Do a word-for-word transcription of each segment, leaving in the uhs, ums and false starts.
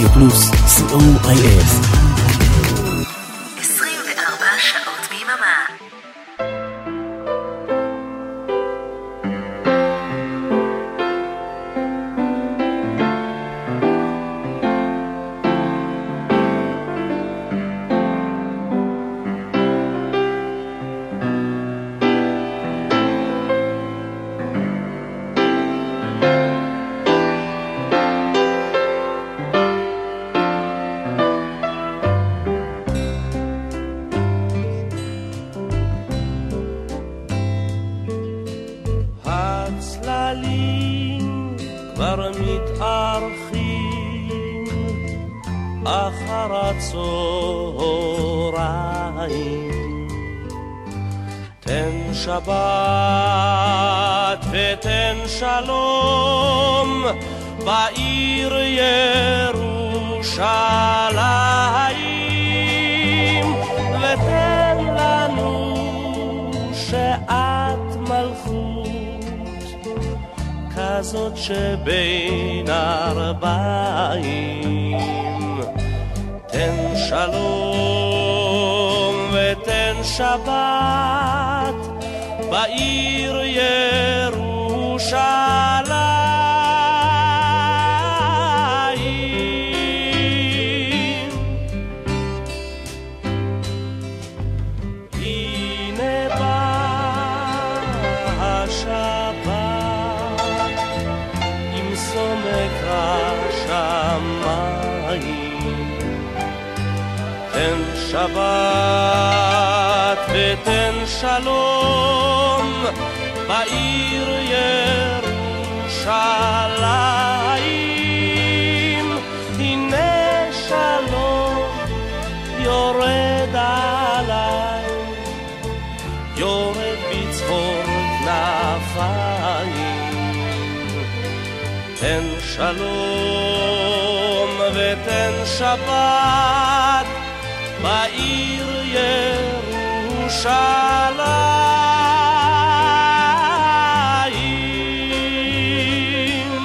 רדיו פלוס, סי או איי אס. עשרים וארבע שעות ביממה. שבת ותן שלום בעיר ירושלים, ותן לנו שעת מלכות כזאת שבין ארבעים. תן שלום ותן שבת בעיר ירושלים. הנה באה השבת עם סומק השמיים. תן שבת ותן שלום בעיר ירושלים. הנה שלום יורד עליי, יורד בצחור כנפיים. תן שלום ותן שבת בעיר ירושלים.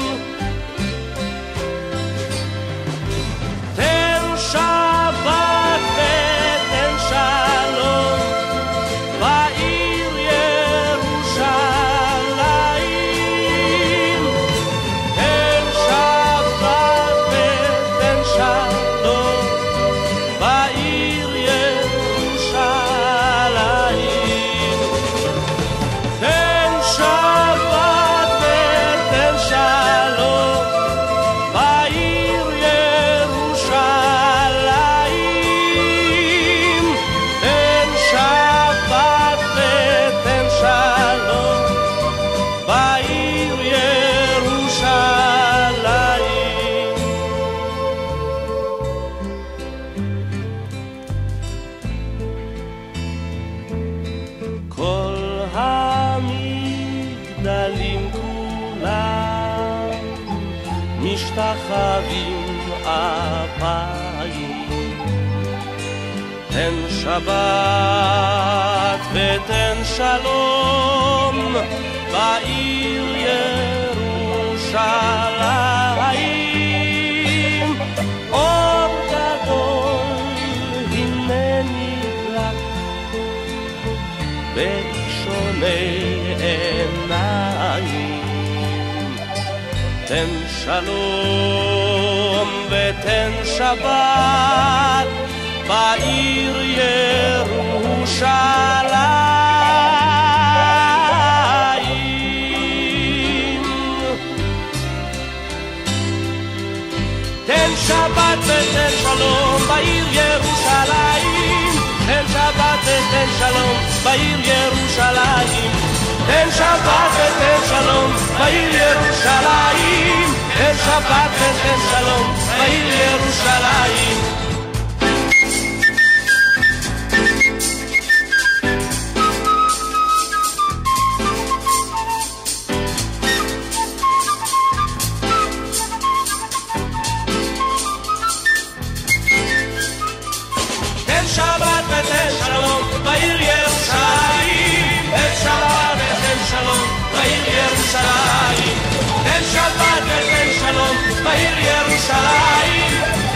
תן שבת ותן שלום בעיר ירושלים. תן שבת ותן שלום בעיר ירושלים. תן שבת ותן שלום בעיר ירושלים. תן שבת ותן שלום בעיר ירושלים. כל המגדלים כולם משתחווים אפיים. תן שבת ותן שלום בעיר ירושלים. אור גדול הנני רק באישוני עיניים. תן שלום ותן שבת בעיר ירושלים. תן שבת ותן שלום בעיר ירושלים. תן שבת ותן שלום בעיר ירושלים. תן שבת ותן שלום בעיר ירושלים. תן שבת ותן שלום בעיר ירושלים. שבת ותן שלום בעיר ירושלים. תן שבת ותן שלום בעיר ירושלים. תן שבת ותן שלום בעיר ירושלים.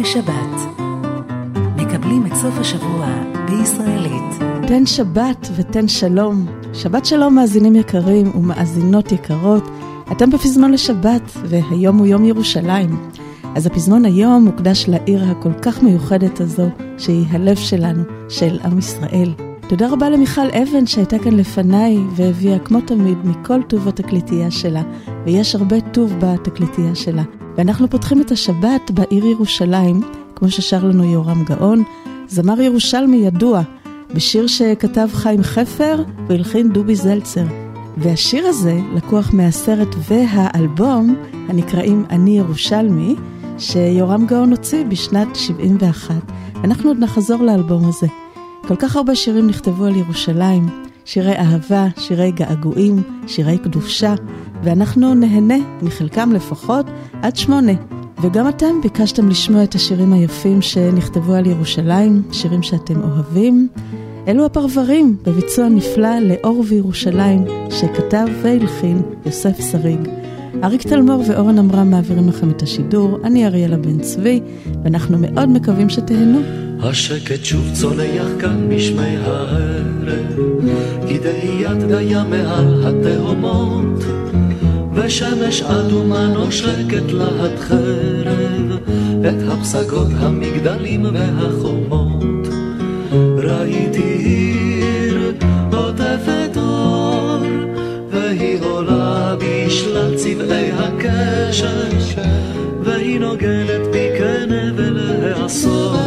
שבת. מקבלים את סוף השבוע בישראלית. תן שבת ותן שלום. שבת שלום מאזינים יקרים ומאזינות יקרות. אתם בפזמון לשבת, והיום הוא יום ירושלים. אז הפזמון היום מוקדש לעיר הכל כך מיוחדת הזו, שהיא הלב שלנו, של עם ישראל. תודה רבה למיכל אבן שהייתה כאן לפניי, והביאה כמו תמיד מכל טוב התקליטייה שלה, ויש הרבה טוב בתקליטייה שלה. ואנחנו פותחים את השבת בעיר ירושלים, כמו ששר לנו יורם גאון, זמר ירושלמי ידוע, בשיר שכתב חיים חפר והלחין דובי זלצר. והשיר הזה לקוח מהסרט והאלבום הנקראים אני ירושלמי, שיורם גאון הוציא בשנת שבעים ואחת. אנחנו עוד נחזור לאלבום הזה. כל כך הרבה שירים נכתבו על ירושלים, שירי אהבה, שירי געגועים, שירי קדושה, ואנחנו נהנה מחלקם לפחות עד שמונה. וגם אתם ביקשתם לשמוע את השירים היפים שנכתבו על ירושלים, שירים שאתם אוהבים. אלו הפרברים בביצוע נפלא לאור וירושלים שכתב והלחין יוסף שריג. אריק תלמור ואורן אמרם מעבירים לכם את השידור. אני אריאלה בן צבי, ואנחנו מאוד מקווים שתהנו. השקט שוב צונח כאן משמי הערב, כדאיית דיה מעל התהומות, ושמש אדומה נושקת להט חרב את הפסגות המגדלים והחומות. ראיתי עיר עוטפת אור, והיא עולה בשלל צבעי הקשת, והיא נוגנת בי כנבל העשור.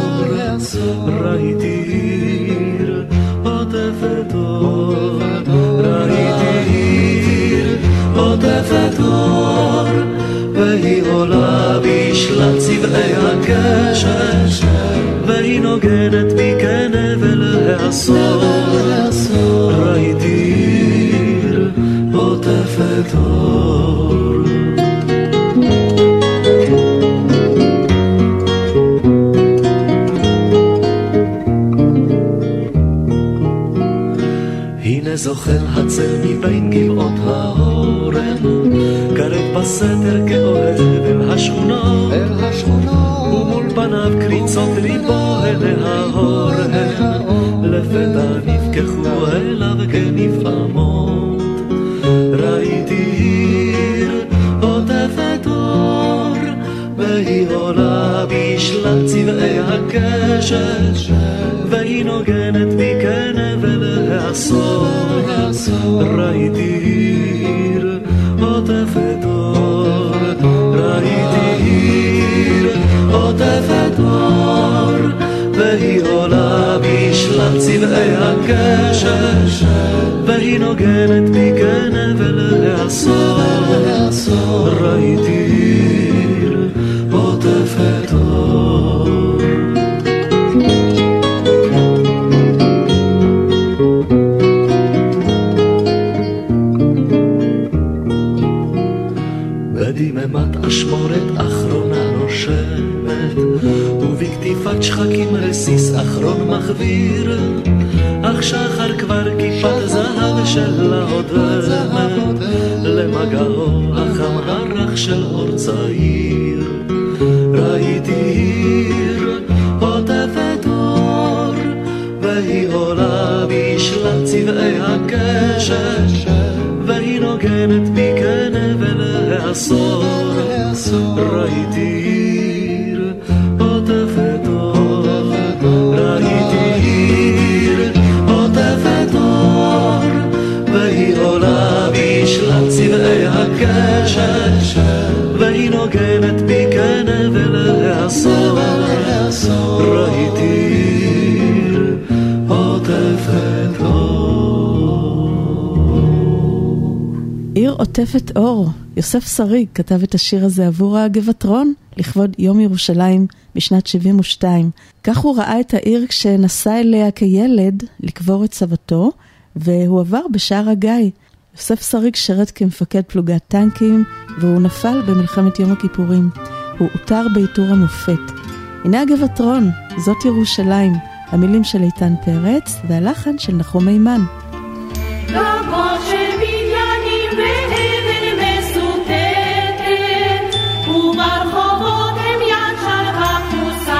ראיתי עיר עוטפת אור, ראיתי עיר עוטפת אור, והיא עולה בשלל צבעי הקשת, והיא נוגנת בי כנבל העשור. ראיתי עיר עוטפת אור. הנה זוכר הצל מבין גבעות האורן, קרב בסתר כאוהב אל השכונות, ומול פניו קריצות ליבו אל ההורן, לפתע נפקחו אליו כנפעמות. ראיתי עיר עוטפת אור, והיא עולה בשלל צבעי הקשת, והיא נוגנת בי כנבל העשור. ראיתי עיר עוטפת אור, ראיתי עיר עוטפת אור, והיא עולה בשלל צבעי הקשת, והיא נוגנת בי כנבל העשור. ראיתי עיר עוטפת אור. בדממת אשמורת אחרונה נושבת, ובכתיפת שחקים רסיס אחרון מחביר, אך שחר כבר כיפת זהב שלה עודמת, למגעו החם הרך של אור צעיר. ראיתי עיר עוטפת אור, והיא עולה בשלל צבעי הקשת, והיא נוגנת בי כנבל העשור. ראיתי עיר עוטפת אור, ראיתי עיר עוטפת אור, והיא עולה בשלל צבעי הקשת, והיא נוגנת בי כנבל העשור. ראיתי עיר עוטפת אור. עיר עוטפת אור. יוסף שריג כתב את השיר הזה עבור הגבעתרון לכבוד יום ירושלים בשנת שבעים ושתיים. כך הוא ראה את העיר כשנסע אליה כילד לקבור את סבתו, והוא עבר בשער הגיא. יוסף שריג שרת כמפקד פלוגת טנקים, והוא נפל במלחמת יום הכיפורים. הוא אותר בעיטור המופת. הנה הגבעתרון, זאת ירושלים, המילים של איתן פרץ והלחן של נחום מימן. רבות של בניינים ואבן מסותתת, וברחובות הם יד שלווה כמוסה.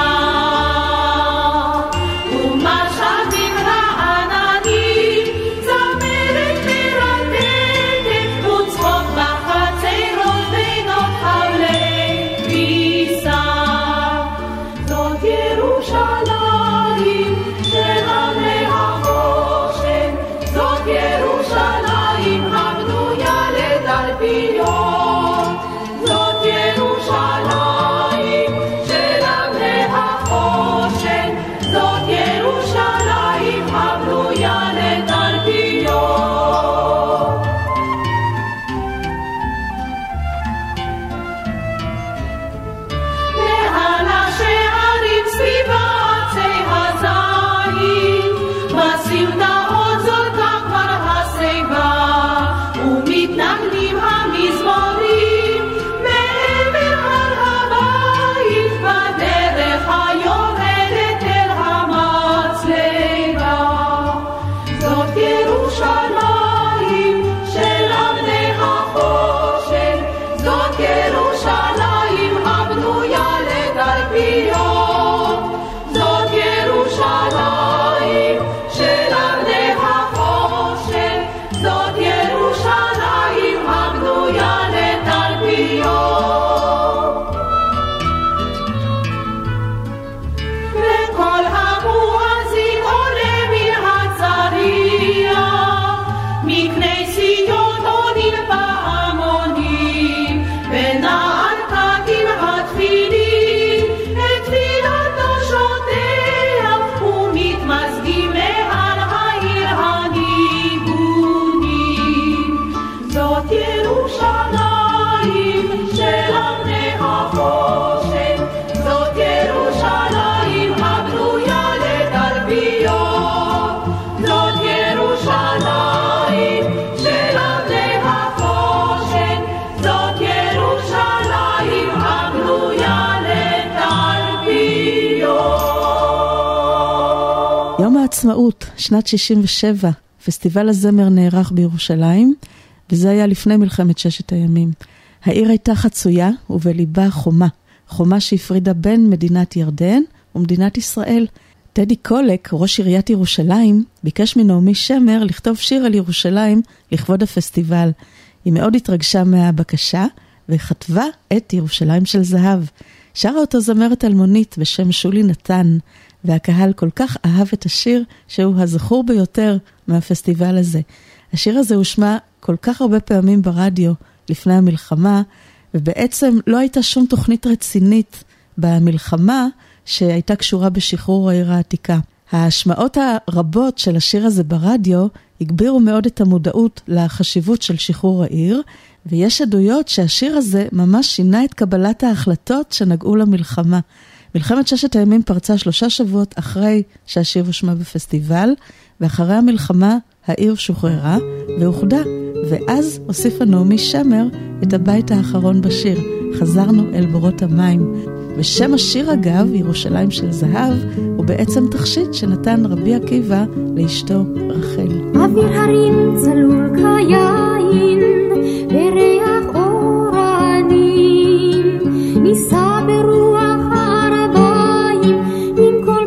יום העצמאות, שנת שישים ושבע, פסטיבל הזמר נערך בירושלים, וזה היה לפני מלחמת ששת הימים. העיר הייתה חצויה ובליבה חומה, חומה שהפרידה בין מדינת ירדן ומדינת ישראל. טדי קולק, ראש עיריית ירושלים, ביקש מנעמי שמר לכתוב שיר על ירושלים לכבוד הפסטיבל. היא מאוד התרגשה מהבקשה וכתבה את ירושלים של זהב. שרה אותו זמרת אלמונית בשם שולי נתן, והקהל כל כך אהב את השיר שהוא הזכור ביותר מהפסטיבל הזה. השיר הזה הושמע כל כך הרבה פעמים ברדיו לפני המלחמה, ובעצם לא הייתה שום תוכנית רצינית במלחמה שהייתה קשורה בשחרור העיר העתיקה. ההשמעות הרבות של השיר הזה ברדיו הגבירו מאוד את המודעות לחשיבות של שחרור העיר, ויש עדויות שהשיר הזה ממש שינה את קבלת ההחלטות שנגעו למלחמה. מלחמת ששת הימים פרצה שלושה שבועות אחרי שהשיר הושמע בפסטיבל, ואחרי המלחמה העיר שוחררה ואוחדה, ואז הוסיפה נעמי שמר את הבית האחרון בשיר, חזרנו אל בורות המים. ושם השיר אגב, ירושלים של זהב, הוא בעצם תכשיט שנתן רבי עקיבא לאשתו רחל. אוויר הרים צלול כיין, בריח אורנים, ניסה ברוח הערביים עם כל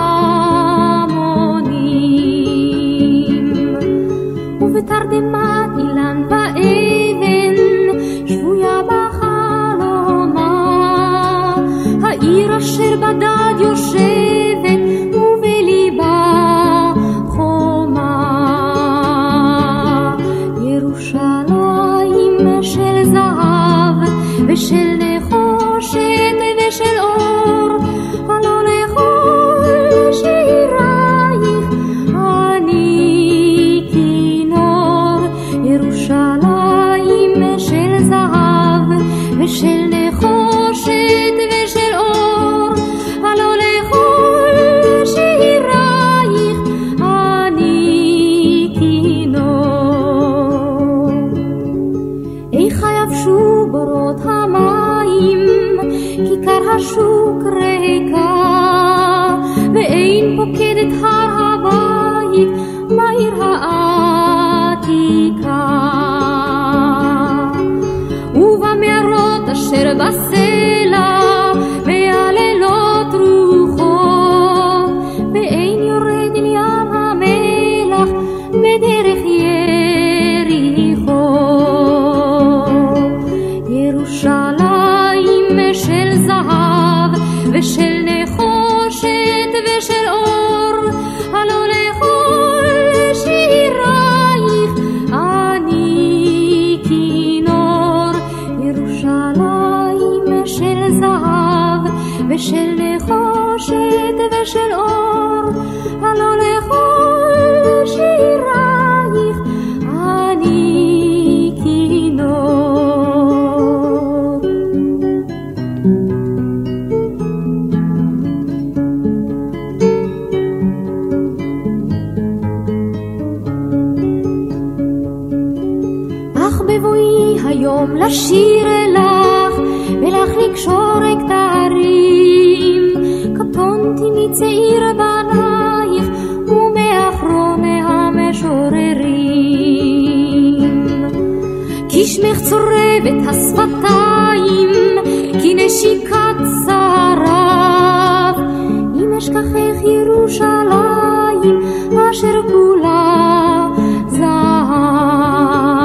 פעמונים, ובתרדמת אילן ואבן שבויה בחלומה, העיר אשר בדד יושבת ובליבה חומה. ירושלים של זהב ושל נחושת ושל אור, הלא לכל שירייך אני כינור. ירושלים של זהב ושל נחושת ושל אור, הלא לכל שירייך אני כינור. איך יבשו בורות המים, כיכר השוק ריקה, ואין פוקדת הר הבית בעיר העתיקה. ובמערות אשר בסלע והלילות רוחות, ואין יורד אל ים המלח בדרך יריחו. ירושלים של זהב ושל נחושת ושל אור, הלא לכל שירייך אני כינור. ירושלים של זהב ושל נחושת ושל אור, הלא לכל שירייך אני כינור. אך בבואי היום לשיר אלך ולך לקשור כתרים, קטונתי מצעיר בנייך ומאחרון המשוררים. כי שמך צורבת השפתיים, כי נשיקת שרב, אם אשכחך ירושלים אשר כולה זהב.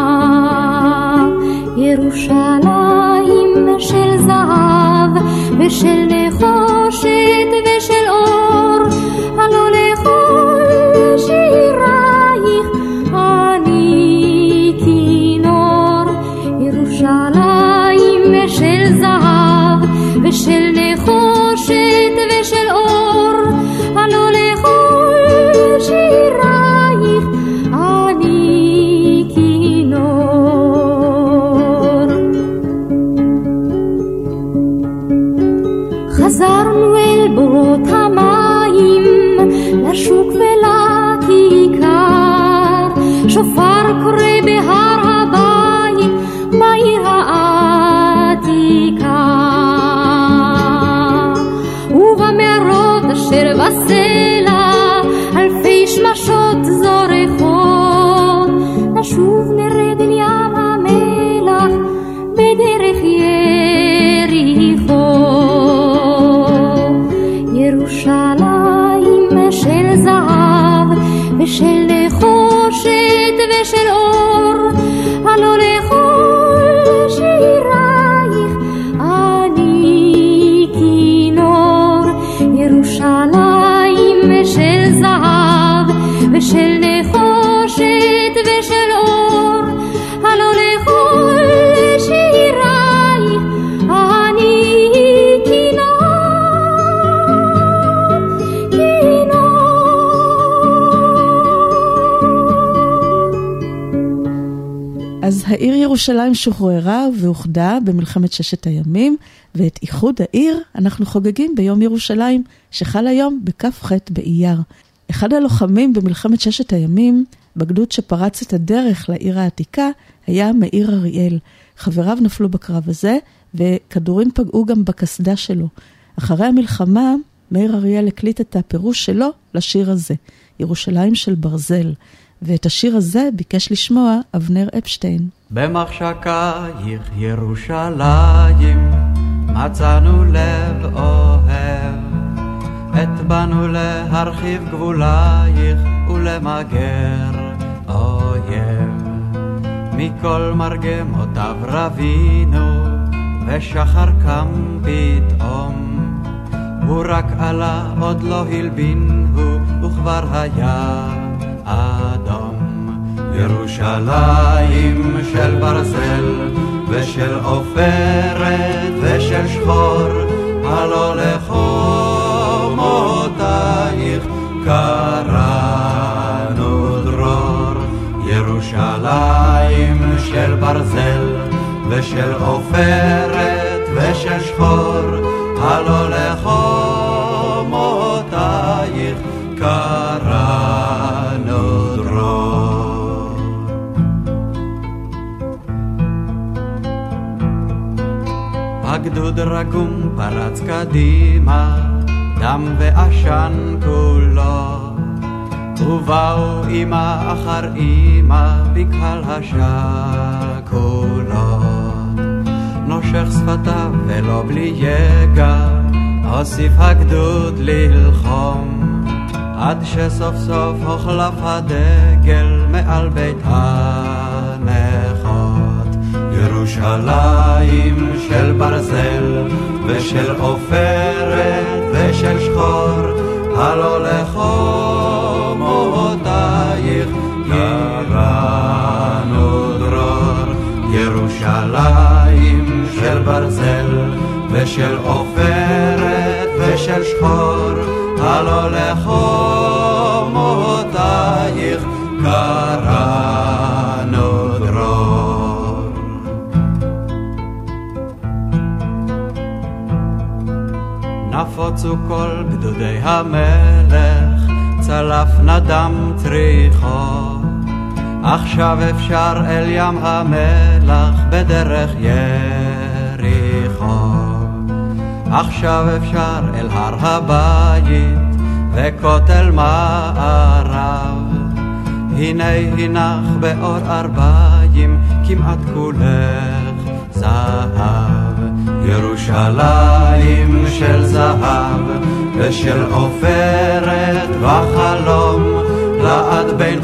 ירושלים של זהב ושל נחושת ושל אור, הלא לכל שירייך אני כינור. ירושלים של זהב ושל נחושת ושל אור, הלא לכל שירייך אני כינור. חזרנו אל בורות המים, לשוק ולכיכר, שופר קורא בהר הבית בעיר העתיקה. ובמערות אשר בסלע של נחושת ושל אור, הלא לכל שירייך אני כינור. ירושלים של זהב ושל נחושת ושל אור, הלא לכל שירייך אני אז העיר ירושלים שוחררה ואוחדה במלחמת ששת הימים, ואת איחוד העיר אנחנו חוגגים ביום ירושלים, שחל היום בכ"ח באייר. אחד הלוחמים במלחמת ששת הימים, בגדוד שפרץ את הדרך לעיר העתיקה, היה מאיר אריאל. חבריו נפלו בקרב הזה, וכדורים פגעו גם בקסדה שלו. אחרי המלחמה, מאיר אריאל הקליט את הפירוש שלו לשיר הזה, ירושלים של ברזל. ואת השיר הזה ביקש לשמוע אבנר אפשטיין. במחשקייך ירושלים מצאנו לב אוהב, את בנו להרחיב גבולייך ולמגר אויב. מכל מרגמותיו רבינו ושחר קם פתאום, הוא רק עלה עוד לא הלבין הוא וכבר היה אדום. ירושלים של ברזל ושל עופרת ושל שחור, הלא לחומותייך קראנו דרור. ירושלים של ברזל ושל עופרת ושל שחור, הלא לחומותייך קראנו דרור. הגדוד רגום פרץ קדימה, דם ועשן כולו, ובאו אמא אחר אמא בקהל השכולות. נושך שפתיו ולא בלי יגע, הוסיף הגדוד ללחום, עד שסוף סוף הוחלף הדגל מעל בית הנכות. ירושלים של ברזל ושל עופרת ושל שחור, הלא לחומותייך קראנו דרור. ירושלים של ברזל ושל עופרת ושל שחור, הלא לחומותייך קראנו דרור. נפוצו כל גדודי המלך, צלף נדם צריחו, עכשיו אפשר אל ים המלח בדרך יריחו. עכשיו אפשר אל הר הבית וכותל מערב, הנה הנח באור ארבעים כמעט כולך זהב. ירושלים של זהב ושל עופרת וחלום, לעד בין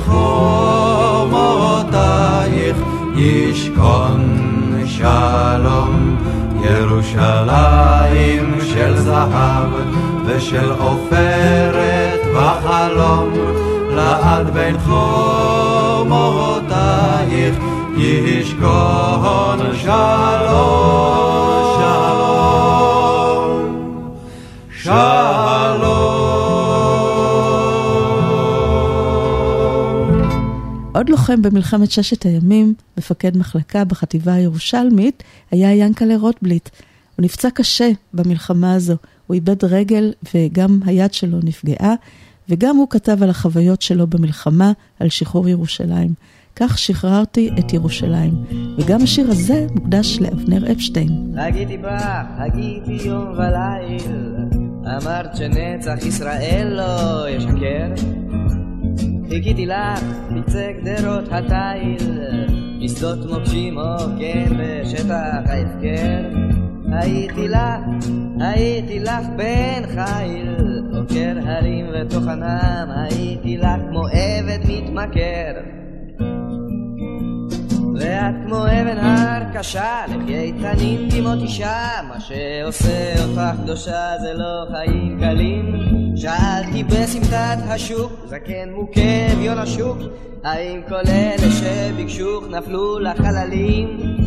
חומותייך ישכון שלום. ירושלים של זהב ושל עופרת וחלום, לעד בין חומותייך ישכון שלום. שלום. עוד לוחם במלחמת ששת הימים, מפקד מחלקה בחטיבה הירושלמית, היה ינקלה רוטבליט. הוא נפצע קשה במלחמה הזו. הוא איבד רגל וגם היד שלו נפגעה, וגם הוא כתב על החוויות שלו במלחמה, על שחרור ירושלים. כך שחררתי את ירושלים. וגם השיר הזה מוקדש לאבנר אפשטיין. הגיתי בך, הגיתי יום וליל, אמרת שנצח ישראל לא ישקר. חיכיתי לך בקצה גדרות התיל, בשדות מוקשים או כן בשטח ההפקר. הייתי לך, הייתי לך בן חיל, עוקר הרים בתוך ענם, הייתי לך כמו עבד מתמכר. ואת כמו אבן הר קשה, לחיי תנין דמעות אישה, מה שעושה אותך קדושה זה לא חיים קלים. שאלתי בסמטת השוק, זקן מוכה אביון השוק, האם כל אלה שביקשוך נפלו לחללים?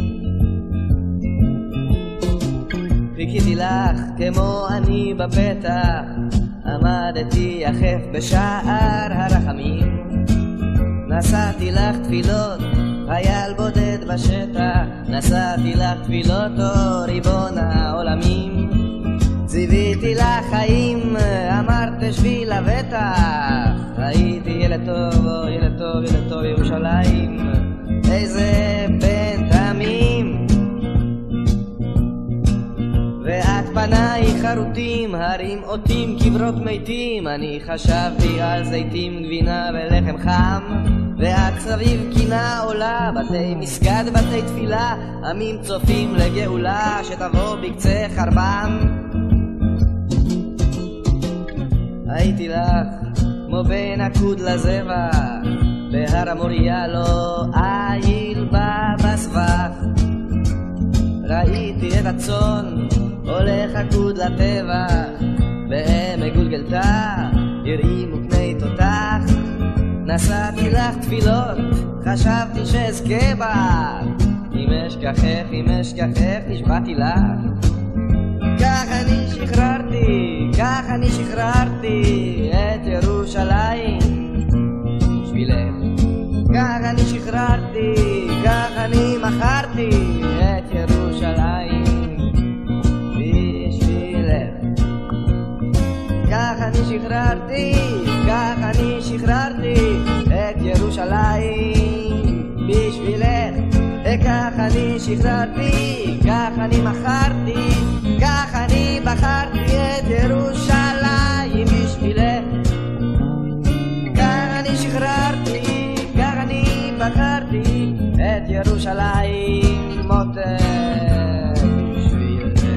חיכיתי לך כמו אני בפתח, עמדתי יחף בשער הרחמים. נשאתי לך תפילות, חייל בודד בשטח, נשאתי לך תפילות, או ריבון העולמים. ציוויתי לך חיים, אמרת שבי לבטח, הייתי ילד טוב, או ילד טוב, ילד טוב ירושלים, איזה בן תמים. ואת פניי חרוטים, הרים אותים, קברות מתים, אני חשבתי על זיתים, גבינה ולחם חם. ואת סביב קינה עולה, בתי מסגד, בתי תפילה, עמים צופים לגאולה שתבוא בקצה חרבם. הייתי לך כמו בין עקוד לזבח, בהר המוריה לא איל בה בסבך. ראיתי את הצאן הולך עקוד לטבח, בעמק גולגלתה הרימו פני תותח. נשאתי לך תפילות, חשבתי שאזכה בה, אם אשכחך, אם אשכחך, נשבעתי לך. כך אני שחררתי, כך אני שחררתי את ירושלים בשבילך. כך אני שחררתי, כך אני מכרתי את ירושלים בשבילך. כך אני שחררתי, כך אני שחררתי את ירושלים בשבילך. וכך אני שחררתי, כך אני מכרתי, כך אני בחרתי את ירושלים בשבילך. כך אני שחררתי, כך אני בחרתי את ירושלים מותק בשבילך.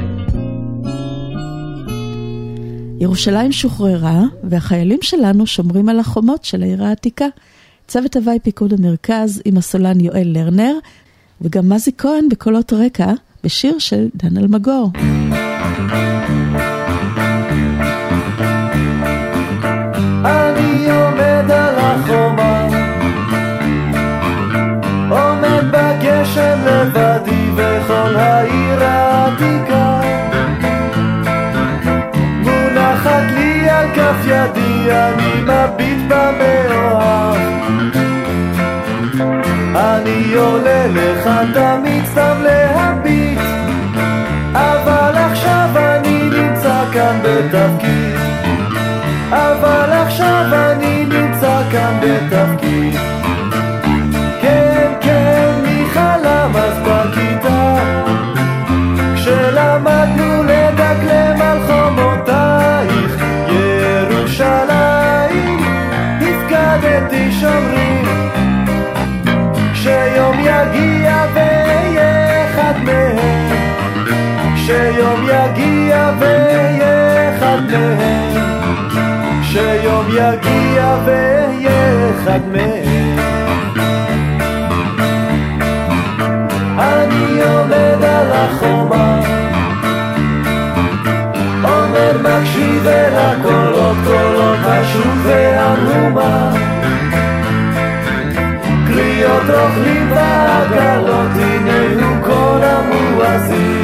ירושלים שוחררה, והחיילים שלנו שומרים על החומות של העיר העתיקה. צוות הוואי פיקוד המרכז עם הסולן יואל לרנר, וגם מזי כהן בקולות רקע, בשיר של דן אלמגור. אני עומד על החומה, עומד בגשם לבדי וכל העיר העתיקה מונחת לי על כף ידי, אני מביט במאוהב. אני עולה לך תמיד סתם להביט, אבל עכשיו אני נמצא כאן בתפקיד, אבל עכשיו אני נמצא כאן בתפקיד. כן, כן, מי חלם אז בכיתה, כשלמדנו לדקלם על חומותייך ירושלים, הפקדתי שומרים, שיום יגיע ויהיה אחד מהם, שיום יגיע ויהיה אחד מהם, שיום יגיע ויהיה אחד מהם. אני עומד על החומה, עומד מקשיב אל הקולות, קולות השוק והמהומה, קריאות רוכלים ועגלות, הנה הוא כל המואזין,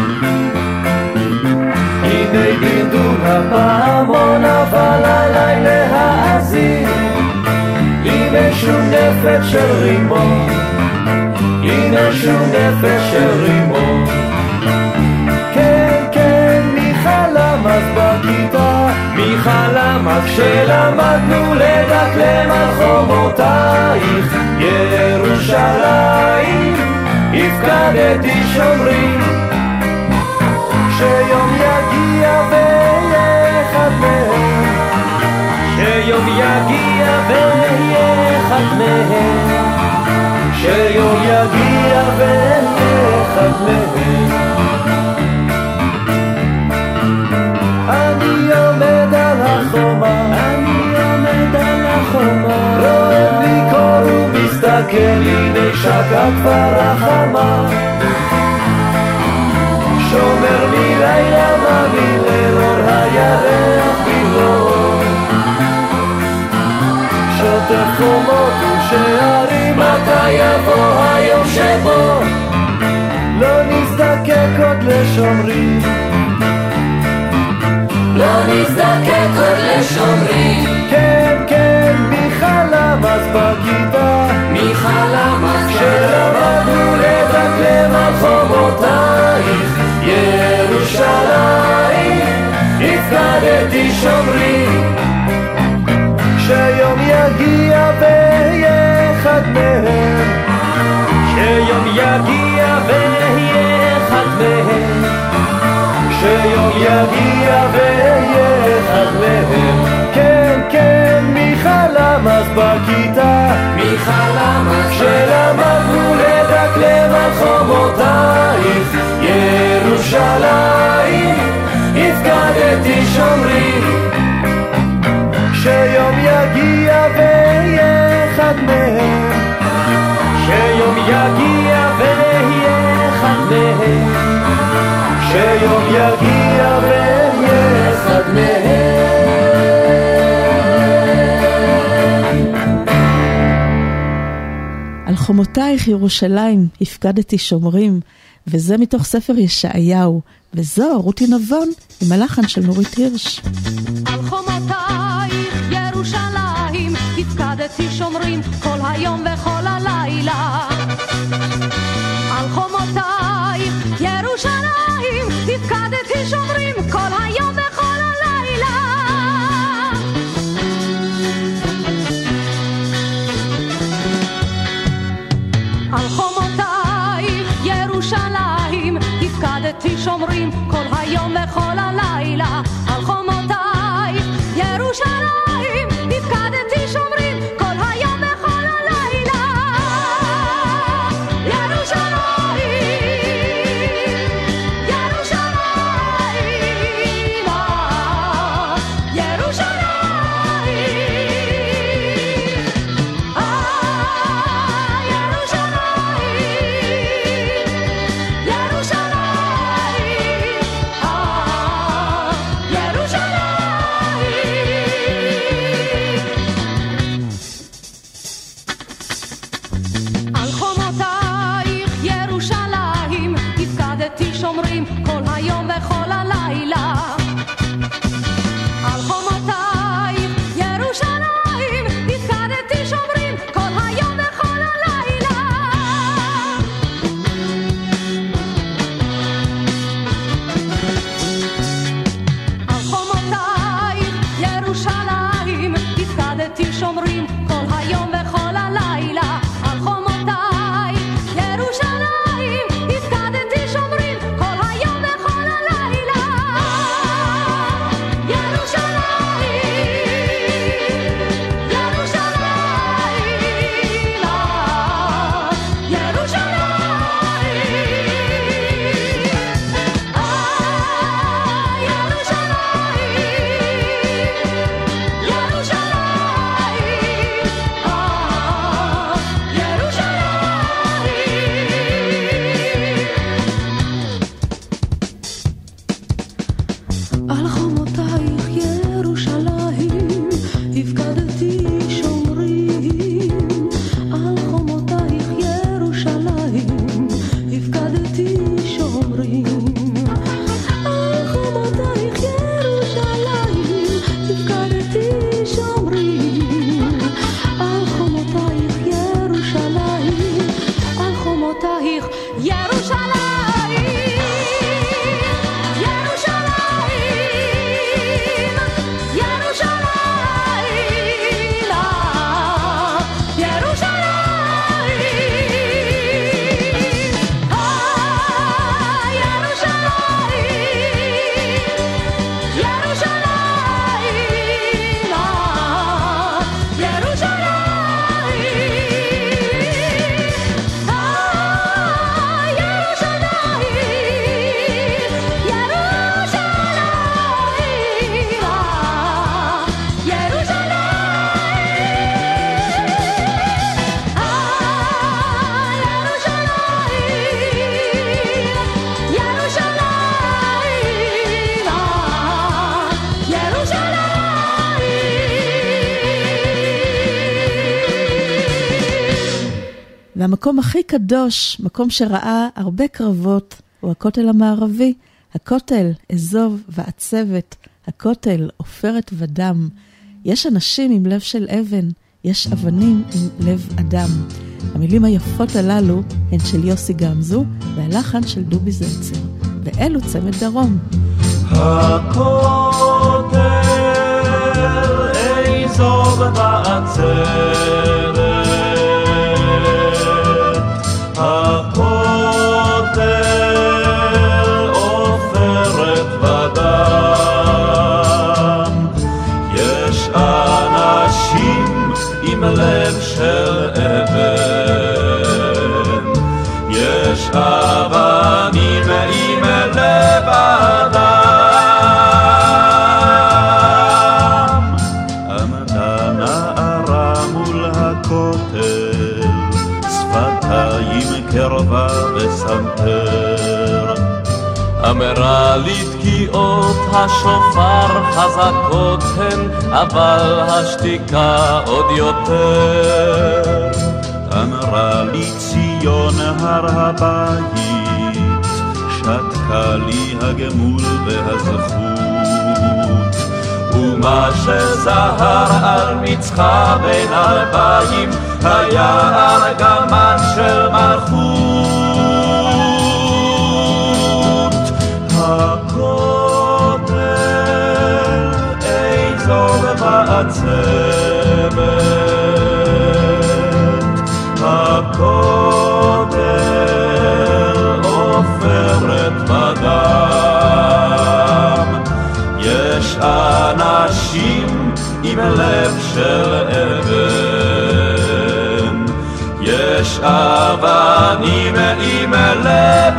הנה דינדון הפעמון, אבל עליי להאזין. הנה שום נפש של רימון, הנה שום נפש של רימון. כן, כן, מי חלם אז בכיתה, מי חלם אז כשלמדנו לדקלם על חומותייך ירושלים, הפקדתי שומרים, שיום יגיע ויהיה אחד מהם, שיום יגיע ויהיה אחד מהם, שיום יגיע ויהיה אחד מהם. אני עומד על החומה, אני מסתכל, הנה שקה כבר החמה, שומר מלילה מליל אור הירח בלור, שוטף חומות ושערים, מתי יבוא היום שבו לא נזדקק עוד לשומרים, לא נזדקק עוד לשומרים. כן כן מי חלם אז בכיתה, מי חלם אז כשלמדנו לדקלם על חומותייך ירושלים, הפקדתי שומרים, שיום יגיע ויהיה אחד מהם, שיום יגיע ויהיה אחד מהם, שיום יגיע ויהיה אחד מהם. כן כן מי חלם אז בכיתה, מי חלם אז כשלמדנו לדקלם על חומותייך ירושלים, הפקדתי שומרים, שיום יגיע ויהיה אחד מהם, שיום יגיע ויהיה אחד מהם, שיום יגיע ויהיה אחד מהם. על חומותייך ירושלים הפקדתי שומרים, וזה מתוך ספר ישעיהו, וזו רותי נבון עם הלחן של נורית הירש. על חומותייך ירושלים הפקדתי שומרים כל היום וכל הלילה, על חומותייך ירושלים הפקדתי שומרים כל היום וכל הלילה, על חומותייך ירושלים הפקדתי שומרים כל היום וכל הלילה, על חומותייך ירושלים הפקדתי שומרים כל היום וכל הלילה, ירושלים ירושלים אה, ירושלים אה, ירושלים ירושלים אה, ירושלים. על חומותייך ירושלים הפקדתי שומרים כל היום וכל הלילה, על חומותייך ירושלים הפקדתי שומרים כל היום וכל הלילה, על חומותייך ירושלים הפקדתי שומרים כל היום וכל הלילה, על חומותייך ירושלים הפקדתי שומרים כל היום וכל הלילה, ירושלים ירושלים אה, ירושלים אה, ירושלים ירושלים המקום הכי קדוש, מקום שראה הרבה קרבות, הוא הכותל המערבי. הכותל, אזוב ועצבת, הכותל, עופרת ודם. יש אנשים עם לב של אבן, יש אבנים עם לב אדם. המילים היפות הללו הן של יוסי גמזו, והלחן של דובי זלצר. ואלו צמד דרום. הכותל, אזוב ועצבת, הכותל, עופרת ודם. יש אנשים עם לב של אבן, יש אבנים עם לב אדם. עמדה נערה מול הכותל, שפתיים קרבה וסנטר. אמרה לי תקיעות השופר חזקות הן, אבל השתיקה עוד יותר. אמרה לי ציון הר הבית, שתקה לי הגמול והזכות. ומה שזהר על מצחה בין אלפיים, היה ארגמן של מלכות. הכותל, אזוב ועצבת, הכותל, עופרת ודם. יש אנשים עם לב של אבן, יש אבנים עם לב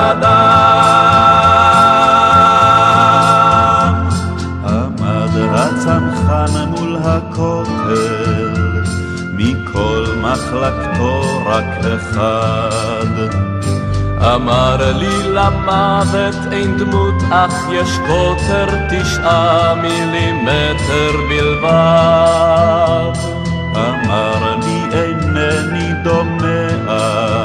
אדם. עמד הצנחן מול הכותל, מכל מחלקתו רק אחד. אמר לי למוות אין דמות, אך יש קוטר תשעה מילימטר בלבד. אמר לי אינני דומע,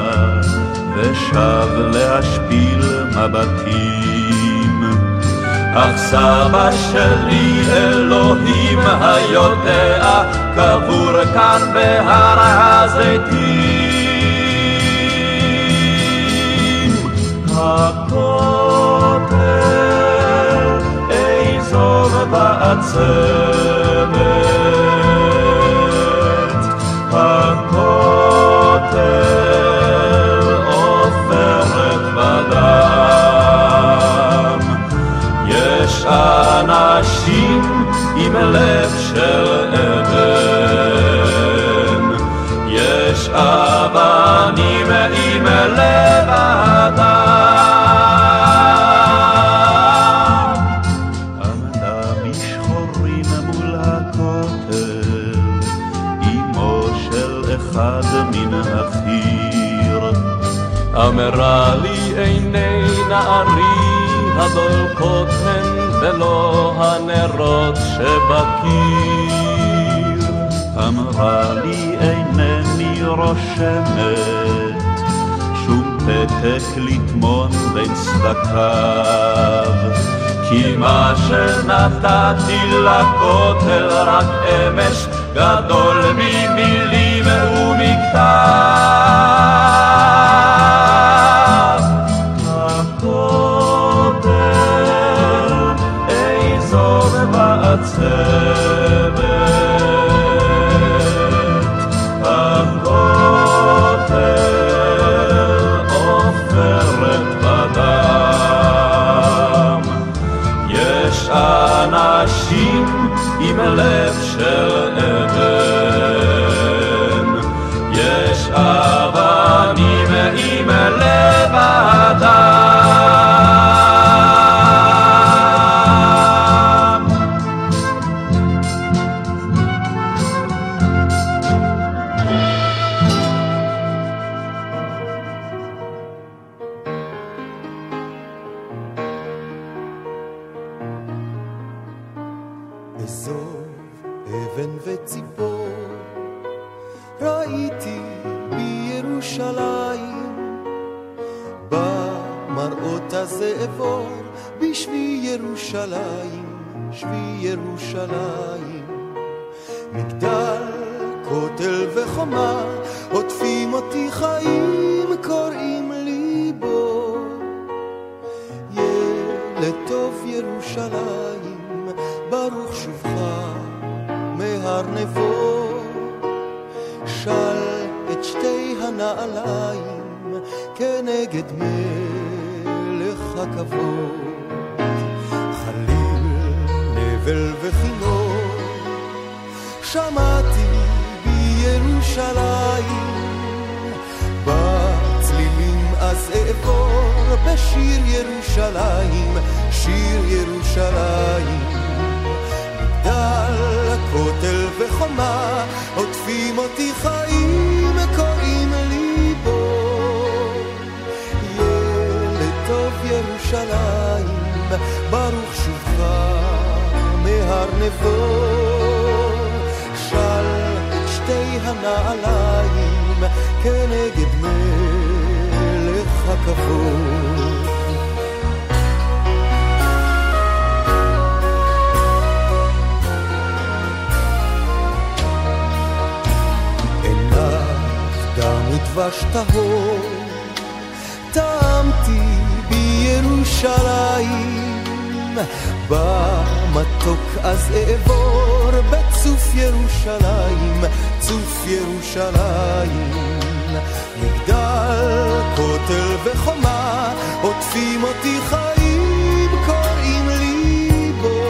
ושב להשפיל מבטים. אך סבא שלי אלוהים היודע, קבור כאן בהר הזיתים. הכותל, אזוב ועצבת, הכותל, עופרת ודם. יש אנשים עם לב של אבן, יש אבנים עם לב אדם. עמדה בשחורים מול הכותל, אמו של אחד מן החיר. אמרה לי עיני נערי הדולקות הן, ולא הנרות שבקיר. אמרה לי אינני רושמת, שום פתק לטמון בין סדקיו. כי מה שנתתי לכותל רק אמש, גדול ממילים ומכתב. הכותל, אזוב ועצבת, הכותל, עופרת ודם. יש אנשים עם לב של אבן, יש אבנים עם לב אדם. אזוב אבן וציפור ראיתי בירושלים. ירושלים, במראות הזאבור בשבי ירושלים, שבי ירושלים. מגדל, כותל וחומה עוטפים אותי חיים, קוראים לי בו. ילד טוב ירושלים, ברוך שובך מהר נבו. של את שתי הנעליים כנגד מלך הכבוד. חליל, נבל וכינור שמעתי בירושלים, בצלילים אז אעבור בשיר ירושלים, שיר ירושלים. מגדל, כותל וחומה עוטפים אותי חיים, קוראים לי בו. ילד טוב ירושלים, ברוך שובך מהר נבו. של את שתי הנעליים כנגד מלך הכבוד. דם ודבש טהור טעמתי בירושלים, במתוק אז אעבור בצוף ירושלים, צוף ירושלים. מגדל, כותל וחומה עוטפים אותי חיים, קוראים לי בו.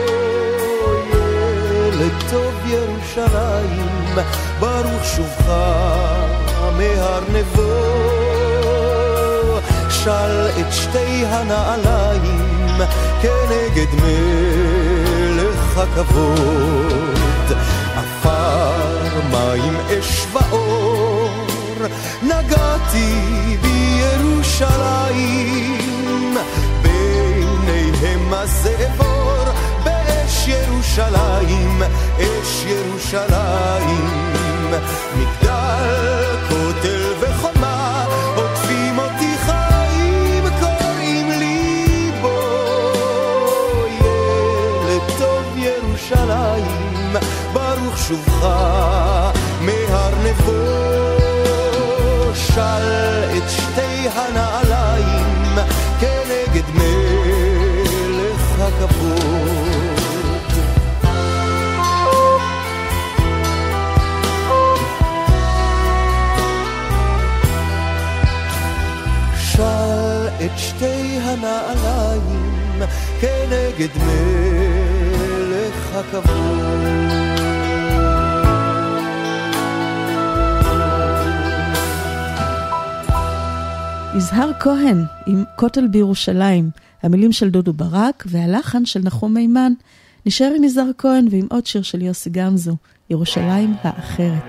ילד טוב ירושלים, ברוך שובך מהר נבו. של את שתי הנעליים כנגד מלך הכבוד. עפר, מים, אש ואור נגעתי בירושלים, ביניהם הזאבור באש ירושלים, אש ירושלים. מגדל, כותל וחומה עוטפים אותי חיים, קוראים לי בו. ילד טוב ירושלים, ברוך שובך מהר נבו. של את שתי הנעליים כנגד מלך הכבוד. של את שתי הנעליים כנגד מלך הכבוד. יזהר כהן עם כותל בירושלים, המילים של דודו ברק והלחן של נחום מימן. נשאר עם יזהר כהן ועם עוד שיר של יוסי גמזו, ירושלים האחרת.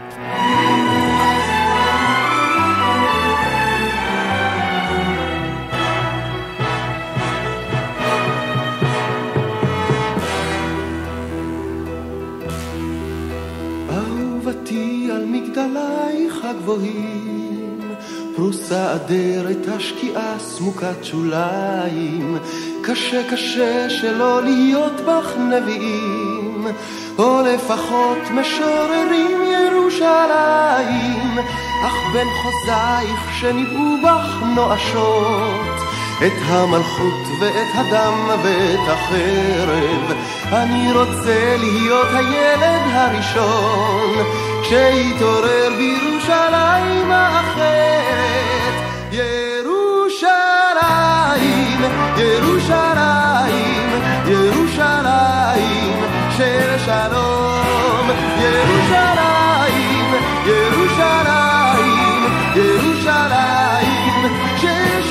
אהובתי על מגדלייך הגבוהים, פרוסה אדרת השקיעה סמוקת שוליים, קשה קשה שלא להיות בך נביאים, או לפחות משוררים ירושלים. אך בין חוזייך שניבאו בך נואשות, את המלכות ואת הדם ואת החרב, אני רוצה להיות הילד הראשון שיתעורר בירושלים האחרת. ירושלים, ירושלים, ירושלים של שלום. ירושלים, ירושלים, ירושלים של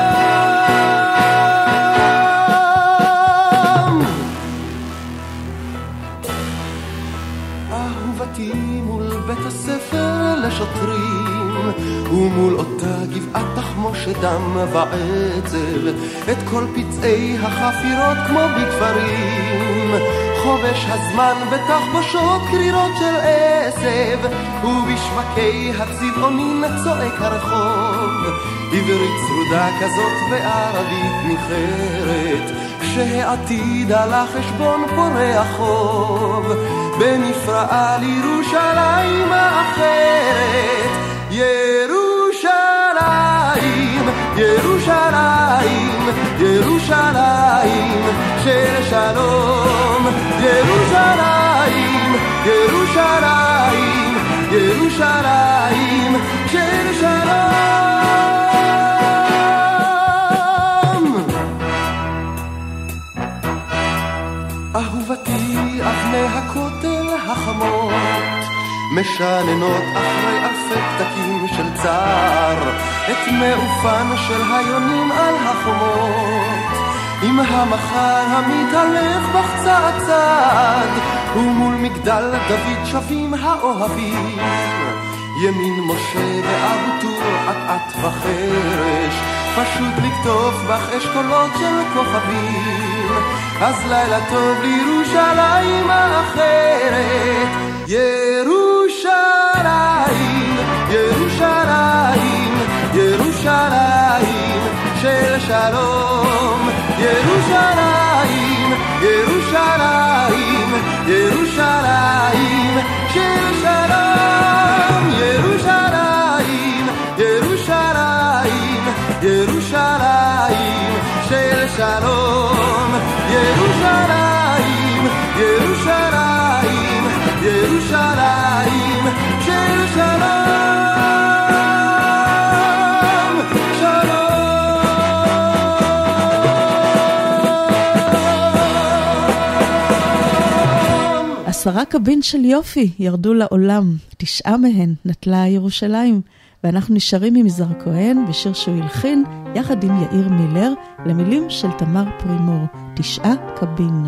שלום. אהובתי מול בית הספר לשוטרים, ומול אותה גבעת תחמושת דם ועצב, את כל פצעי החפירות כמו בתפרים, חובש הזמן בתחבושות קרירות של עשב, ובשווקי הצבעונים צועק הרחוב, עברית צרודה כזאת וערבית ניחרת, כשהעתיד על החשבון פורח חוב, בנפרעה לירושלים האחרת. ירושלים, ירושלים, ירושלים של שלום. ירושלים, ירושלים, ירושלים של שלום. אהובתי אבני הכותל החמות משננות אחרי אלפי פתקים של צער את מעופן של היונים על החומות, עם המחר המתעלף בך צעד צעד, ומול מגדל דוד שבים האוהבים, ימין משה ואבו טור עט וחרש, פשוט לקטוף בך אשכולות של כוכבים. אז לילה טוב לירושלים האחרת. ירושלים, ירושלים, ירושלים של שלום. ירושלים, ירושלים, ירושלים של שלום. ירושלים, ירושלים, ירושלים של שלום. ירושלים, ירושלים, ירושלים של שלום. שלום. עשרה קבין של יופי ירדו לעולם, תשעה מהן נטלה ירושלים, ואנחנו נשארים עם יזהר כהן בשיר שהוא הלחין יחד עם יאיר מילר למילים של תמר פרימור, תשעה קבין.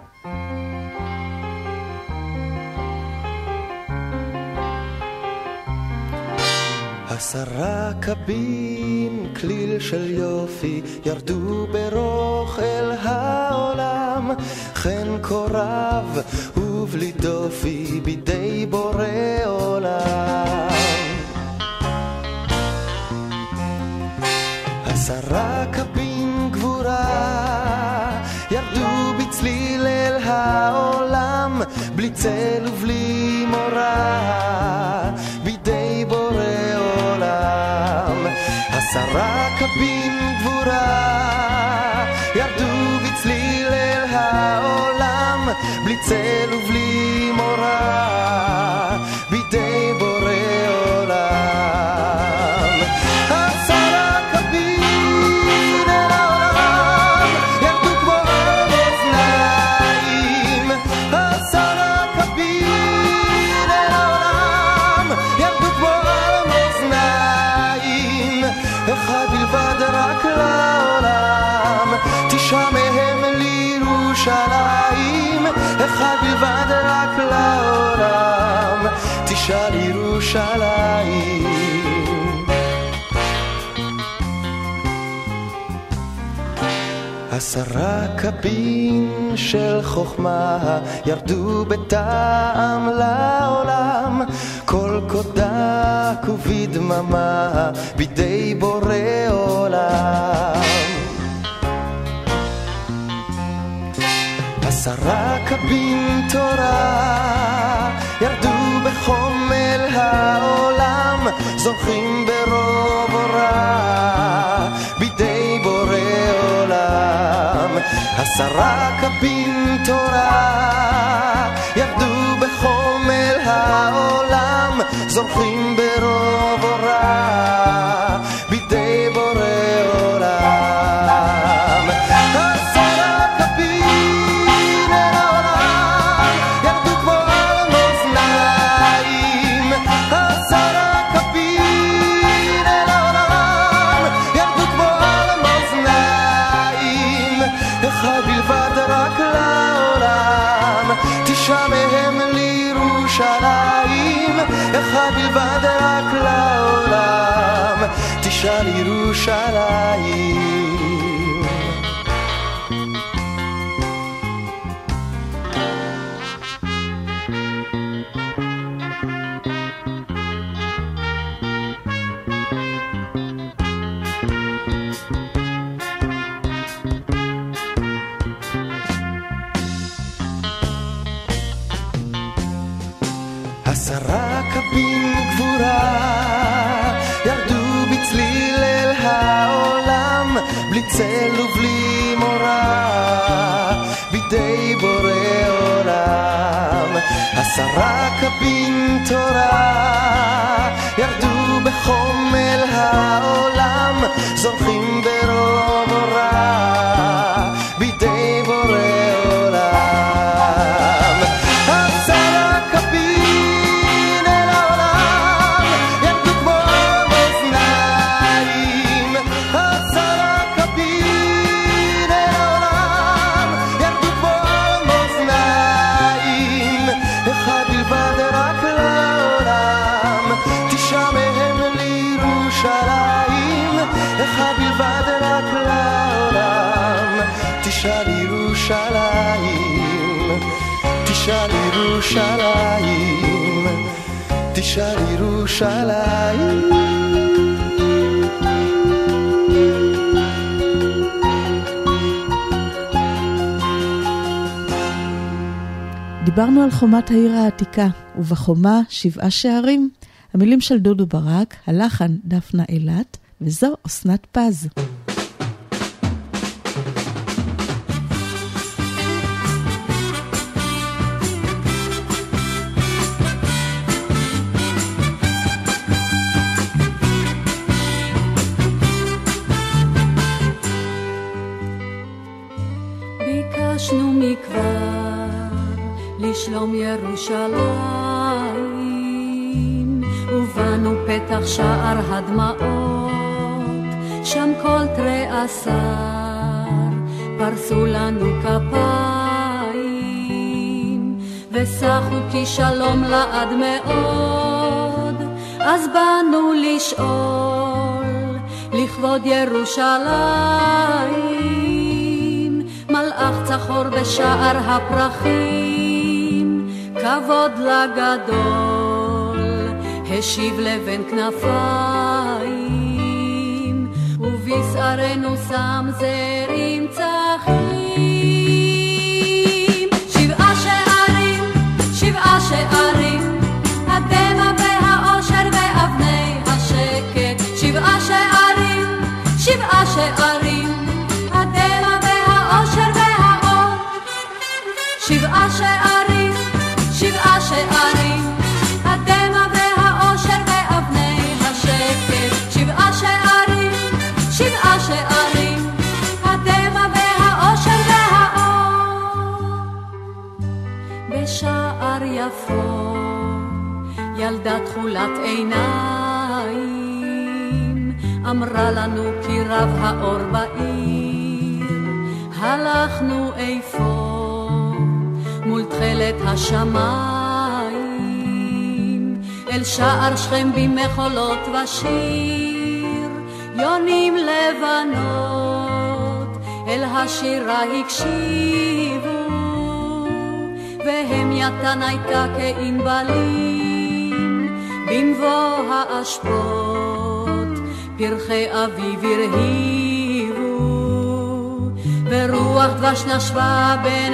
עשרה קבין כליל של יופי ירדו ברוך אל העולם, חן קורב ובלי דופי בידי בורא עולם. עשרה קבין גבורה ירדו בצליל אל העולם, בלי צל ובלי מורה בידי בורא עולם. עשרה קבין גבורה ירדו בצליל אל העולם, בלי צל ובלי מורה בידי בורא עולם. עשרה קבין אל העולם ירדו כמו אוזניים. עשרה קבין אל העולם ירדו כמו אוזניים. אחד בלבד רק לעולם, תשעה מהם לירושלים. אחד בלבד רק לעולם, תשעה לירושלים. עשרה קבין של חוכמה ירדו בטעם לעולם, כל קודק ובדממה בידי בורא עולם. עשרה קבין תורה ירדו בחום אל העולם, זורחים ברוב אורה בידי בורא עולם. עשרה קבין תורה ירדו בחום אל העולם, זורחים ברוב אורה בידי בורא עולם. עשרה קבין אל העולם ירדו כמו על מאזניים. עשרה קבין אל העולם ירדו כמו על מאזניים. אחד בלבד רק לעולם, תשעה מהם לירושלים. אחד בלבד רק לעולם, תשעה לירושלים. עשרה קבין גבורה ירדו בצליל אל העולם, בלי צל ובלי מורה, בידי בורא עולם. עשרה קבין תורה ירדו בחום אל העולם, זורחים ברוב אורה, בידי בורא עולם. עשרה קבין אל העולם ירדו כמו מאזניים, עשרה קבין אל העולם ירדו כמו מאזניים, אחד בלבד רק לעולם, תשעה מהם לירושלים, אחד בלבד רק לעולם, תשעה לירושלים, תשעה לירושלים, תשעה לירושלים. דיברנו על חומת העיר העתיקה, ובחומה שבעה שערים. המילים של דודו ברק, הלחן דפנה אילת, וזו אסנת פז. ביקשנו מכבר לשלום ירושלים, ובנו פתח שער הדמעות, שם כל תרי עשר פרסו לנו כפיים, ושחו כי שלום לעד מאוד, אז באנו לשאול לכבוד ירושלים, מלאך צחור בשער הפרחים, כבוד לגדול השיב לבן כנפיים, ובשערנו שם זרים צחים. שבעה שערים, שבעה שערים, הדמע והאושר ואבני השקט. שבעה שערים, שבעה שערים, הדמע והאושר והאור. שבעה שערים, שבעה שערים, הדמע והאושר ואבני השקט. שבעה שערים, שבעה שערים, הדמע והאושר והאור. בשער יפו ילדה תכולת עיניים, אמרה לנו כי רב האור בעיר. הלכנו איפה מול תחילת השמיים, אל שער שכם במחולות ושיר, יונים לבנות אל השירה הקשיבו, והם יתן הייתה כענבלים, במבוא האשפות פרחי אביב הרהיבו, ורוח דבש נשבה בין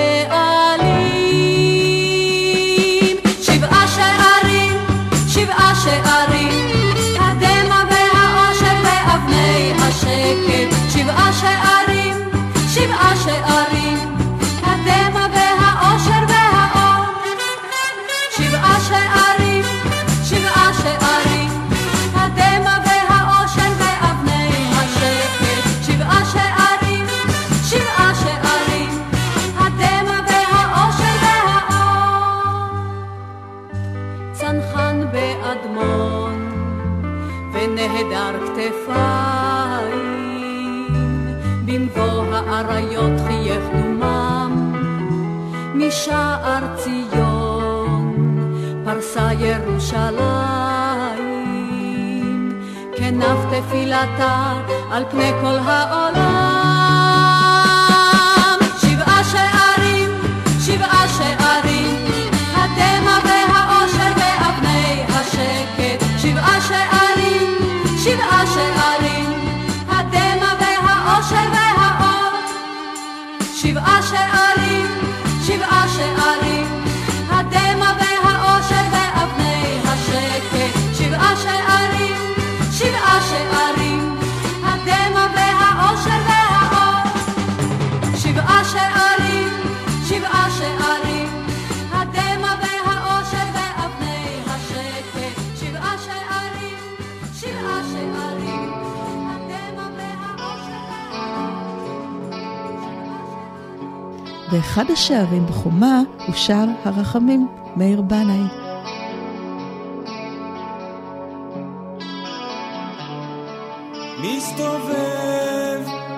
העלים. שבעה שערים, שבעה שערים, הדמע והאושר ואבני השקט. שבעה שערים, שבעה שערים, הדמע והאושר והאור. שבעה שערים, שבעה שערים, הדמע והאושר ואבני השקט. שבעה שערים, שבעה שערים, הדמע והאושר והאור. צנחן באדמון ונהדר כתפיים, במבוא האריות חייך דומם, משער ציון פרסה ירושלים, כנף תפילתה על פני כל העולם. שבעה שערים, שבעה שערים, הדמע והאושר ואבני השקט. שבעה שערים, שבעה שערים, הדמע והאושר והאור. שבעה שערים, שבעה שערים, הדמע והאושר והאור. ואחד השערים בחומה הוא שער הרחמים, מאיר בנאי. מסתובב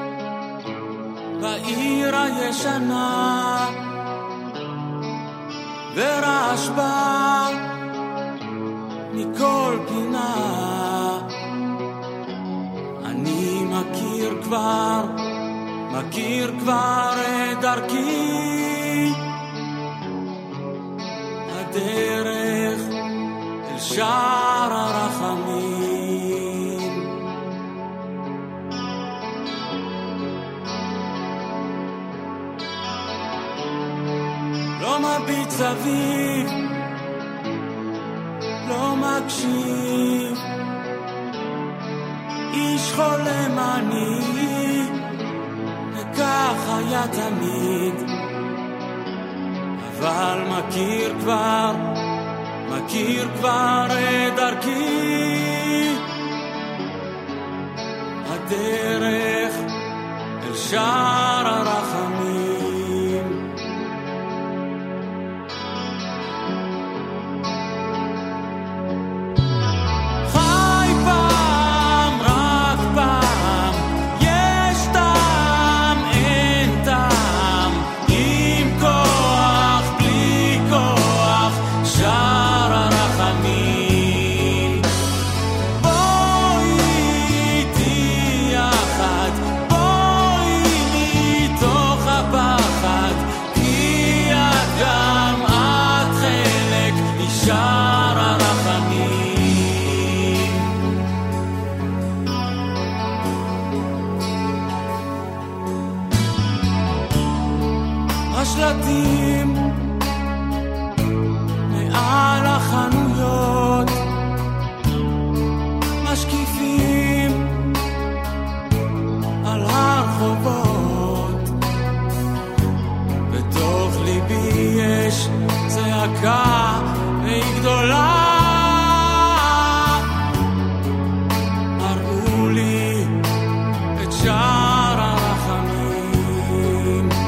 בעיר הישנה ורעש בה מכל פינה, אני מכיר כבר, מכיר כבר את דרכי, הדרך אל שער הרחמים. לא מביט סביב, לא מקשיב, איש חולם אני, וכך היה תמיד, אבל מכיר כבר, מכיר כבר את דרכי, הדרך אל שער הרחמים. השלטים מעל החנויות משקיפים על הרחובות, בתוך ליבי יש צעקה והיא גדולה, הראו לי את שער הרחמים.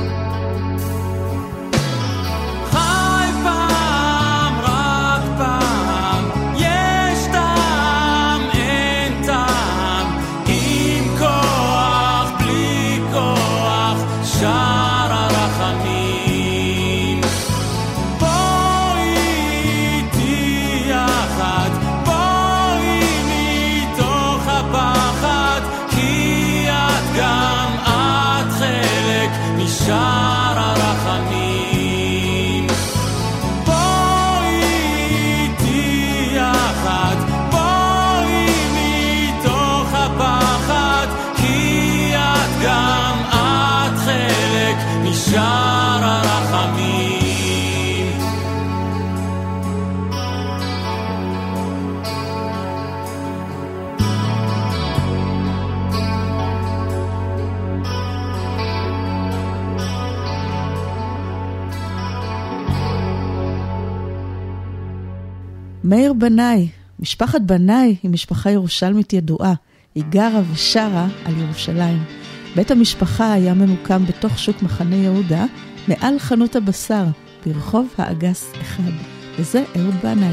שער הרחמים, בואי איתי יחד, בואי מתוך הפחד, כי את גם את חלק משער הרחמים. מאיר בנאי, משפחת בנאי היא משפחה ירושלמית ידועה, היא גרה ושרה על ירושלים. בית המשפחה היה ממוקם בתוך שוק מחנה יהודה, מעל חנות הבשר, ברחוב האגס אחד, וזה אהוד בנאי.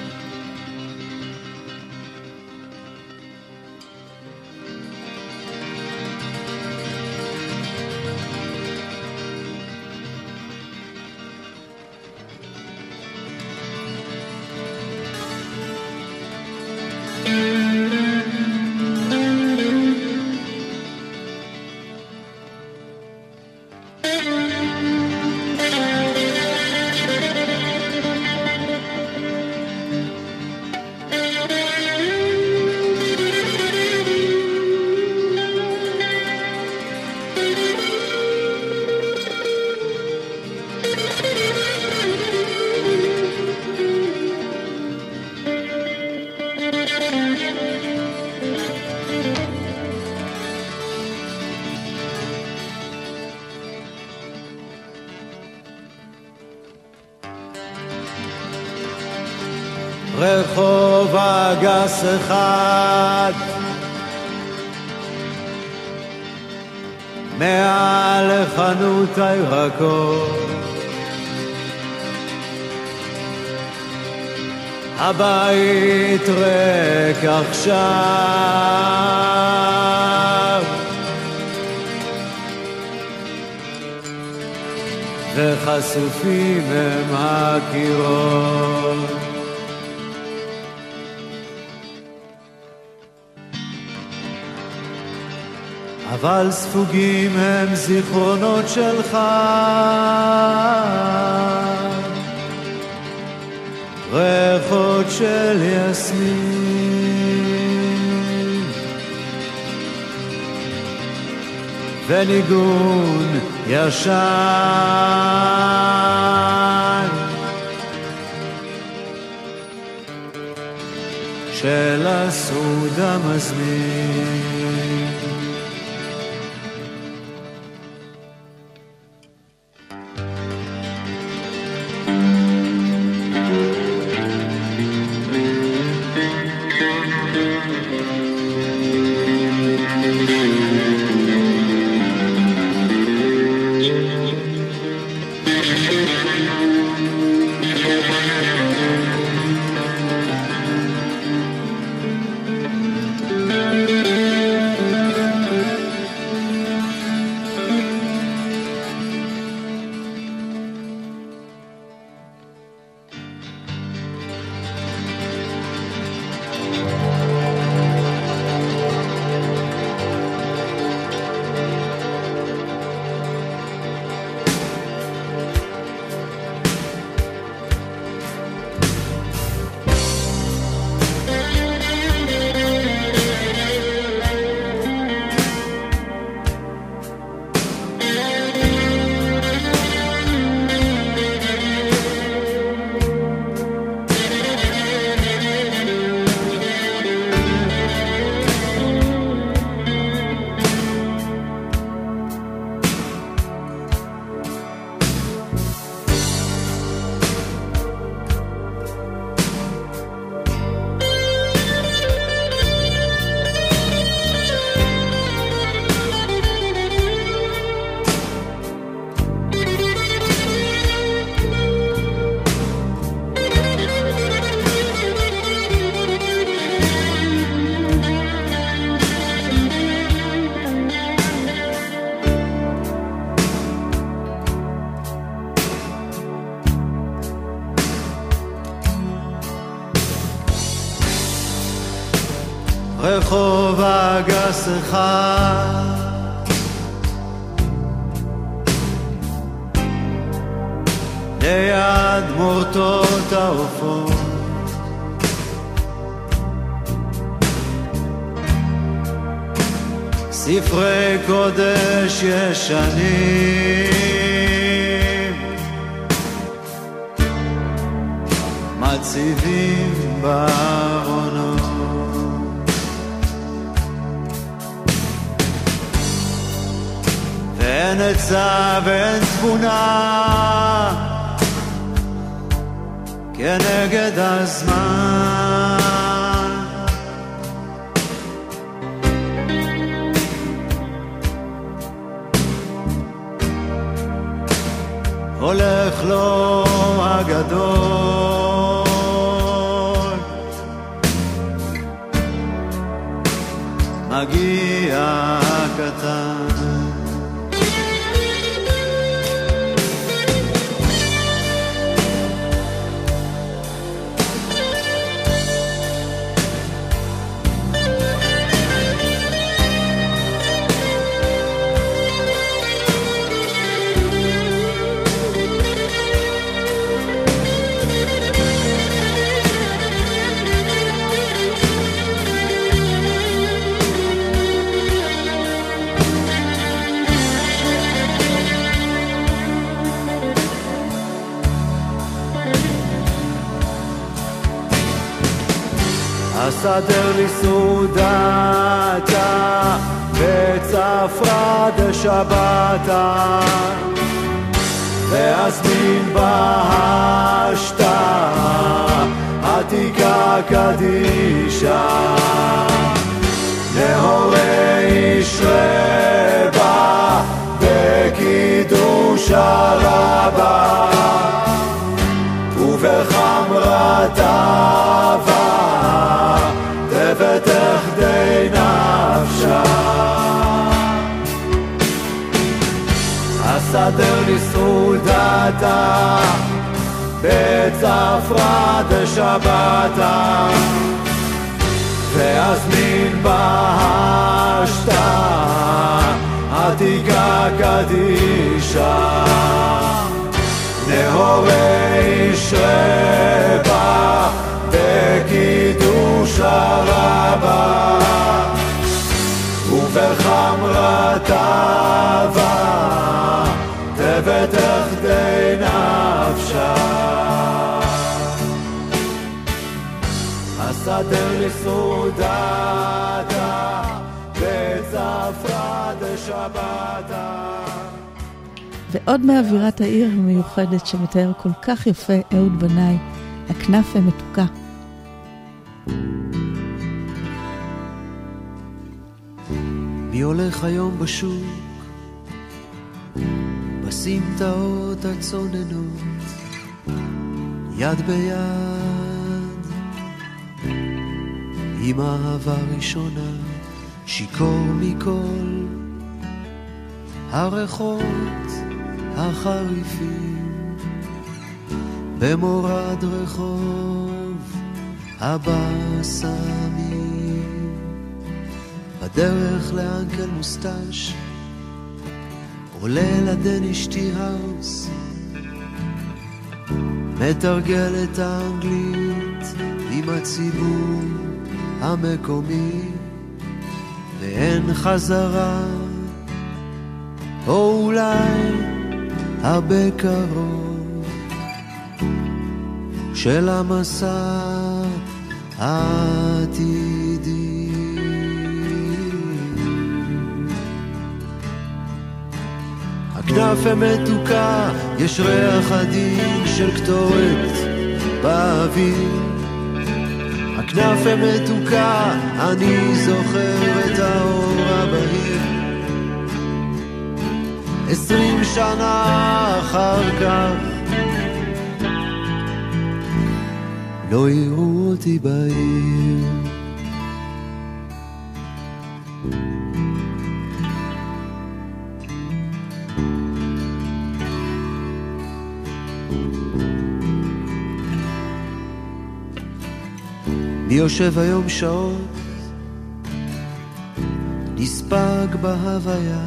רחוב אגס אחד מעל חנות הירקות. הבית ריק עכשיו, וחשופים הם הקירות. אבל ספוגים הם זיכרונות שלך, ריחות של יסמין וניגון ישן של הסעוד המזמין. רחוב הגס אחד, ליד מורטות העופות, ספרי קודש ישנים מציבים בארונות, ואין עצה ואין תבונה כנגד הזמן. הולך לו הגדול, מגיע הקטן. סדר לי סעודתה וצפרה דשבתה, ואזמין בהשתה עתיקה קדישה, נהורי ישרה בה אהבה תפתח די נפשה הסדר לי סעודתה בצפרא דשבתא ואזמין בהשתה עתיקה קדישה נהורי שרבה בקידוש הרבה ובחמרת אהבה תבטח די נפשה הסדר לי סעודתה בצפרא דשבתא. ועוד מאווירת העיר המיוחדת שמתאר כל כך יפה אהוד בנאי, הכנף המתוקה. מי הולך היום בשוק בסמטאות הצוננות יד ביד עם אהבה ראשונה שיקור מכל הריחות החריפים במורד רחוב הבסמים בדרך לאנקל מוסטש עולה לדנישטי האוס מתרגל את האנגלית עם הציבור המקומי ואין חזרה או אולי הרבה קרוב של המסע העתידי. הכנף המתוקה יש ריח עדין של קטורת באוויר הכנף המתוקה אני זוכר את האור הבהיר עשרים שנה אחר כך לא יראו אותי בעיר מי יושב היום שעות נספג בהוויה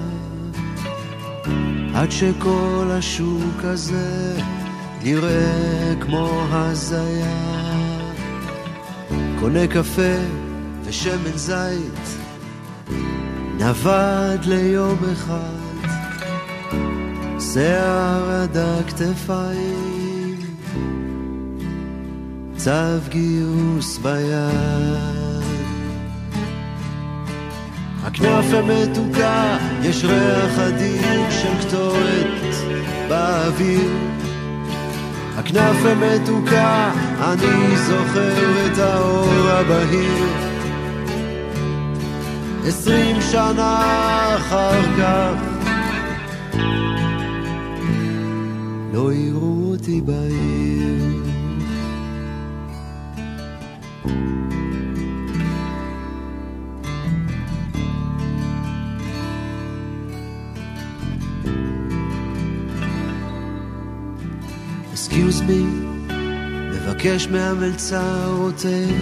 עד שכל השוק הזה נראה כמו הזיה קונה קפה ושמן זית נבד ליום אחד שיער עד הכתפיים צו גיוס ביד הכנף המתוקה יש ריח עדין של קטורת באוויר הכנף המתוקה אני זוכר את האור הבהיר עשרים שנה אחר כך לא יראו אותי בעיר Excuse me, מבקש מהמלצר רוטה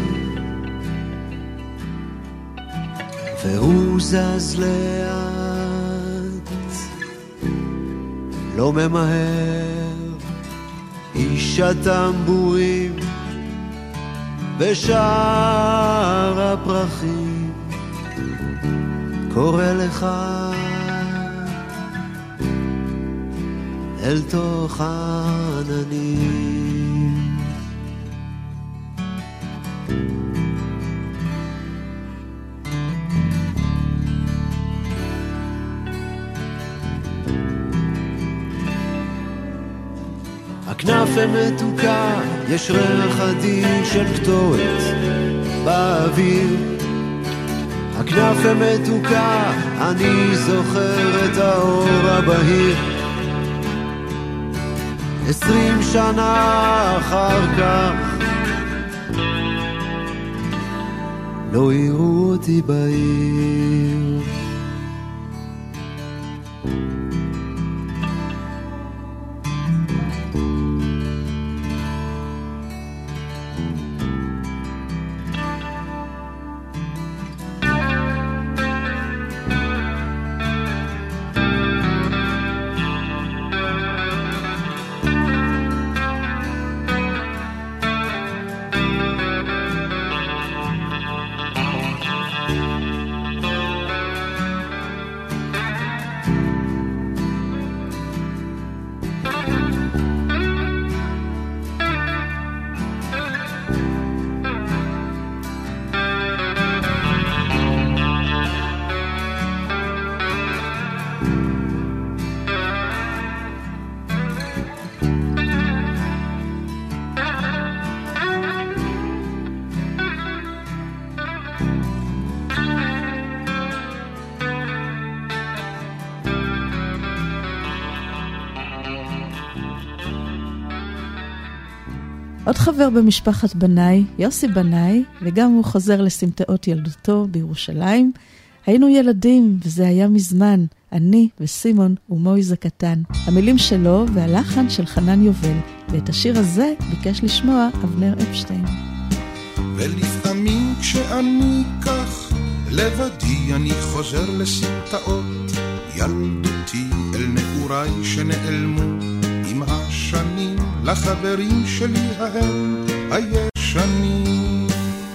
והוא זז לאט לא ממהר איש הטמבורים בשער הפרחים קורא לך אל תוך העננים הכנף המתוקה יש ריח עדין של קטורת באוויר הכנף המתוקה אני זוכר את האור הבהיר עשרים שנה אחר כך לא יראו אותי בעיר. עוד חבר במשפחת בנאי, יוסי בנאי, וגם הוא חוזר לסמטאות ילדותו בירושלים. היינו ילדים, וזה היה מזמן, אני וסימון ומויז הקטן. המילים שלו והלחן של חנן יובל, ואת השיר הזה ביקש לשמוע אבנר אפשטיין. ולפעמים כשאני כך לבדי אני חוזר לסמטאות ילדותי אל נעוריי שנעלמו עם השנים לחברים שלי ההם הישנים.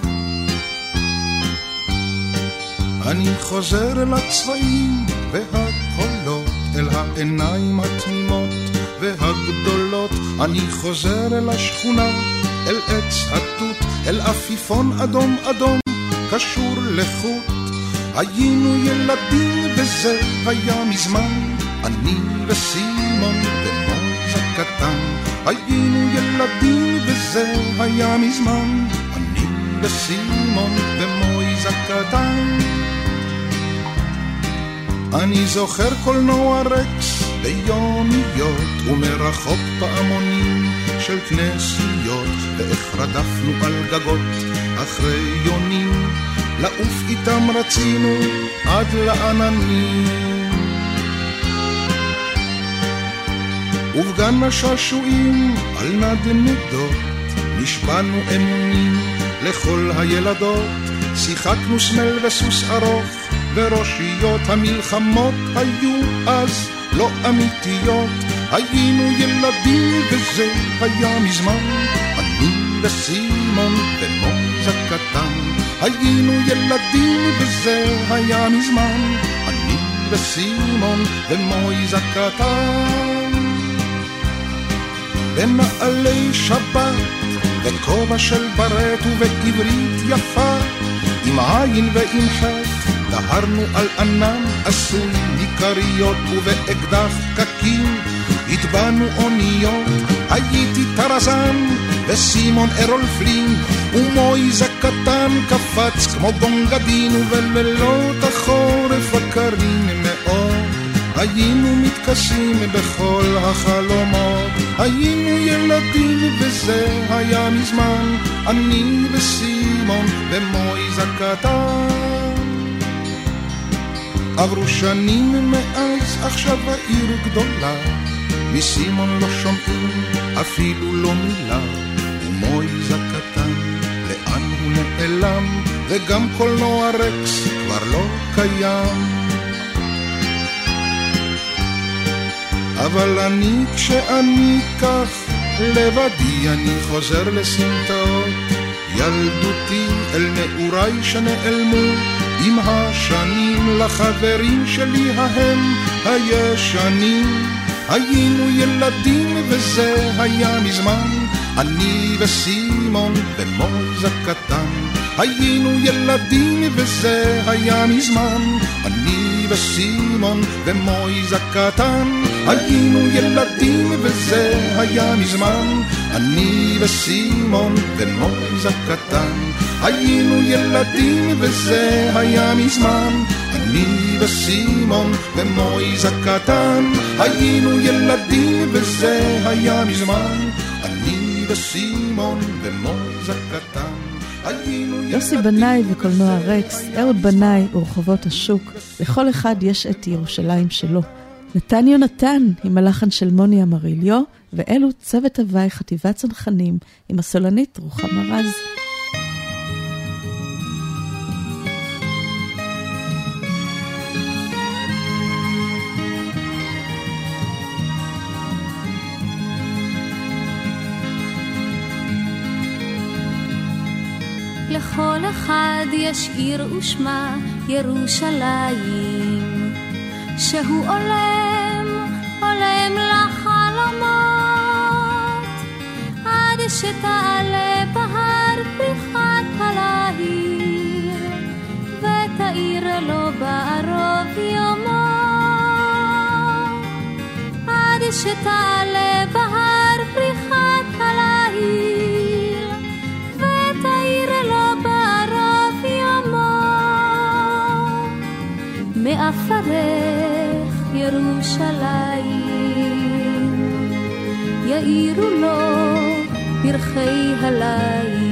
אני חוזר אל הצבעים והקולות, אל העיניים התמימות והגדולות. אני חוזר אל השכונה, אל עץ התות, אל עפיפון אדום אדום קשור לחוט. היינו ילדים וזה היה מזמן, אני וסימון ומויז הקטן. היינו ילדים וזה היה מזמן, אני וסימון ומויז הקטן. אני זוכר קולנוע רקס ביומיות ומרחוק פעמונים של כנסיות, ואיך רדפנו על גגות אחרי יונים, לעוף איתם רצינו עד לעננים. ובגן השעשועים על נדנדות נשבענו אמונים לכל הילדות, שיחקנו סמל וסוס ארוך וראשיות. המלחמות היו אז לא אמיתיות, היינו ילדים וזה היה מזמן, אני וסימון ומויז הקטן. היינו ילדים וזה היה מזמן, אני וסימון ומויז הקטן. בנעלי שבת וכובע של ברט ובעברית יפה, עם עין ועם חטא דהרנו על ענן עשוי מקריות, ובאקדח קקים הטבענו אוניות. הייתי טרזן וסימון ארול פלין, ומויז הקטן קפץ כמו בונגדין, ובלילות החורף הקרים מאוד היינו מתקשים בכל החלומות. היינו ילדים וזה היה מזמן, אני וסימון ומויז הקטן. עברו שנים מאז, עכשיו העיר גדולה, מסימון לא שומעים אפילו לא מילה. ומויז הקטן לאן הוא נעלם, וגם קולנוע רקס כבר לא קיים. אבל אני כשאני כך לבדי אני חוזר לסמטאות ילדותי, אל נעוריי שנעלמו עם השנים, לחברים שלי ההם הישנים. היינו ילדים וזה היה מזמן, אני וסימון ומויז הקטן. היינו ילדים וזה היה מזמן, אני וסימון ומויז הקטן. היינו ילדים וזה היה מזמן, אני וסימון ומויז הקטן. היינו ילדים וזה היה מזמן, אני וסימון ומויז הקטן. היינו ילדים וזה היה מזמן, אני וסימון ומויז הקטן. יוסי בנאי וקולנוע רקס, אהוד בנאי ורחובות השוק, לכל אחד יש את ירושלים שלו. נתן יונתן עם הלחן של מוני אמריליו, ואלו צוות הוואי חטיבת צנחנים עם הסולנית רוחמה רז. לכל אחד יש עיר ושמה ירושלים, שהוא עולם, עולם לחלומות, עד שתעלה בהר פריחת הלהיר, ותאיר לו בערוב יומו, עד שתעלה בהר פריחת הלהיר, ותאיר לו בערוב יומו, מאפרך ירושלים, יאירו לו פרחי הליל.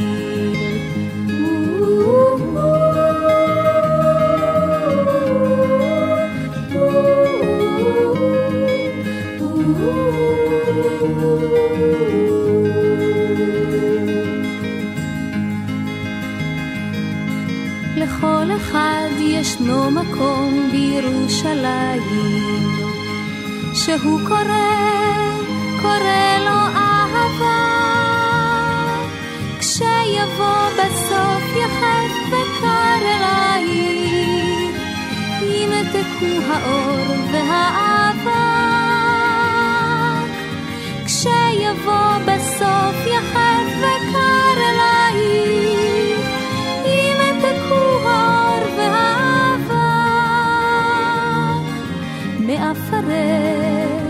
לכל אחד ישנו מקום בירושלים, שהוא קורא, קורא לו אהבה, כשיבוא בסוף יחד וקר אלייך, ימתקו האור והאבק, כשיבוא בסוף יחד וקר אלייך, ימתקו האור והאבק, מאפרך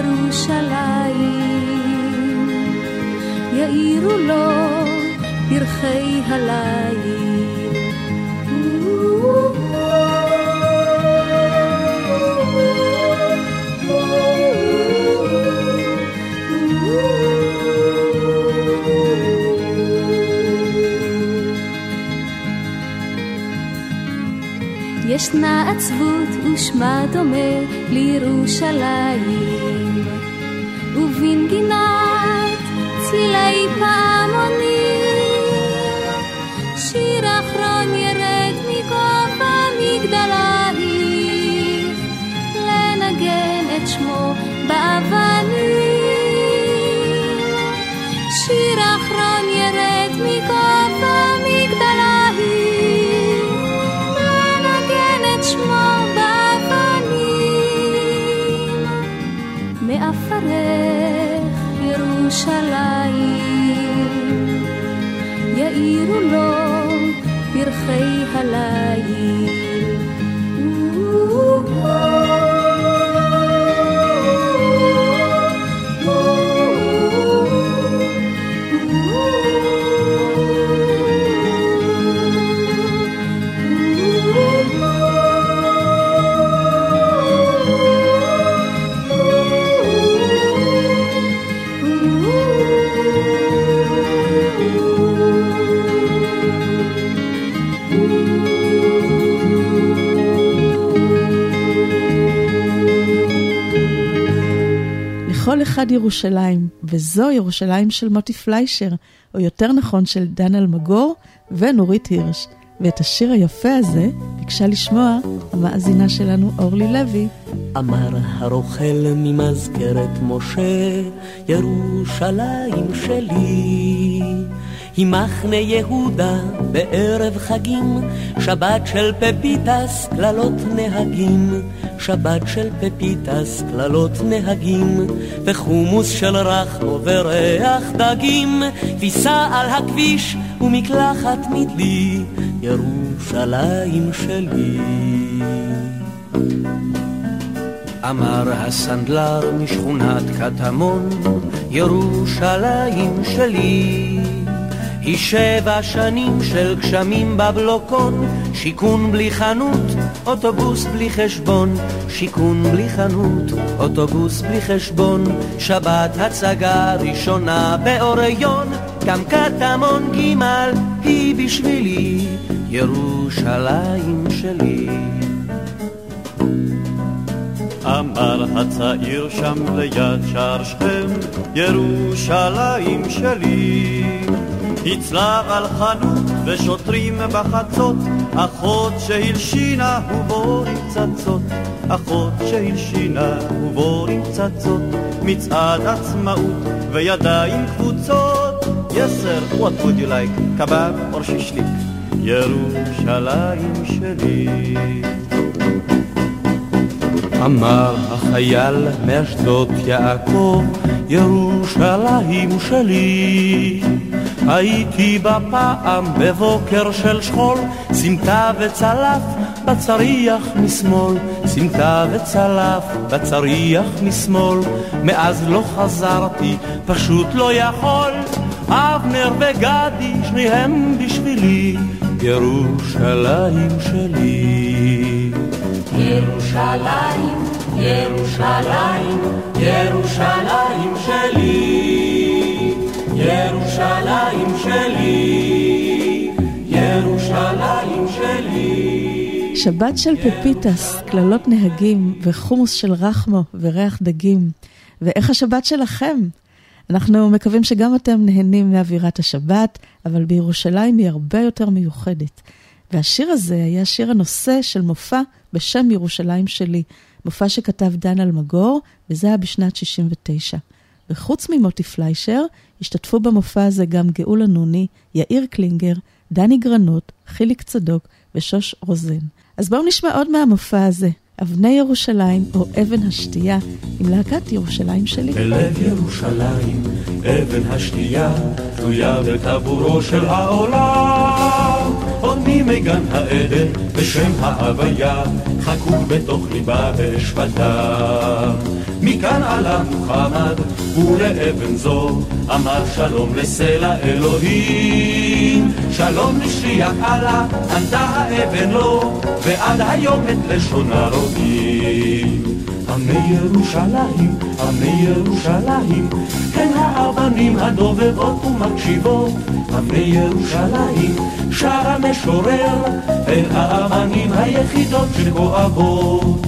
ירושלים, יאירו לו פרחי הליל. ישנה עצבות ושמה דומה לירושלים, ובנגינת צלילי פעמונים, שיר אחרון ירד מגובה מגדלייך, לנגן את שמו באבנים, שיר אחרון ירד מגובה מגדלייך, לנגן את שמו באבנים, מאפרך ירושלים, יאירו לו פרחי הליל. לכל אחד ירושלים, וזו ירושלים של מוטי פליישר, או יותר נכון של דן אלמגור ונורית הירש. ואת השיר היפה הזה ביקשה לשמוע המאזינה שלנו אורלי לוי. אמר הרוכל ממזכרת משה, ירושלים שלי היא מחנה יהודה בערב חגים, שבת של פפיטס כללות נהגים, שבת של פפיטס כללות נהגים, וחומוס של רחמו וריח דגים, כביסה על הכביש ומקלחת מדלי, ירושלים שלי. אמר הסנדלר משכונת קטמון, ירושלים שלי היא שבע שנים של גשמים בבלוקון, שיכון בלי חנות, אוטובוס בלי חשבון, שיכון בלי חנות, אוטובוס בלי חשבון, שבת הצגה ראשונה באוריון, גם קטמון גימל היא בשבילי ירושלים שלי. אמר הצעיר שם ליד שער שכם, ירושלים שלי. הצלב על חנות ושוטרים בחצות, אחות שהלשינה ובורים צצות, אחות שהלשינה ובורים צצות, מצעד עצמאות וידיים קבוצות. Yes sir, what would you like? Kebab or shishlik? ירושלים שלי. אמר החייל מאשדות יעקב, ירושלים שלי. הייתי בפעם בבוקר של שכול, סמטה וצלף בצריח משמאל, סמטה וצלף בצריח משמאל. מאז לא חזרתי, פשוט לא יכול, אבנר וגדי שניהם בשבילי, ירושלים שלי. ירושלים, ירושלים, ירושלים שלי, ירושלים שלי, ירושלים שלי. שבת של פפיטס, כללות נהגים וחומוס של רחמו וריח דגים. ואיך השבת שלכם? אנחנו מקווים שגם אתם נהנים מאווירת השבת, אבל בירושלים היא הרבה יותר מיוחדת. והשיר הזה היה שיר הנושא של מופע בשם ירושלים שלי, מופע שכתב דן אלמגור, וזה היה בשנת שישים ותשע. וחוץ ממוטי פליישר, השתתפו במופע הזה גם גאולה נוני, יאיר קלינגר, דני גרנות, חיליק צדוק ושוש רוזן. אז בואו נשמע עוד מהמופע הזה, אבני ירושלים או אבן השתייה, עם להקת ירושלים שלי. בלב ירושלים, אבן השתייה, תלויה בטבורו של העולם. עוד מימי גן העדן, בשם ההוויה, חקוק בתוך ליבה ושפתה. מכאן עלה מוחמד, ולאבן זו, אמר שלום לסלע אלוהים. שלום לשליח עלה, ענתה האבן לו, ועד היום את לשונה רואים. אבני ירושלים, אבני ירושלים, הן האבנים הדובבות ומקשיבות. אבני ירושלים, שר המשורר, הן האבנים היחידות שכואבות.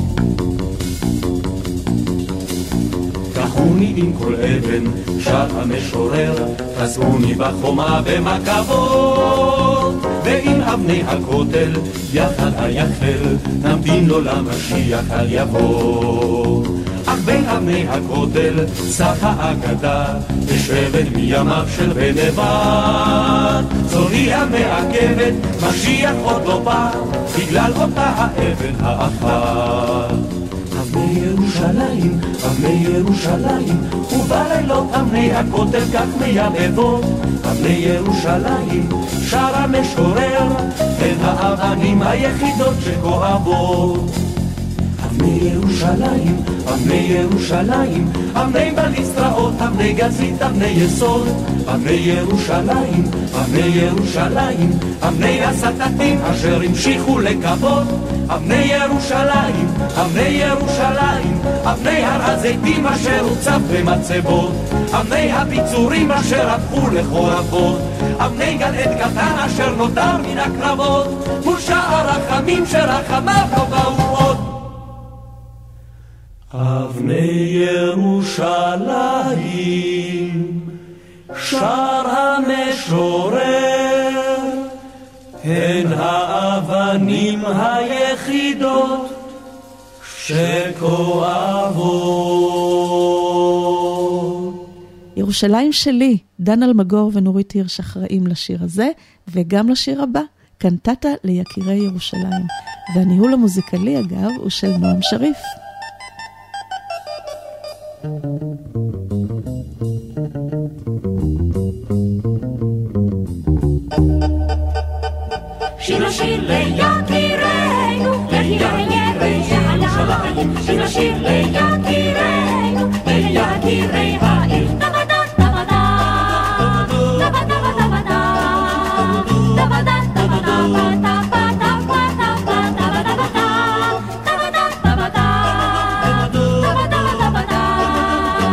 קחוני עם כל אבן, שר המשורר, חזרוני בחומה במכבות. ועם אבני הכותל, יחד היחל, נמתין לו למשיח על יבוא. אך בין אבני הכותל, סך האגדה, בשבט מימיו של בן נבט. זוהי המעכבת, משיח עוד לא בא, בגלל אותה האבן האחת. אבני ירושלים, אבני ירושלים, ובלילות אבני הכותל כך מייבבות. אבני ירושלים, שר המשורר, הן האבנים היחידות שכואבות. אבני ירושלים, אבני ירושלים, אבני בליסטראות, אבני גזית, אבני יסוד. אבני ירושלים, אבני ירושלים, אבני הסטטים אשר המשיכו לכבוד. אבני ירושלים, אבני ירושלים, אבני הר הזיתים אשר הוצב במצבות. אבני הביצורים אשר הפכו לחורבות. אבני גן עד קטן אשר נותר מן הקרבות, מול שער רחמים שרחמיו לא באו עוד. אבני ירושלים, שר המשורר, הן האבנים היחידות שכואבות. ירושלים שלי, דן אלמגור ונורית הירש אחראים לשיר הזה, וגם לשיר הבא, קנטטה ליקירי ירושלים. והניהול המוזיקלי אגב הוא של נועם שריף. שיר השיר ליקירנו, ליקירי ירושלים, שיר השיר ליקירנו, ליקירי העיר. טבדה, טבדה, טבדה, טבדה, טבדה, טבדה, טבדה, טבדה, טבדה,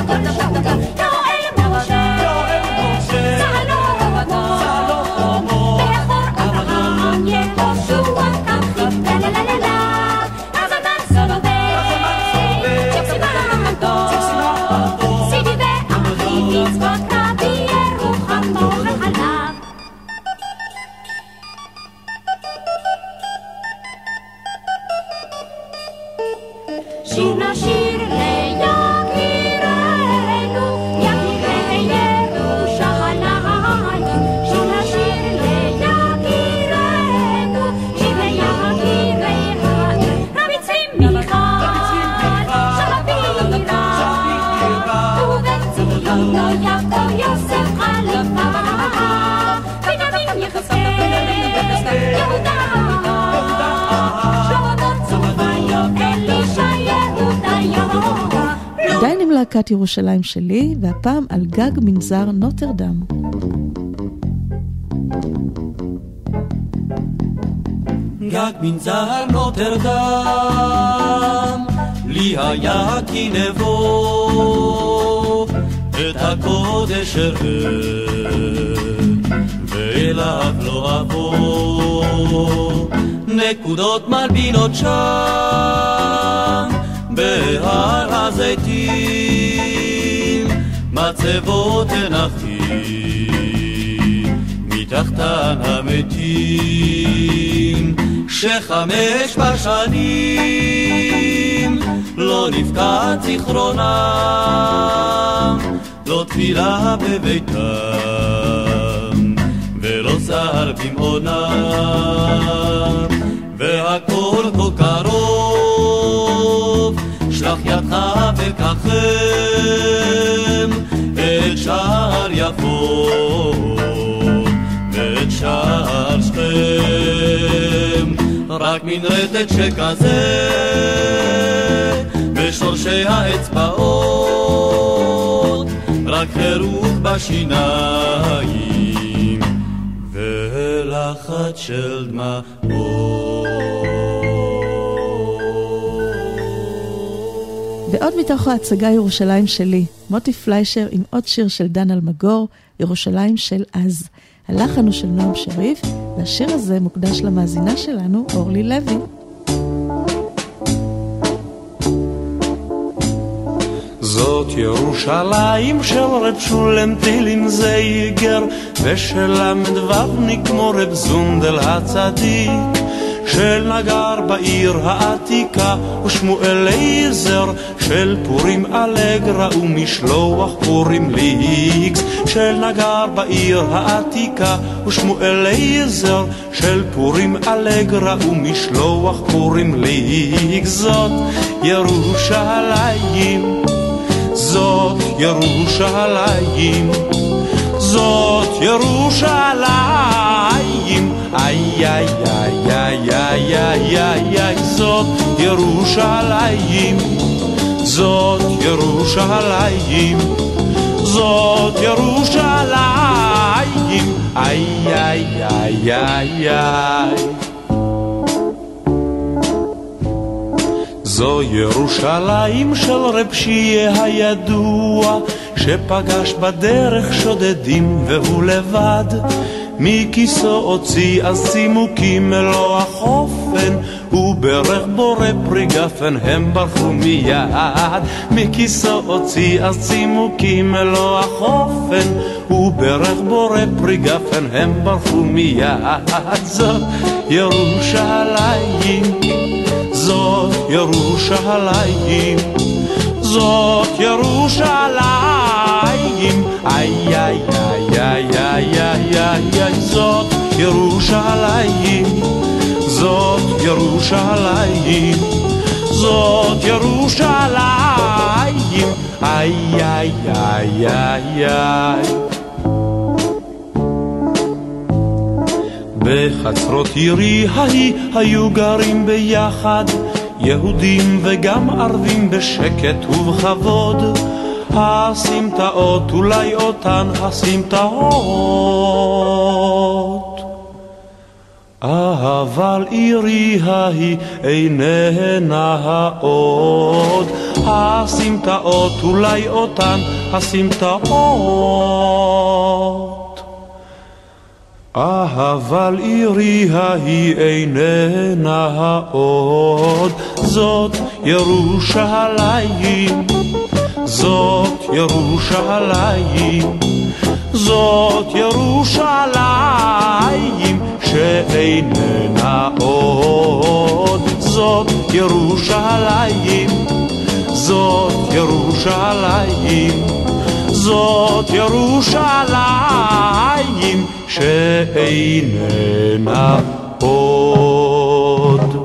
להקת ירושלים שלי, והפעם על גג מנזר נוטרדם. גג מנזר נוטרדם, לי היה כי נבוא את הקודש אראה, ואליו לא אבוא. נקודות מלבינות שם בהר הזיתים, מצבות הנחתי מתחתן המתים, שחמש בשנים לא נפקד זיכרונם, לא תפילה בביתם ולא שר במעונם, והכל כה קרוב, שלח ידך וקחם את שער יפו ואת שער שכם, רק מן רטט שכזה בשורשי האצבעות, רק חירוך בשיניים ולחץ של דמעות. ועוד מתוך ההצגה ירושלים שלי, מוטי פליישר עם עוד שיר של דן אלמגור, ירושלים של אז. הלחן הוא של נועם שריף, והשיר הזה מוקדש למאזינה שלנו, אורלי לוי. זאת ירושלים של רב שולם תילין זייגר, ושל המדבבניק כמו רב זונדל הצדיק, של נגר בעיר העתיקה ושמואל לייזר, של פורים אלגרה ומשלוח פורים ליקס, של נגר בעיר העתיקה ושמואל לייזר, של פורים אלגרה ומשלוח פורים ליקס. זאת ירושלים, זאת ירושלים, זאת ירושלים, איי איי איי איי איי איי איי איי, זאת ירושלים, זאת ירושלים, זאת ירושלים, איי איי איי איי איי. זו ירושלים של רב שיהיה הידוע, שפגש בדרך שודדים והוא לבד, מכיסו הוציא אז צימוקים אלו החופן, וברך בורא פרי גפן הם ברחו מיד. מכיסו הוציא אז צימוקים אלו החופן, וברך בורא פרי גפן הם ברחו מיד. זאת ירושלים, זאת ירושלים, זאת ירושלים, איי איי איי איי איי איי איי, זאת ירושלים, זאת ירושלים, זאת ירושלים, איי איי איי איי איי. בחצרות עירי ההיא היו גרים ביחד יהודים וגם ערבים בשקט ובכבוד. הסמטאות אולי אותן הסמטאות, אבל עירי ההיא איננה עוד. הסמטאות, אולי אותן הסמטאות. אבל עירי ההיא איננה העוד, זאת ירושלים, זאת ירושלים, זאת ירושלים שאיננה עוד, זאת ירושלים, זאת ירושלים, זאת ירושלים שאיננה עוד.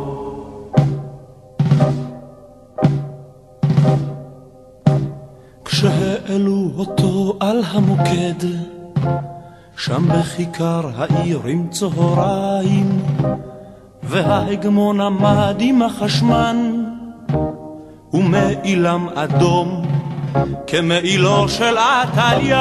כשהעלו אותו על המוקד, שם בכיכר העיר עם צהריים, וההגמון עמד עם החשמן ומעילם אדום כמעילו של עתליין,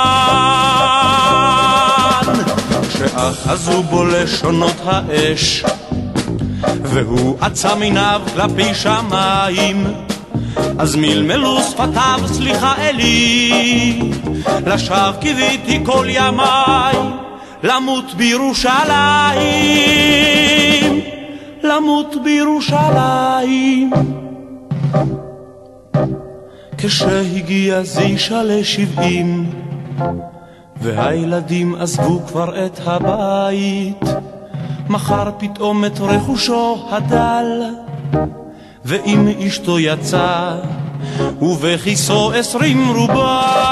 כשאחזו בו לשונות האש והוא עצם עיניו כלפי שמיים, אז מלמלו שפתיו סליחה אלי, לשווא קיוויתי כל ימיי למות בירושלים, למות בירושלים. כשהגיע זישה לשבעים והילדים עזבו כבר את הבית, מחר פתאום את רכושו הדל ועם אשתו יצא ובכיסו עשרים רובל,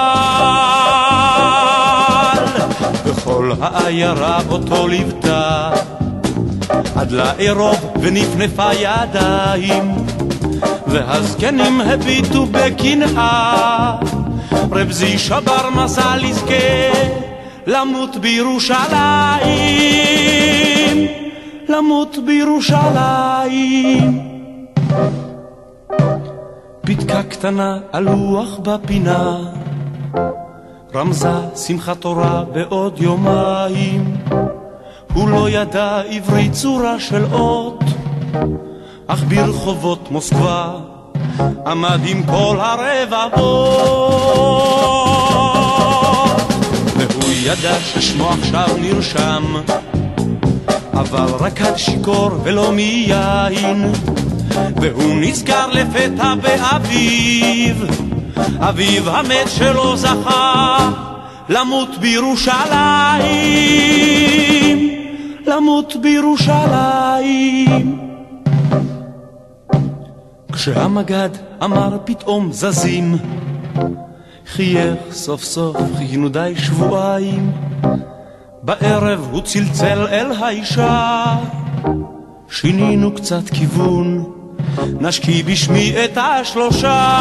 וכל העיירה אותו ליוותה עד לערוב ונפנפה ידיים, והזקנים הביטו בקנאה, רב זישה בר מזל יזכה למות בירושלים, למות בירושלים. פתקה קטנה על לוח בפינה רמזה שמחת תורה בעוד יומיים, הוא לא ידע עברית צורה של אות, אך ברחובות מוסקבה עמד עם כל הרבבות, והוא ידע ששמו עכשיו נרשם, אבל רק עד שיקור ולא מיין, והוא נזכר לפתע באביו, אביו המת שלו זכה למות בירושלים, למות בירושלים. כשהמגד אמר פתאום זזים, חייך סוף סוף, חיכינו די שבועיים, בערב הוא צלצל אל האישה, שינינו קצת כיוון, נשקי בשמי את השלושה.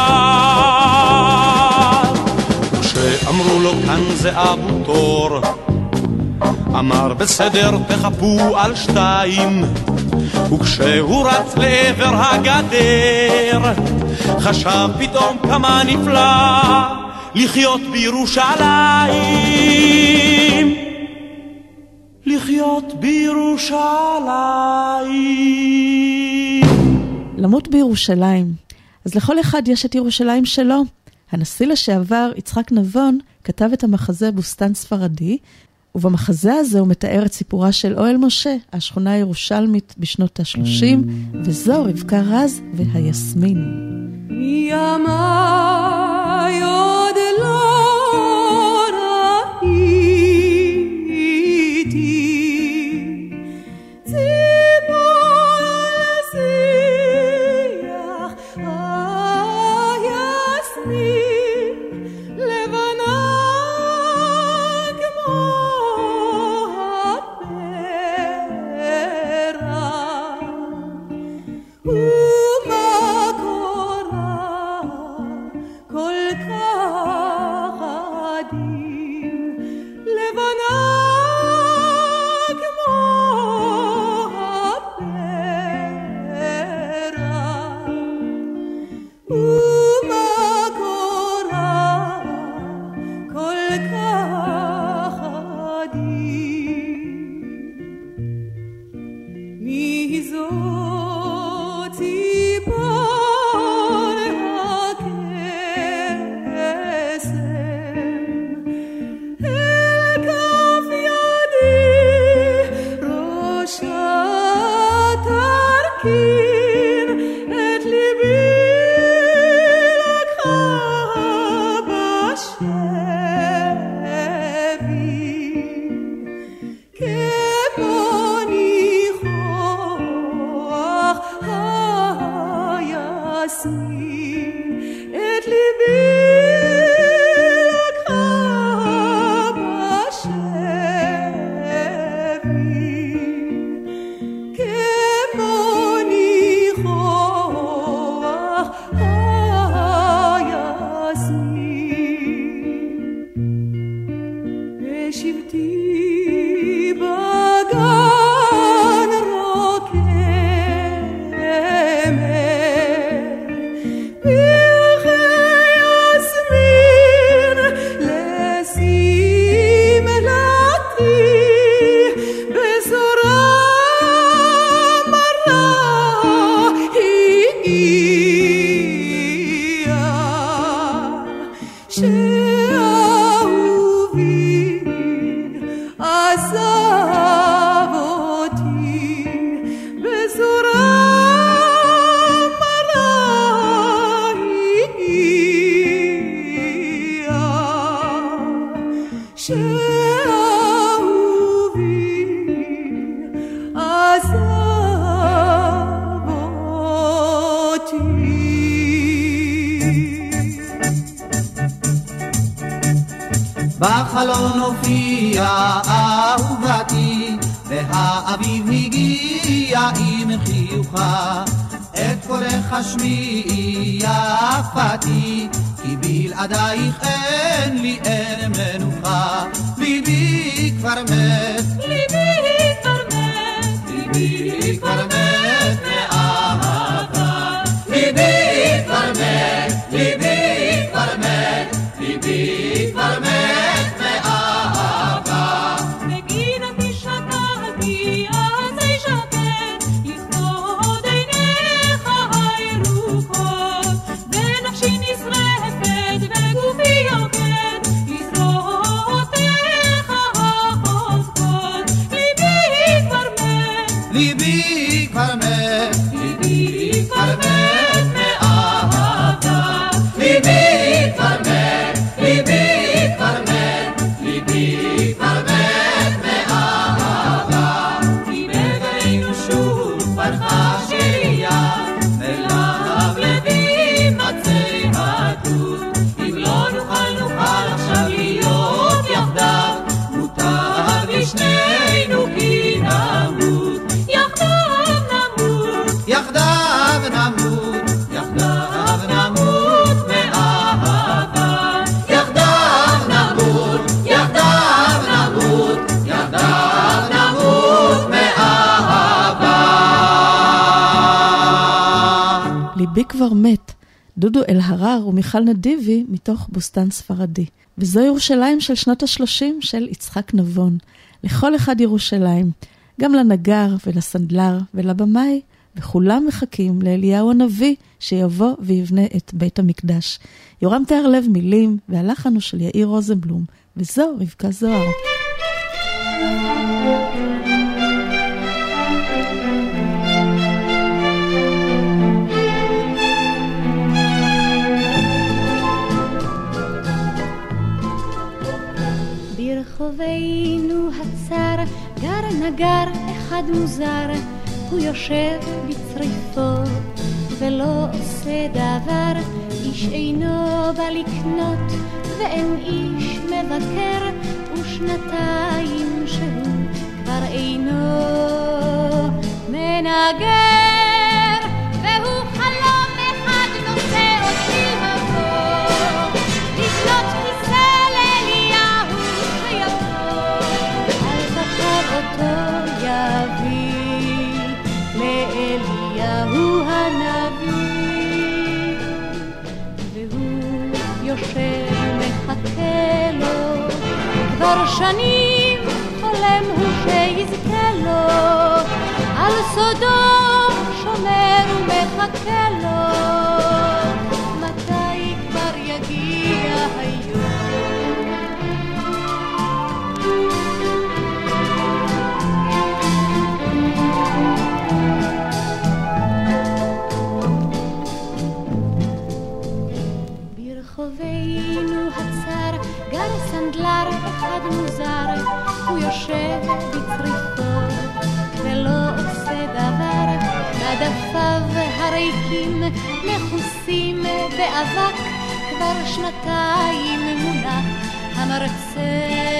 כשאמרו לו כאן זה אבו תור, אמר בסדר תחפו על שתיים, וכשהוא רץ לעבר הגדר חשב פתאום כמה נפלא לחיות בירושלים, לחיות בירושלים. למות בירושלים. אז לכל אחד יש את ירושלים שלו. הנשיא לשעבר יצחק נבון כתב את המחזה בוסתן ספרדי, ובמחזה הזה הוא מתאר את סיפורה של אוהל משה, השכונה הירושלמית בשנות ה-שלושים, וזו רבקה רז והיסמין. ימי עוד לא ראיתי ציפור על שיח היסמין, לבנה כמו הפרח, ומה קורה כל כך שאהובי עזב אותי בצורה מלאכיה, שאהובי עזב בחלון הופיעה אהובתי, והאביב הגיע עם חיוכה. את קולך השמיעי יפתי, כי בלעדייך אין לי אין מנוחה. ליבי כבר מת, ליבי כבר מת, ליבי כבר מת מאהבה. ליבי כבר מת, ליבי כבר מת, ליבי כבר מת. ליבי כבר מת, ליבי כבר מת מאהבה. ליבי כבר מת, ליבי כבר מת, ליבי כבר מת מאהבה. כי בגלינו שוב פרחה שרייה, מלבלבים עצי הדוד. אם לא נוכל נוכל עכשיו להיות יחדיו, מוטב לשנינו כי נמות. יחדיו נמות, יחדיו נמות מאהבה. יחדיו נמות, יחדיו נמות, יחדיו נמות מאהבה. ליבי כבר מת, דודו אלהרר ומיכל נדיבי מתוך בוסתן ספרדי. וזו ירושלים של שנות השלושים של יצחק נבון. לכל אחד ירושלים, גם לנגר ולסנדלר ולבמאי, וכולם מחכים לאליהו הנביא שיבוא ויבנה את בית המקדש. יורם תיארלב מילים, והלחן הוא של יאיר רוזנבלום, וזו רבקה זוהר. ברחובינו הצר גר נגר אחד מוזר, הוא יושב בצריפו ולא עושה דבר. איש אינו בא לקנות ואין איש מבקר, ושנתיים שהוא כבר אינו מנגר. והוא חלום אחד נושא אותי לבוא, לקנות כיסא לאליהו שיבוא, על כתב אותו יביא לאליהו הנביא. והוא יושב מחכה לו, כבר שנים חולם הוא שיזכה לו, על סודו שומר ומחכה לו, מתי כבר יגיע היום. ברחובינו הצר גר סנדלר אחד מוזר, הוא יושב בצריפו ולא עושה דבר. מדפיו הריקים מכוסים באבק, כבר שנתיים מונח המרצה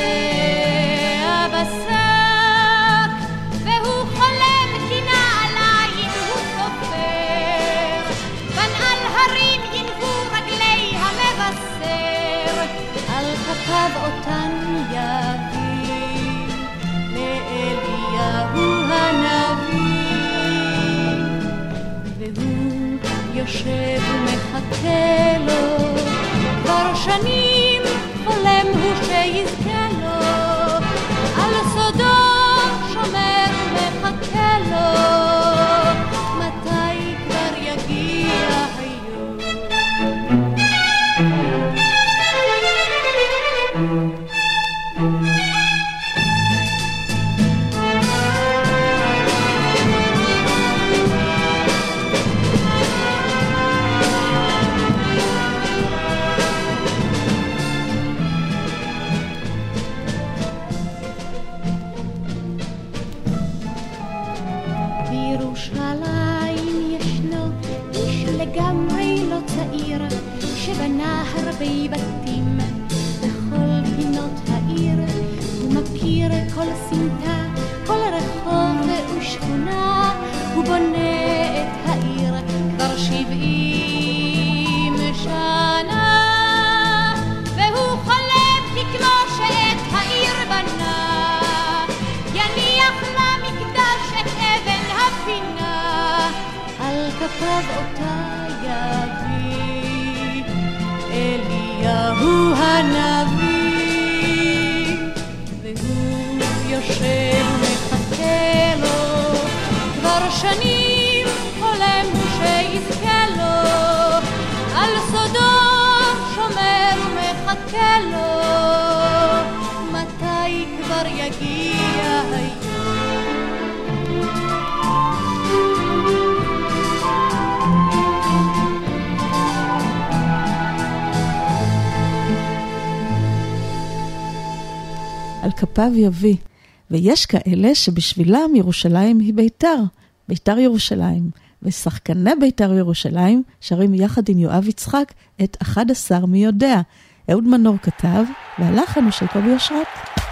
בשק. והוא חולם כי נעליים הוא סופר, בנעל הרים ינבו רגלי המבשר, על כתב אותן יביא לאליהו הנביא. והוא יושב ומחכה לו, כבר שנים חולם הוא שיזכה לו, על סודו שומר ומחכה לו, מתי כבר יגיע היום. בירושלים ישנו איש לגמרי לא צעיר שבנה הרבה בתים בכל פינות העיר הוא מכיר כל סמטה, כל רחוב ושכונה הוא בונה את העיר כבר שבעים שנה והוא חולם כי כמו שאת העיר בנה יניח למקדש את אבן הפינה על כפיו אותה יביא אליהו הנביא והוא יושב ומחכה לו כבר שנים חולם הוא שיזכה לו על סודו שומר ומחכה לו מתי כבר יגיע היום על כפיו יביא, ויש כאלה שבשבילם ירושלים היא ביתר, ביתר ירושלים, ושחקני ביתר ירושלים שרים יחד עם יואב יצחק את אחד עשר מי יודע. אהוד מנור כתב, והלחן הוא של קובי אושרת.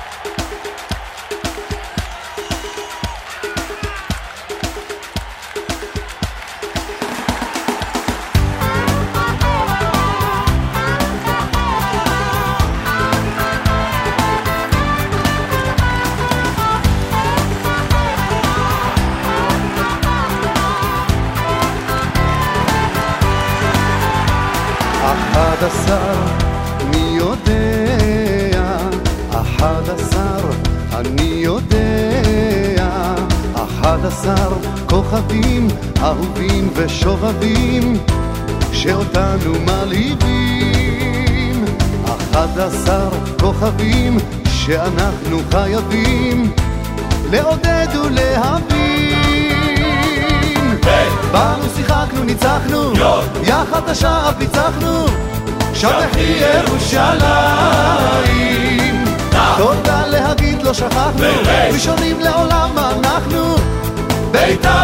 אחד עשר, מי יודע, אחד עשר, אני יודע, אחד עשר כוכבים אהובים ושובבים שאותנו מלהיבים, אחד עשר כוכבים שאנחנו חייבים לעודד ולהבין. באנו, שיחקנו, ניצחנו, יחד השעה פיצחנו, שבחי ירושלים. תודה להגיד לא שכחנו, ראשונים לעולם אנחנו, ביתר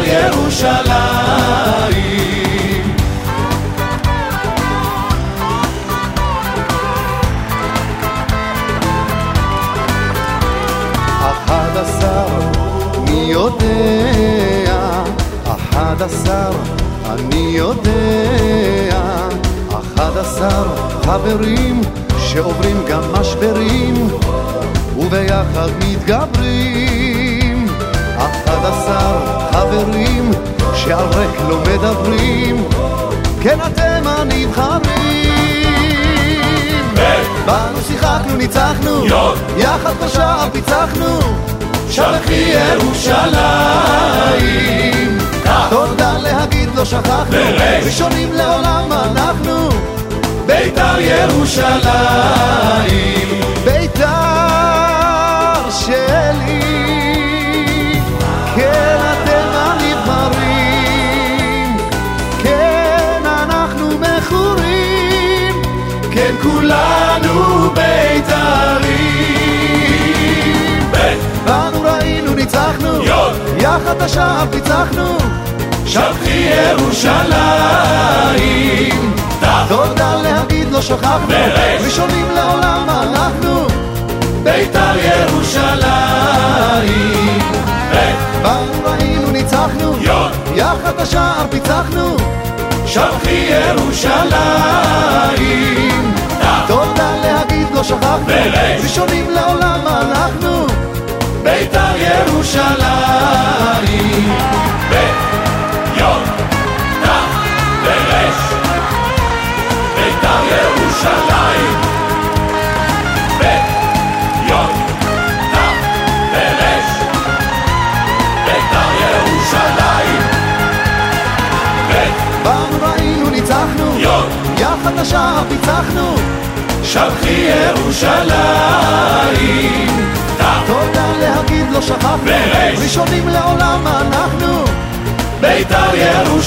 ירושלים. אחד עשר, מי יודע, אחד עשר, אני יודע, אחד עשר חברים שעוברים גם משברים וביחד מתגברים, אחד עשר חברים שעל ריק לא מדברים, כן אתם הנבחרים. באנו, שיחקנו, ניצחנו, יחד בשעה פיצחנו, שבחי ירושלים. תודה להגיד לא שכחנו, ראשונים לעולם אנחנו, ביתר ירושלים. ביתר שלי, כן אתם הנבחרים, כן אנחנו מכורים, כן כולנו בית"רים. באנו, ראינו, ניצחנו, יחד השעה פיצחנו, שבחי ירושלים. תודה להגיד לא שכחנו, ראשונים לעולם אנחנו, ביתר ירושלים. באנו, ראינו, ניצחנו, יחד השעה פיצחנו, שבחי ירושלים. תודה להגיד לא שכחנו, ראשונים לעולם אנחנו, ביתר ירושלים. ביום תח ברש, ביתר ירושלים. ביום תח ברש, ביתר ירושלים. באנו, ראינו, ניצחנו, יחד השעה פיצחנו, שבחי ירושלים. תודה להגיד לא שכחנו, ראשונים לעולם אנחנו בית"ר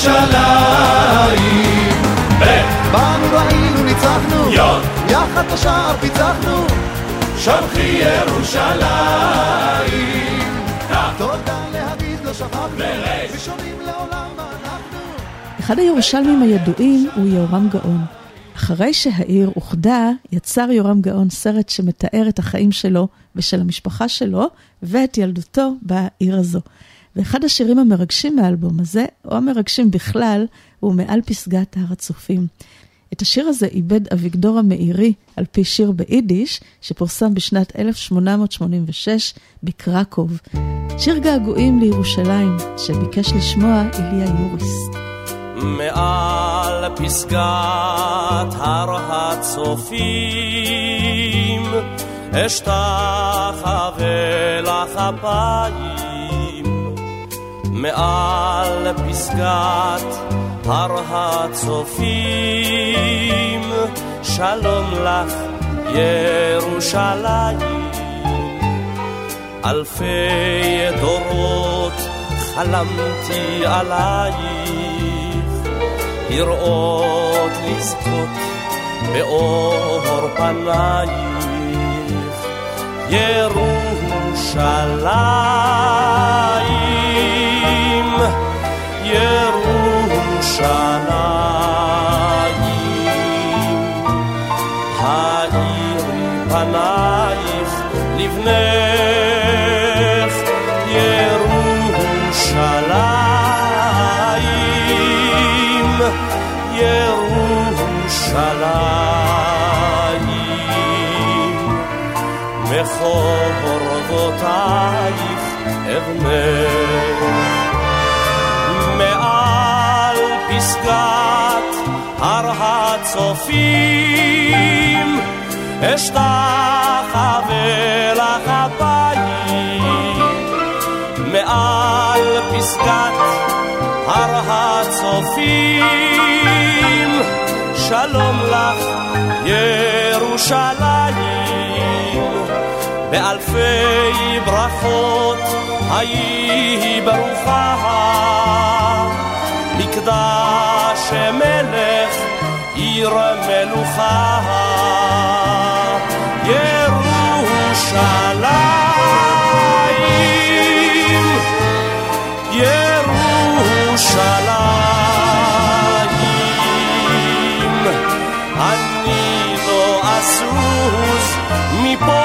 ירושלים. באנו ראינו ניצחנו, יוד יחד לשער פיצחנו, שבחי ירושלים. תודה להגיד לא שכחנו, ראשונים לעולם אנחנו. אחד הירושלמים הידועים הוא יהורם גאון. אחרי שהעיר אוחדה, יצר יהורם גאון סרט שמתאר את החיים שלו ושל המשפחה שלו ואת ילדותו בעיר הזו. ואחד השירים המרגשים מהאלבום הזה, או המרגשים בכלל, הוא מעל פסגת הר הצופים. את השיר הזה איבד אביגדור המאירי על פי שיר ביידיש, שפורסם בשנת אלף שמונה מאות שמונים ושש בקרקוב. שיר געגועים לירושלים, שביקש לשמוע איליה יוריס. מעל פסגת הר הצופים אשתחווה לך אפיים, מעל פסגת הר הצופים שלום לך ירושלים. אלפי דורות חלמתי עלייך, לראות לזכות באור פנייך. ירושלים, ירושלים, האירי פנייך לבנך. ירושלים, ירושלים, מחורבותייך אבנך. מעל פסגת הר הצופים אשתחווה לך אפיים, מעל פסגת הר הצופים שלום לך ירושלים. באלפי ברכות היי ברוכה, מקדש מלך עיר מלוכה. ירושלים, ירושלים, אני לא אסוס מפה.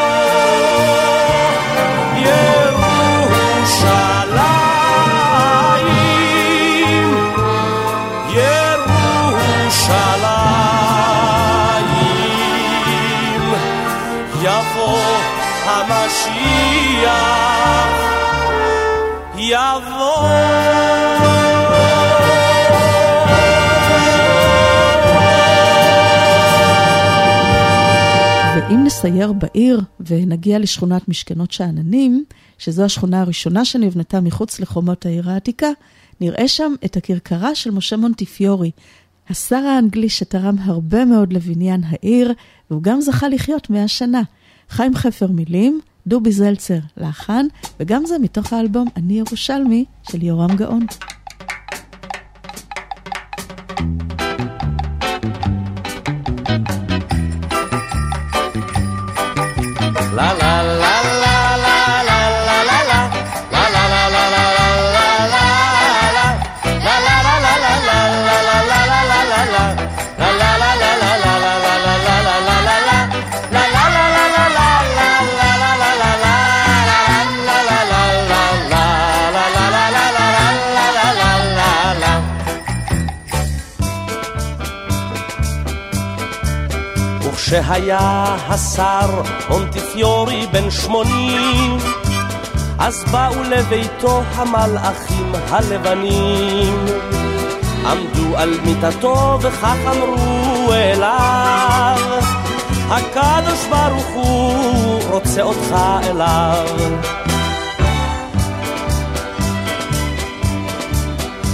ירושלים, ירושלים, יבוא המשיח, יבוא. ואם נסייר בעיר ונגיע לשכונת משכנות שאננים, שזו השכונה הראשונה שנבנתה מחוץ לחומות העיר העתיקה, נראה שם את הכרכרה של משה מונטיפיורי, השר האנגלי שתרם הרבה מאוד לבניין העיר, והוא גם זכה לחיות מאה שנה. חיים חפר מילים, דובי זלצר לחן, וגם זה מתוך האלבום אני ירושלמי של יהורם גאון. La la la la la la la la la la la la la la כשהיה השר מונטיפיורי בן שמונים, אז באו לביתו המלאכים הלבנים, עמדו על מיטתו וכך אמרו אליו, הקדוש ברוך הוא רוצה אותך אליו.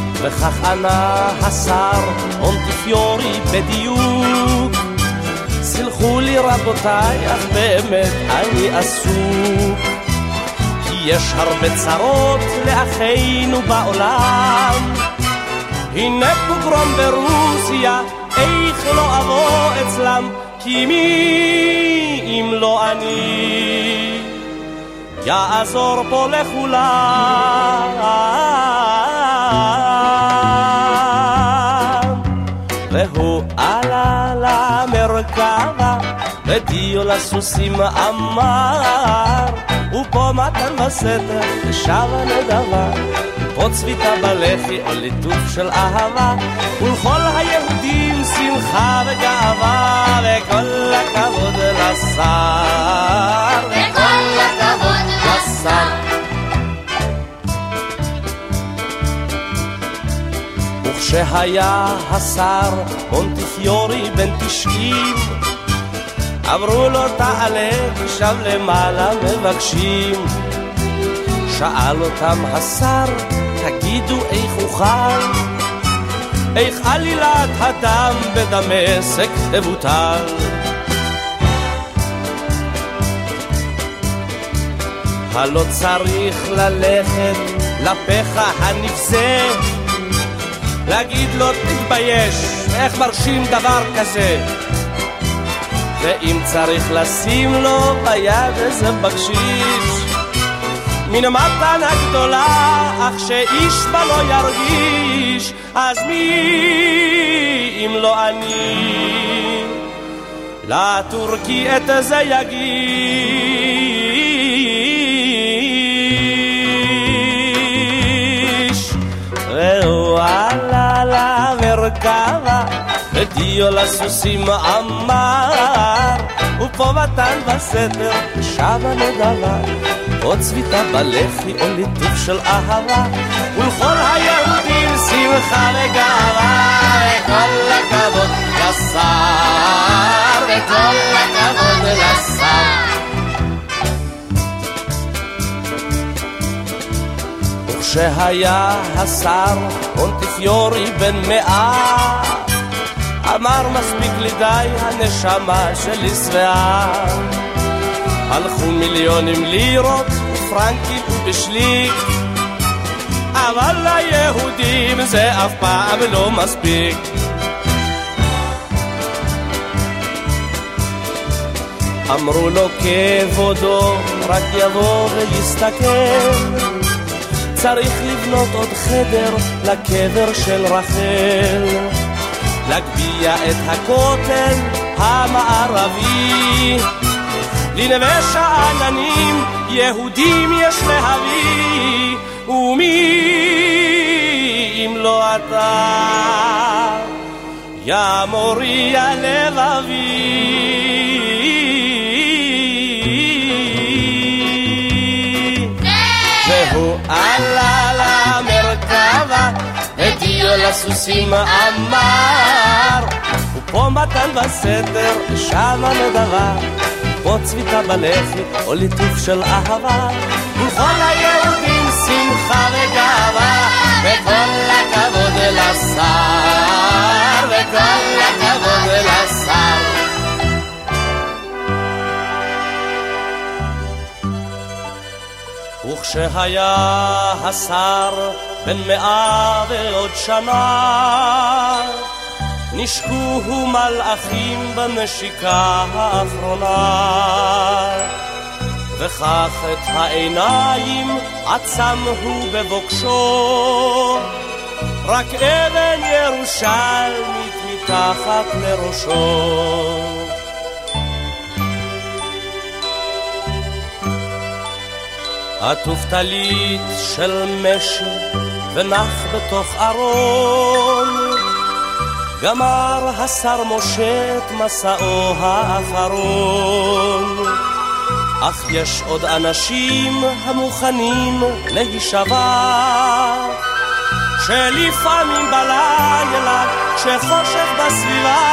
וכך ענה השר מונטיפיורי בדיוק, סלחו לי רבותיי, אך באמת אני עסוק, כי יש הרבה צרות לאחינו בעולם. הנה פוגרום ברוסיה, איך לא אבוא אצלם, כי מי אם לא אני יעזור פה לכולם. והוא עלה למרכבה, ודיו לסוסים אמר, ופה מתן בסתר ושבה נדבה, פה צביתה בלחי או ליטוף של אהבה, ולכל היהודים שמחה וגאווה, וכל הכבוד לשר, וכל הכבוד לשר. וכשהיה השר מונטיפיורי בן תשעים, אמרו לו תעלה שם למעלה מבקשים. שאל אותם השר, תגידו איך אוכל, איך עלילת הדם בדמשק תבוטל. הלא צריך ללכת לפחה הנבזה, להגיד לו תתבייש, ואיך מרשים דבר כזה. ואם צריך לשים לו ביד איזה בקשיש, מן המתנה גדולה, אך שאיש בה לא ירגיש, אז מי אם לא אני לטורקי את זה יגיש. והוא עלה למרכבה, ודיו לסוסים אמר, ופה מתן בסתר שבה נדבה, עוד צביתה בלחי או ליטוף של אהבה, ולכל היהודים שמחה וגאווה, וכל הכבוד לשר, וכל הכבוד לשר. וכשהיה השר מונטיפיורי בן מאה, אמר מספיק לי די, הנשמה שלי שבעה. הלכו מיליונים לירות ופרנקים ובשליק, אבל ליהודים זה אף פעם לא מספיק. אמרו לו כבודו רק יבוא ויסתכל, צריך לבנות עוד חדר לקבר של רחל, להגביה את הכותל המערבי, לנווה שאננים יהודים יש להביא, ומי אם לא אתה יא מורי הלבבי. והוא עלה למרכבה, ודיו לסוסים אמר, ופה מתן בסתר שמה נדבה, פה צביתה בלחי או ליטוף של אהבה, וכל היהודים שמחה וגאווה, וכל הכבוד לשר, וכל הכבוד לשר. וכשהיה השר בן מאה ועוד שנה, נשקוהו מלאכים בנשיקה האחרונה, וכך את העיניים עצם הוא בבוקשו, רק אבן ירושלמית מתחת לראשו. עטוף טלית של משי ונח בתוך ארון, גמר השר משה את מסעו האחרון, אך יש עוד אנשים המוכנים להישבע, שלפעמים בלילה כשחושך בסביבה,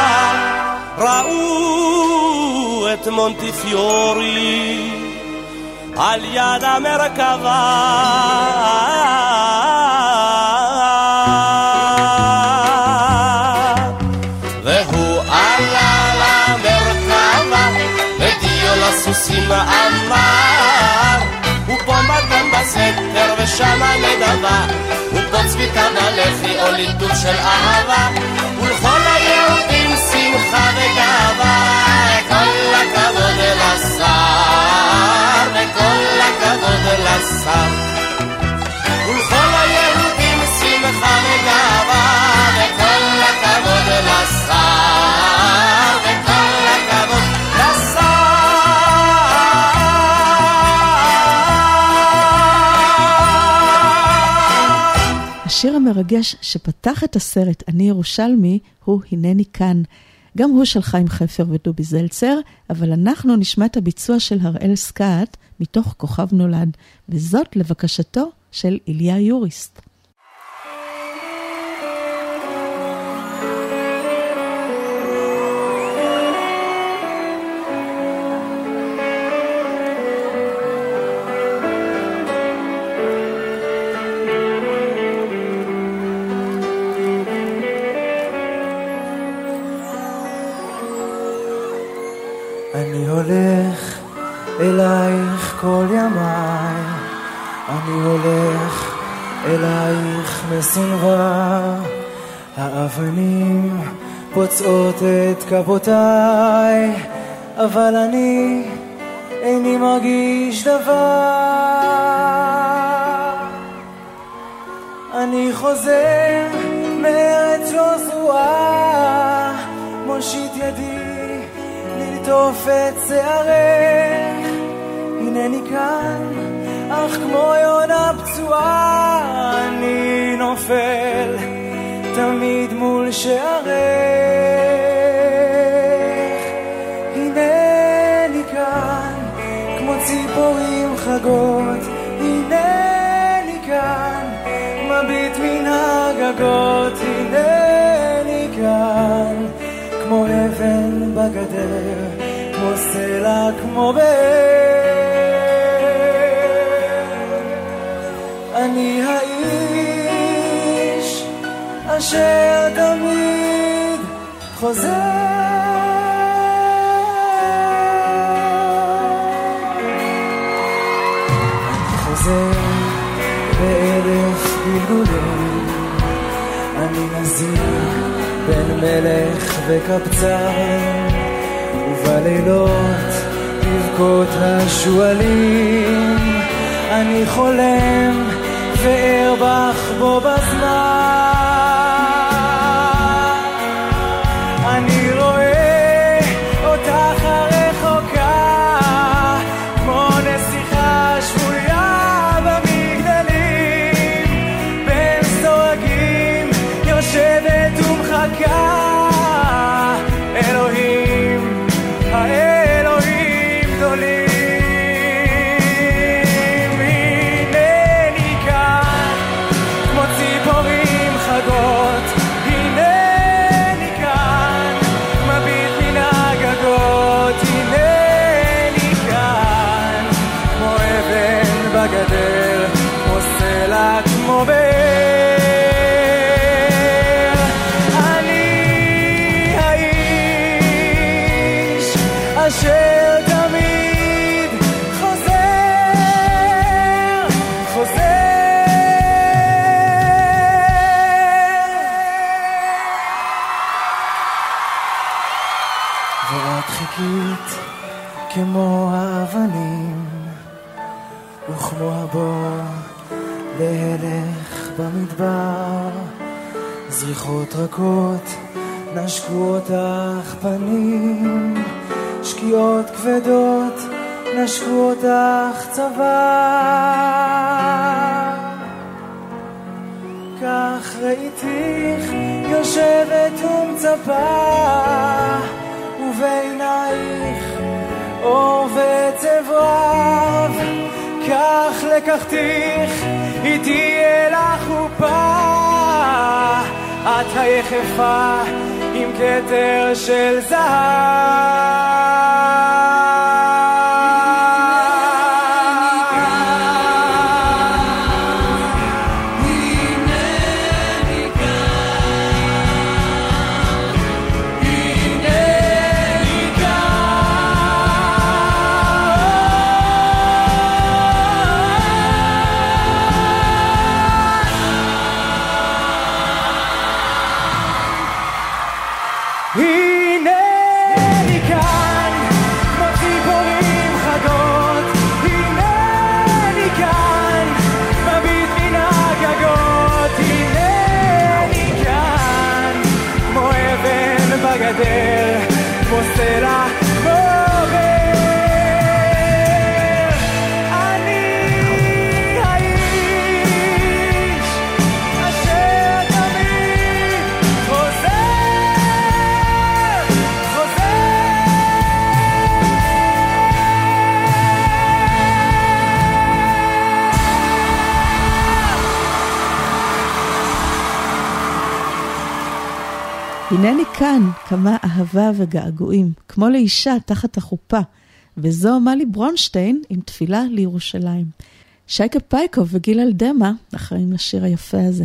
ראו את מונטיפיורי על יד המרכבה. והוא עלה למרכבה, סוסים אמר, ופה מגן בסתר ושמה נדבה, ופה צביקה בלחי או ליטוף של אהבה, ולכל היהודים שמחה וגאווה. כל הכבוד לשר, וכל הכבוד לשר, ולכל היהודים שמחה וגאווה, וכל הכבוד לשר, וכל הכבוד לשר. השיר המרגש שפתח את הסרט אני ירושלמי הוא הנני כאן. גם הוא של חיים חפר ודובי זלצר, אבל אנחנו נשמע את הביצוע של הראל סקאט מתוך כוכב נולד, וזאת לבקשתו של איליה יוריסט. אני הולך אלייך כל ימיי, אני הולך אלייך מסונבר, האבנים פוצעות את כפותיי, אבל אני איני מרגיש דבר. אני חוזר מארץ לא זרועה, מושיט ידי ללטוף את שערך, הנני כאן, אך כמו יונה פצועה, אני נופל תמיד מול שערך. הנני כאן, כמו ציפורים חגות, הנני כאן, מביט מן הגגות, הנני כאן, כמו אבן בגדר, כמו סלע, כמו באר. אני האיש אשר תמיד חוזר. אני חוזר באלף גלגולים, אני נזיר בין מלך וקבצן, ובלילות לבכות השואלים, אני חולם וארבח בו בזמן. אני רואה אותך הרחוקה, כמו נסיכה שבויה במגדלים, בין סורגים יושבת ומחכה. אלוהים, האלוהים גדולים, הנני כאן, כמו ציפורים חגות, הנני כאן, מביט מן הגגות, הנני כאן, כמו אבן בגדר, כמו סלע, כמו באר. אשר תמיד חוזר, חוזר. ואת חיכית כמו האבנים, וכמו הבור להלך במדבר, זריחות רכות נשקו אותך פנים, שקיעות כבדות נשקו אותך צוואר. כך ראיתיך יושבת ומצפה, ובעינייך אור וצבע רב, כך לקחתיך איתי אל החופה. את היחפה עם כתר של זהב. הסלע בוער. אני האיש אשר תמיד חוזר, חוזר. הנני כאן, כמה אהבה וגעגועים, כמו לאישה תחת החופה, וזו מלי ברונשטיין עם תפילה לירושלים. שייקה פייקוב וגיל אלדמה אחראים לשיר היפה הזה.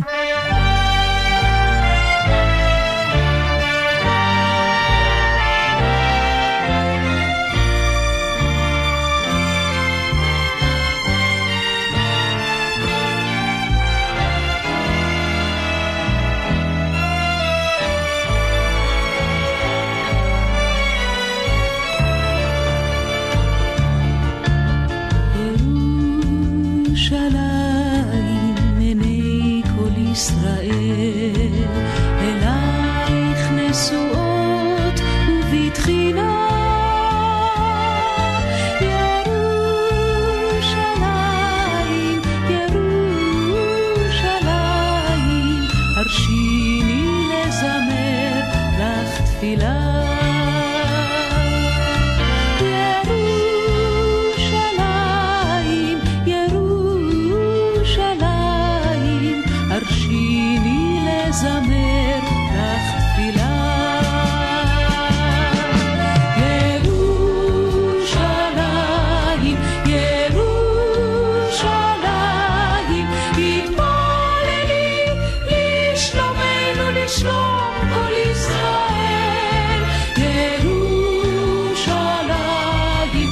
ירושלים עיני כל ישראל, אלייך נשואות ובתחינה. ירושלים, ירושלים, הרשיני לזמר לך תפילה. זמר לך תפילה. ירושלים, ירושלים, התפללי לשלומנו, לשלום כל ישראל. ירושלים,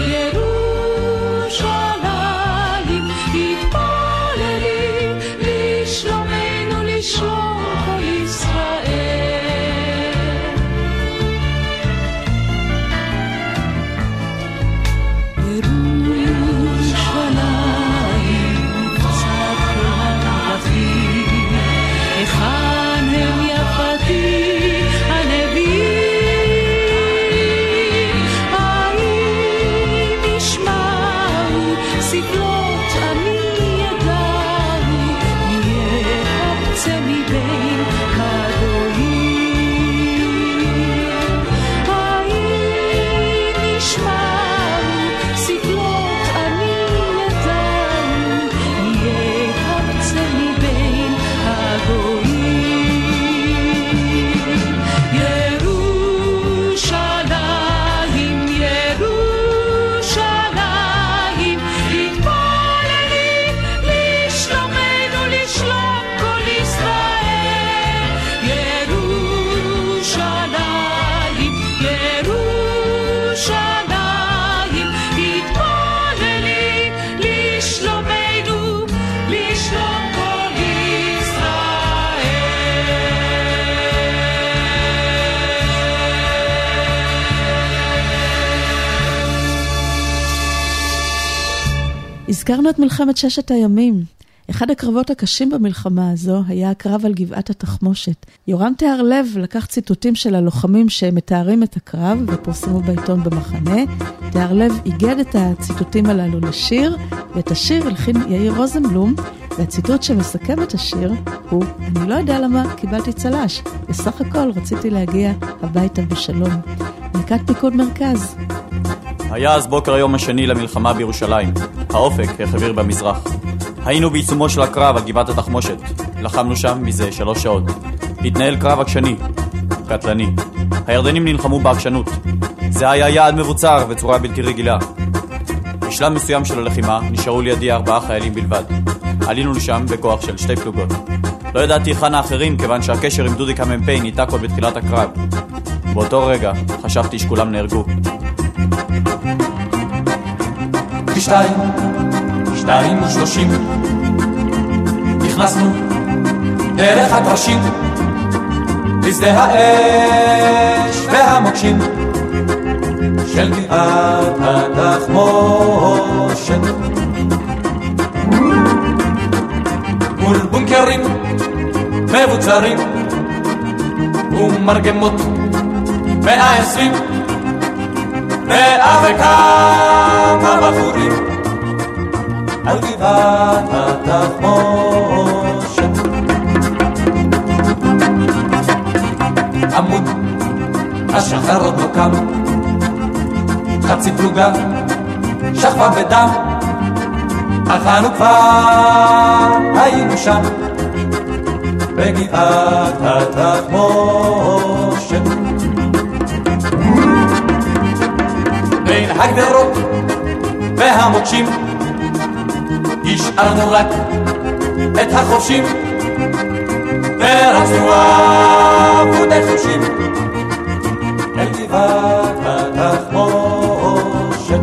ירושלים, התפללי לשלומנו, לשלום הזכרנו את מלחמת ששת הימים. אחד הקרבות הקשים במלחמה הזו היה הקרב על גבעת התחמושת. יורם תיארלב לקח ציטוטים של הלוחמים שמתארים את הקרב ופורסמו בעיתון במחנה. תיארלב איגד את הציטוטים הללו לשיר, ואת השיר הלחין יאיר רוזנבלום, והציטוט שמסכם את השיר הוא: אני לא יודע למה קיבלתי צל"ש, בסך הכל רציתי להגיע הביתה בשלום. מלכת פיקוד מרכז. היה אז בוקר היום השני למלחמה בירושלים. האופק החביר במזרח. היינו בעיצומו של הקרב על גבעת התחמושת. לחמנו שם מזה שלוש שעות. התנהל קרב עקשני, קטלני. הירדנים נלחמו בעקשנות. זה היה יעד מבוצר בצורה בלתי רגילה. בשלב מסוים של הלחימה נשארו לידי ארבעה חיילים בלבד. עלינו לשם בכוח של שתי פלוגות. לא ידעתי היכן האחרים כיוון שהקשר עם דודיק המ"פ ניתק עוד בתחילת הקרב. באותו רגע חשבתי שכולם נהרגו. בשתיים, שתיים ושלושים נכנסנו דרך הקרשים לשדה האש והמוקשים של גבעת התחמושת, מול בונקרים מבוצרים ומרגמות מאה עשרים מאה וכמה בחורים על גבעת התחמושת. עמוד השחר עוד לא קם, חצי פלוגה שכבה בדם, אכלנו כבר היינו שם בגבעת התחמושת. בין הגדרות והמוקשים השארנו רק את החופשים, ורצנו עבודי חושים אל גבעת התחמושת.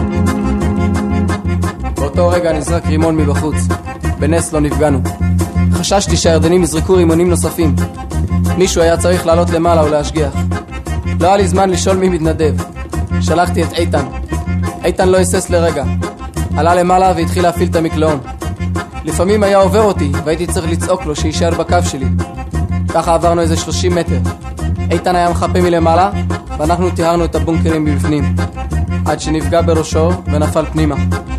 באותו רגע נזרק רימון מבחוץ, בנס לא נפגענו. חששתי שהירדנים יזרקו רימונים נוספים. מישהו היה צריך לעלות למעלה ולהשגיח. לא היה לי זמן לשאול מי מתנדב. שלחתי את איתן. איתן לא היסס לרגע. עלה למעלה והתחיל להפעיל את המקלעון. לפעמים היה עובר אותי והייתי צריך לצעוק לו שישאר בקו שלי. ככה עברנו איזה שלושים מטר. איתן היה מחפה מלמעלה ואנחנו תיארנו את הבונקרים מבפנים, עד שנפגע בראשו ונפל פנימה.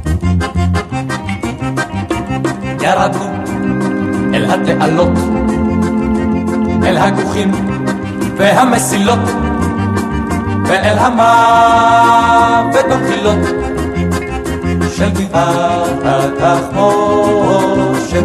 ירדנו אל התעלות, אל הכוכים והמסילות, ואל המוות במחילות של גבעת התחמושת.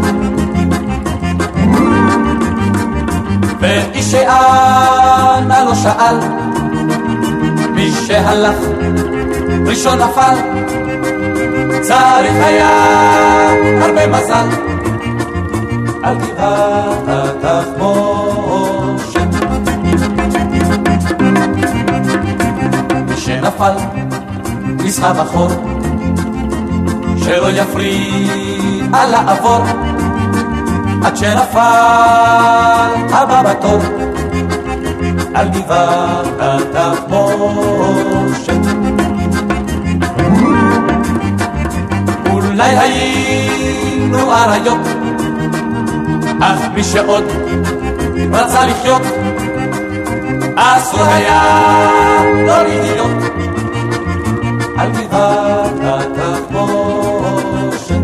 ואיש שאנה לא שאל, מי שהלך ראשון נפל, צריך היה הרבה מזל על גבעת התחמושת. מי שנפל נסחב אחור, שלא יפריע לעבור, עד שנפל הבא בתור על גבעת התחמושת. אולי היינו אריות, אך מי שעוד רצה לחיות, אסור היה לא להיות על גבעת התחמושת.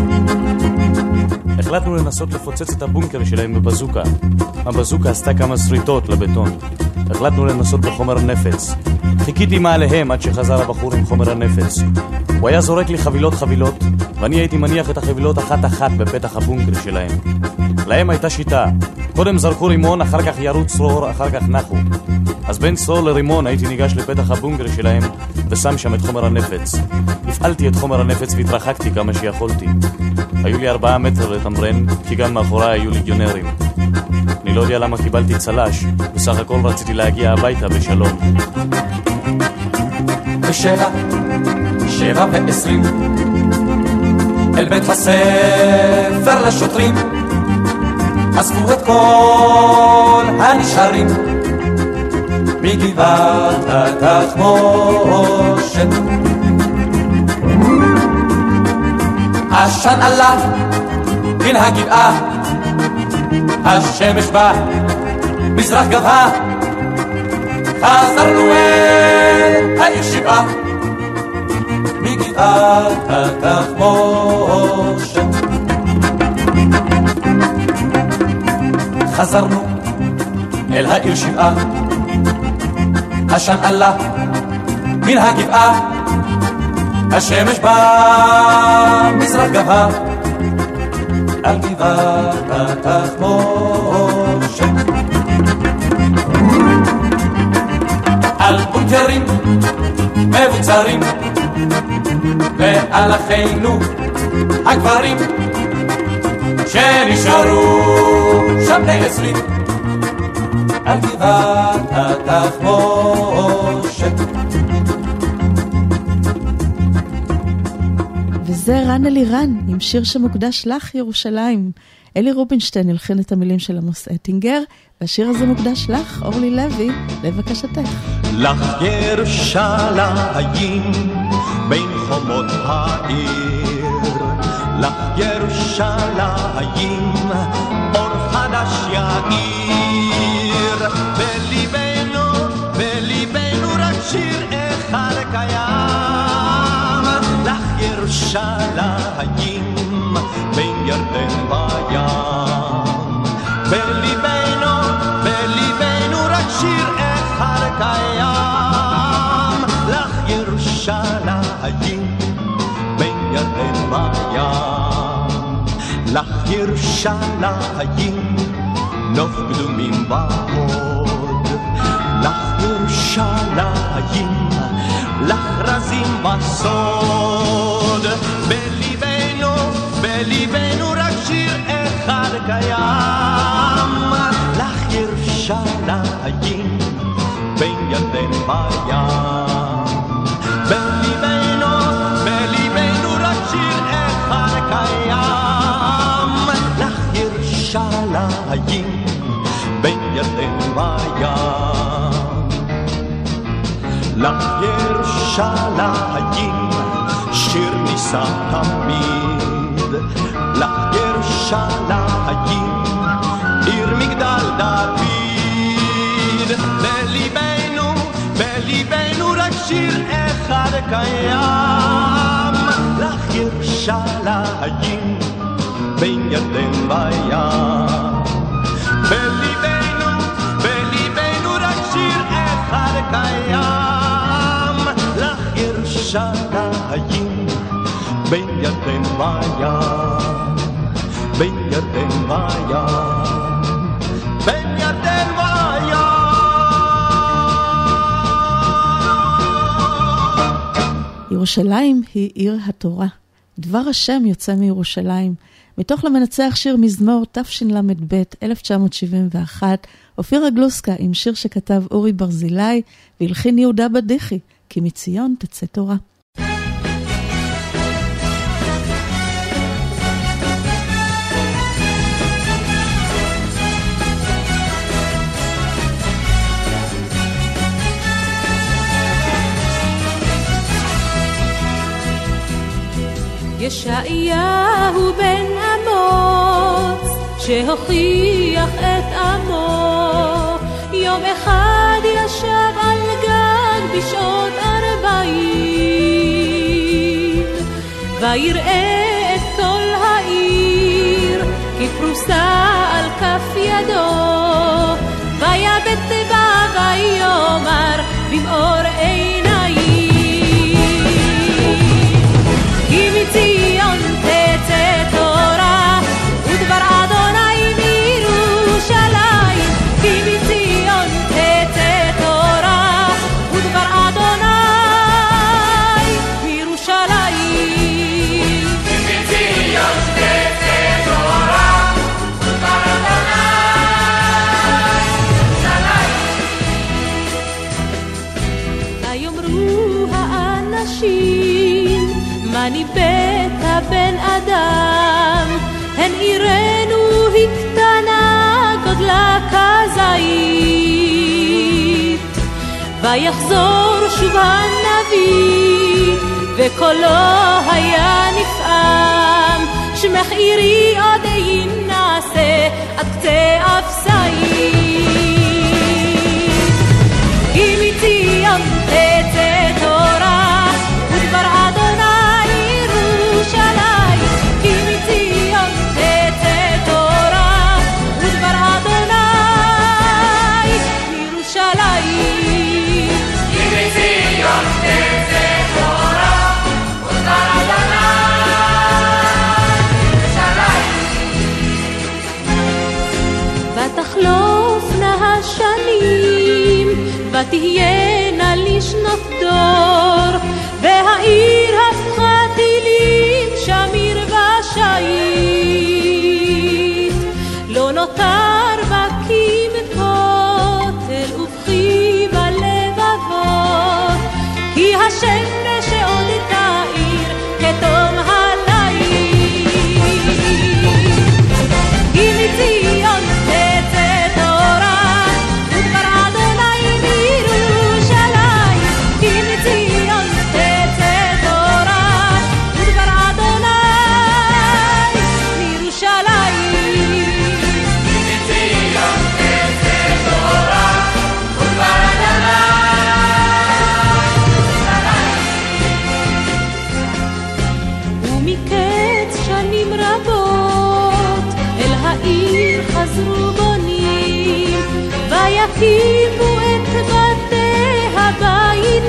החלטנו לנסות לפוצץ את הבונקר שלהם בבזוקה. הבזוקה עשתה כמה שריטות לבטון. החלטנו לנסות בחומר נפץ. חיכיתי מעליהם עד שחזר הבחור עם חומר הנפץ. הוא היה זורק לי חבילות חבילות, ואני הייתי מניח את החבילות אחת אחת בפתח הבונקר שלהם. להם הייתה שיטה. קודם זרקו רימון, אחר כך ירו צרור, אחר כך נחו. אז בין צרור לרימון הייתי ניגש לפתח הבונקר שלהם ושם שם את חומר הנפץ. הפעלתי את חומר הנפץ והתרחקתי כמה שיכולתי. היו לי ארבעה מטר לתמרן, כי גם מאחוריי היו ליגיונרים. אני לא יודע למה קיבלתי צלש, בסך הכל רציתי להגיע הביתה בשלום. בשבע, שבע ועשרים, אל בית הספר לשוטרים, אספו את כל הנשארים מגבעת התחמושת. עשן עלה מן הגבעה, השמש בא מזרח גבהה, חזרנו אל העיר שבעה מגבעת התחמושת. חזרנו אל העיר שבעה, עשן עלה מן הגבעה, השמש בא מזרח גבהה על גבעת התחמושת. על בונקרים מבוצרים ועל אחינו הגברים שנשארו שם לעשרים על גבעת התחמושת. וזה רן אלירן עם שיר שמוקדש לך ירושלים. אלי רובינשטיין הלחין את המילים של עמוס אטינגר, והשיר הזה מוקדש לך, אורלי לוי, לבקשתך. לך ירושלים בין חומות העיר, לך ירושלים אור חדש יאיר, בליבנו, בליבנו רק שיר אחד אחד קיים, לך ירושלים בין ירדן בים. בליבנו, בליבנו רק שיר אחד קיים, לך ירושלים בין ירדן בים. לך ירושלים נוף קדומים בהוד, לך ירושלים, לך רזים בסוד. בליבנו, בליבנו רק שיר אחד קיים, לך ירושלים בין ירדן בים. בליבנו, בליבנו רק שיר אחד קיים, לך ירושלים בין ירדן בים. לך ירושלים שיר נישא תמיד, לך ירושלים עיר מגדל דוד. בליבנו, בליבנו רק שיר אחד קיים, לך ירושלים בין ירדן בים. בליבנו, בליבנו רק שיר אחד קיים, לך ירושלים בין ירדן בים. בין ירדן בים, בין ירדן בים. ירושלים היא עיר התורה. דבר השם יוצא מירושלים. מתוך למנצח שיר מזמור תשל"ב אלף תשע מאות שבעים ואחת, אופירה גלוסקה עם שיר שכתב אורי ברזילי והלחין יהודה בדיחי, כי מציון תצא תורה. ישעיהו בן אמוץ שהוכיח את עמו, יום אחד ישב על גג בשעות ארבעים, ויראה את כל העיר כפרוסה על כף ידו, ויבט בה ויאמר במאור עיניים, כי מציון תצא תורה ודבר אדוני מירושלים, כי מציון תצא תורה ודבר אדוני מירושלים, כי מציון תצא תורה ודבר אדוני מירושלים. ויאמרו האנשים מני בית הבן אדם, הן עירנו היא קטנה גודלה כזית, ויחזור שוב הנביא וקולו היה נפעם, שמך עירי עוד ינסה עד קצה אפסית, כי מציון תצא תורה ודבר אדוני ירושלים, כי מציון תצא תורה ודבר אדוני ירושלים, כי מציון תצא תורה ודבר אדוני ירושלים. ותחלופנה השנים ותהיינה לשנות דור, והעיר הפכה טילים שמיר ושית, לא נותר בקים כותל ובכי בלבבות, כי השמש שעוד תאיר כתום הליל, כי מציון תצא תורה ודבר אדוני מירושלים, כי מציון יעצרו בונים, ויקימו את בתי הבית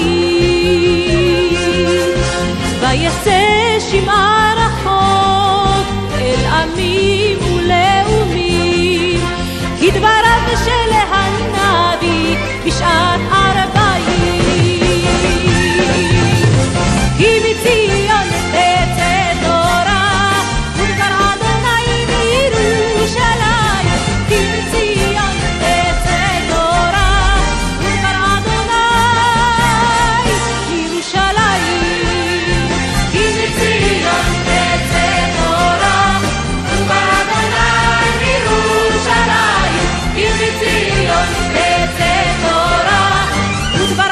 בית, ויצא שמעה רחוק אל עמים ולאומים, כדבריו של הנביא בשעת ארבעים. כי מציון תצא תורה ודבר אדוני מירושלים, כי מציון תצא תורה ודבר אדוני מירושלים, כי מציון תצא תורה ודבר אדוני מירושלים, כי מציון תצא תורה ודבר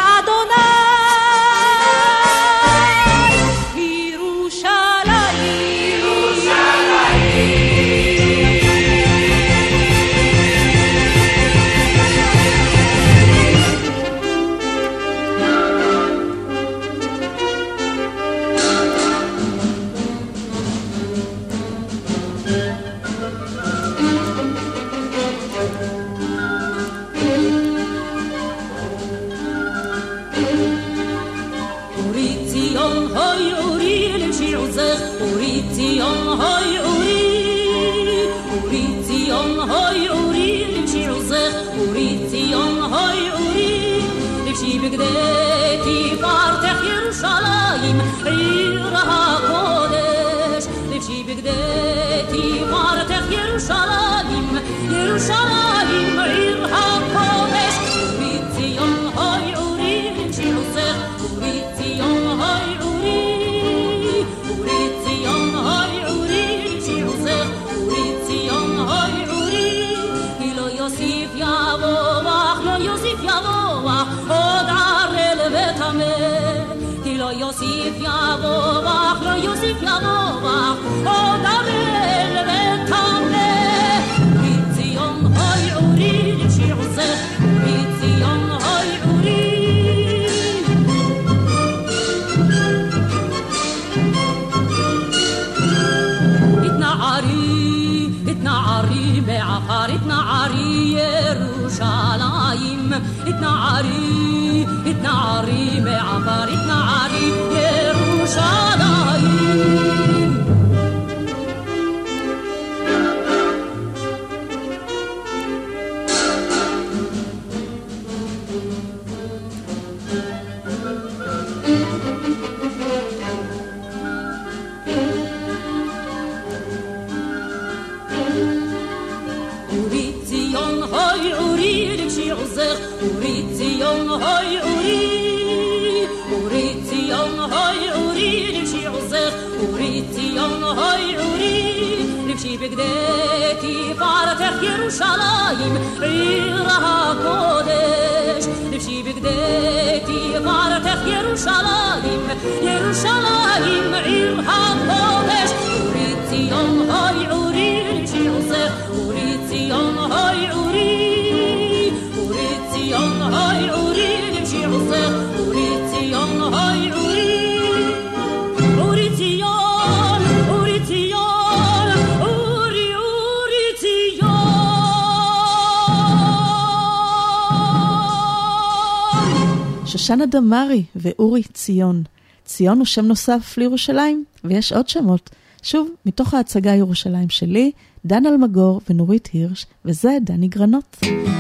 בגדי תפארתך ירושלים עיר הקודש, לבשי בגדי תפארתך ירושלים, ירושלים עיר הקודש. אורי ציון הוי אורי לבשי עוזך, אורי ציון הוי אורי, אורי ציון הוי אורי לבשי עוזך, אורי ציון הוי אורי. כי לא יוסיף יבוא, לא יוסיף יבוא עוד ערל ותמר, כי לא יוסיף יבוא, לא יוסיף יבוא עוד ערל ותמר. אורי ציון הוי אורי לבשי עוזך, אורי ציון הוי אורי. התנערי, התנערי מעפר, התנערי ירושלים, התנערי, התנערי מעפר, התנערי ירושלים. אורי ציון הוי אורי לבשי עוזך, אורי ציון הוי אורי, אורי ציון הוי אורי לבשי עוזך, אורי ציון הוי אורי. לבשי בגדי תפארתך ירושלים עיר הקודש, לבשי בגדי תפארתך ירושלים, ירושלים עיר הקודש. אורי ציון הוי אורי לבשי עוזך, אורי ציון הוי אורי, אורי ציון הוי אורי לבשי עוזך, אורי ציון הוי אורי, אורי ציון, אורי ציון, אורי אורי ציון. שושנה דמארי ואורי ציון. ציון הוא שם נוסף לירושלים, ויש עוד שמות. שוב, מתוך ההצגה ירושלים שלי, דן אלמגור ונורית הירש, וזה דני גרנות.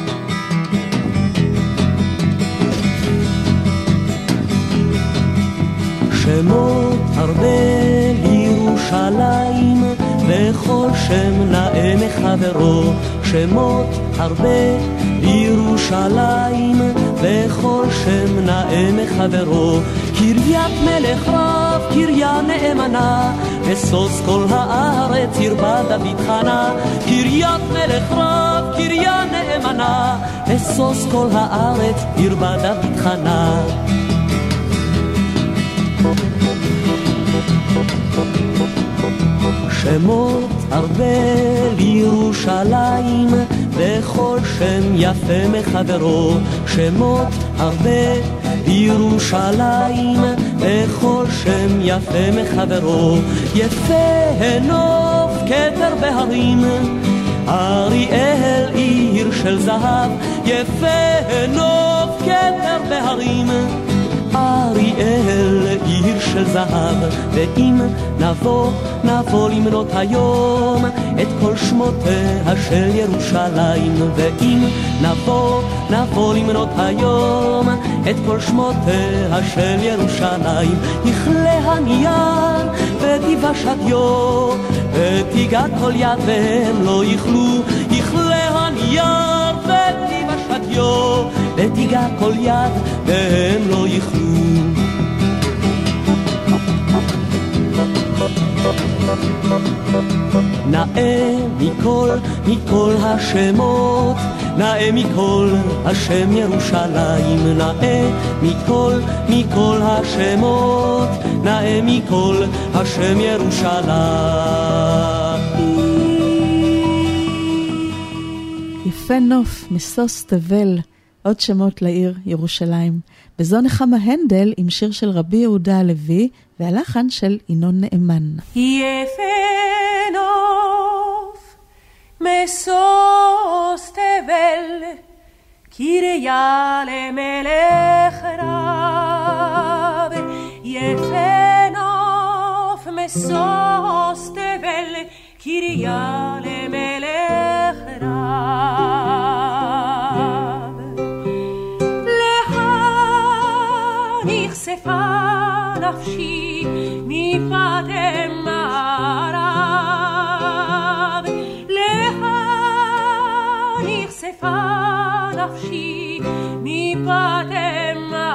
שמות הרבה לירושלים, וכל שם נאה מחברו. שמות הרבה לירושלים, וכל שם נאה מחברו. קריית מלך רב, קריה נאמנה, וסוס כל הארץ ירבה דוד חנה. קריית מלך רב, קריה נאמנה, וסוס כל הארץ ירבה דוד חנה. שמות הרבה לירושלים, וכל שם יפה מחברו. שמות הרבה לירושלים, וכל שם יפה מחברו. יפה הנוף כתר בהרים, אריאל עיר של זהב, יפה נוף כתר בהרים. אריאל עיר של זהב, ואם נבוא, נבוא למנות היום את כל שמותיה של ירושלים. ואם נבוא, נבוא למנות היום את כל שמותיה של ירושלים. יכלה הנייר ותיבש הדיו, ותיגע כל יד והם לא יכלו. יכלה הנייר ותיבש הדיו, ותיגע כל יד והם לא יכלו. נאה מכל, מכל השמות, נאה מכל השם ירושלים. נאה מכל, מכל השמות, נאה מכל השם ירושלים. יפה נוף, משוש תבל, עוד שמות לעיר ירושלים. בזו נחמה הנדל עם שיר של רבי יהודה הלוי והלחן של ינון נאמן. יפה נוף, משוש תבל, קריה למלך רב. יפה נוף, משוש תבל, קריה למלך רב. נחשפה נפשי מפאתי מערב, להה נחשפה נפשי מפאתי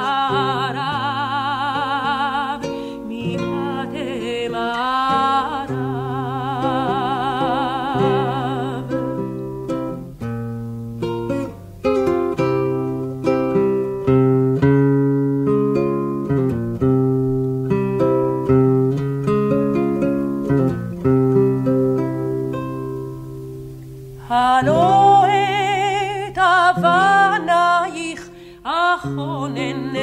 מערב, מפאתי מערב. הלא את אבנייך אחונן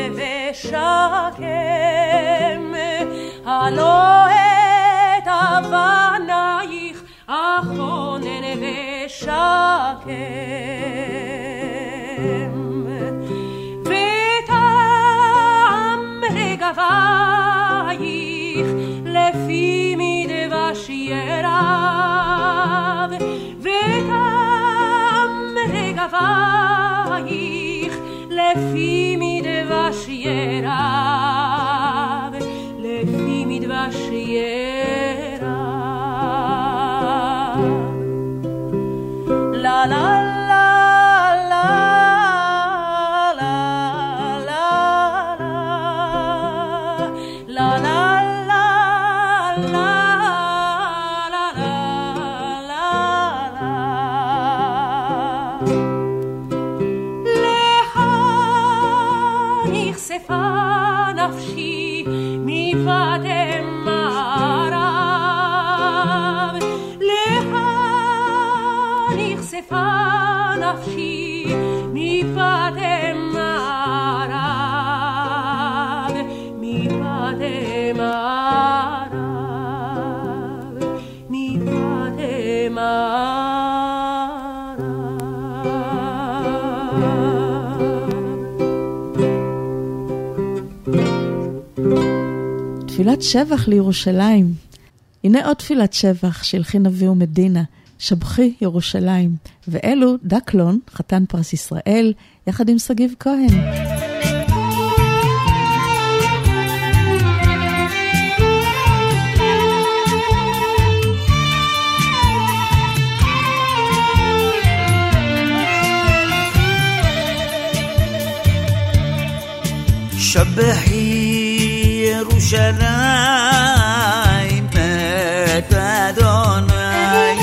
ושקם, הלא את אבנייך אחונן ושקם, וטעם רגבייך לפי מדבש ירב, וטעם רגבייך לפי מדבש ירב, לפי מדבש ירב. לה לה נפשי מפאתי מערב, להה נחשפה נפשי מפאתי מערב, מפאתי מערב, מפאתי מערב. תפילת שבח לירושלים. הנה עוד תפילת שבח שהלחין אביהו מדינה, שבחי ירושלים. ואלו דקלון, חתן פרס ישראל, יחד עם סגיב כהן. שבחי ירושלים את אדוני,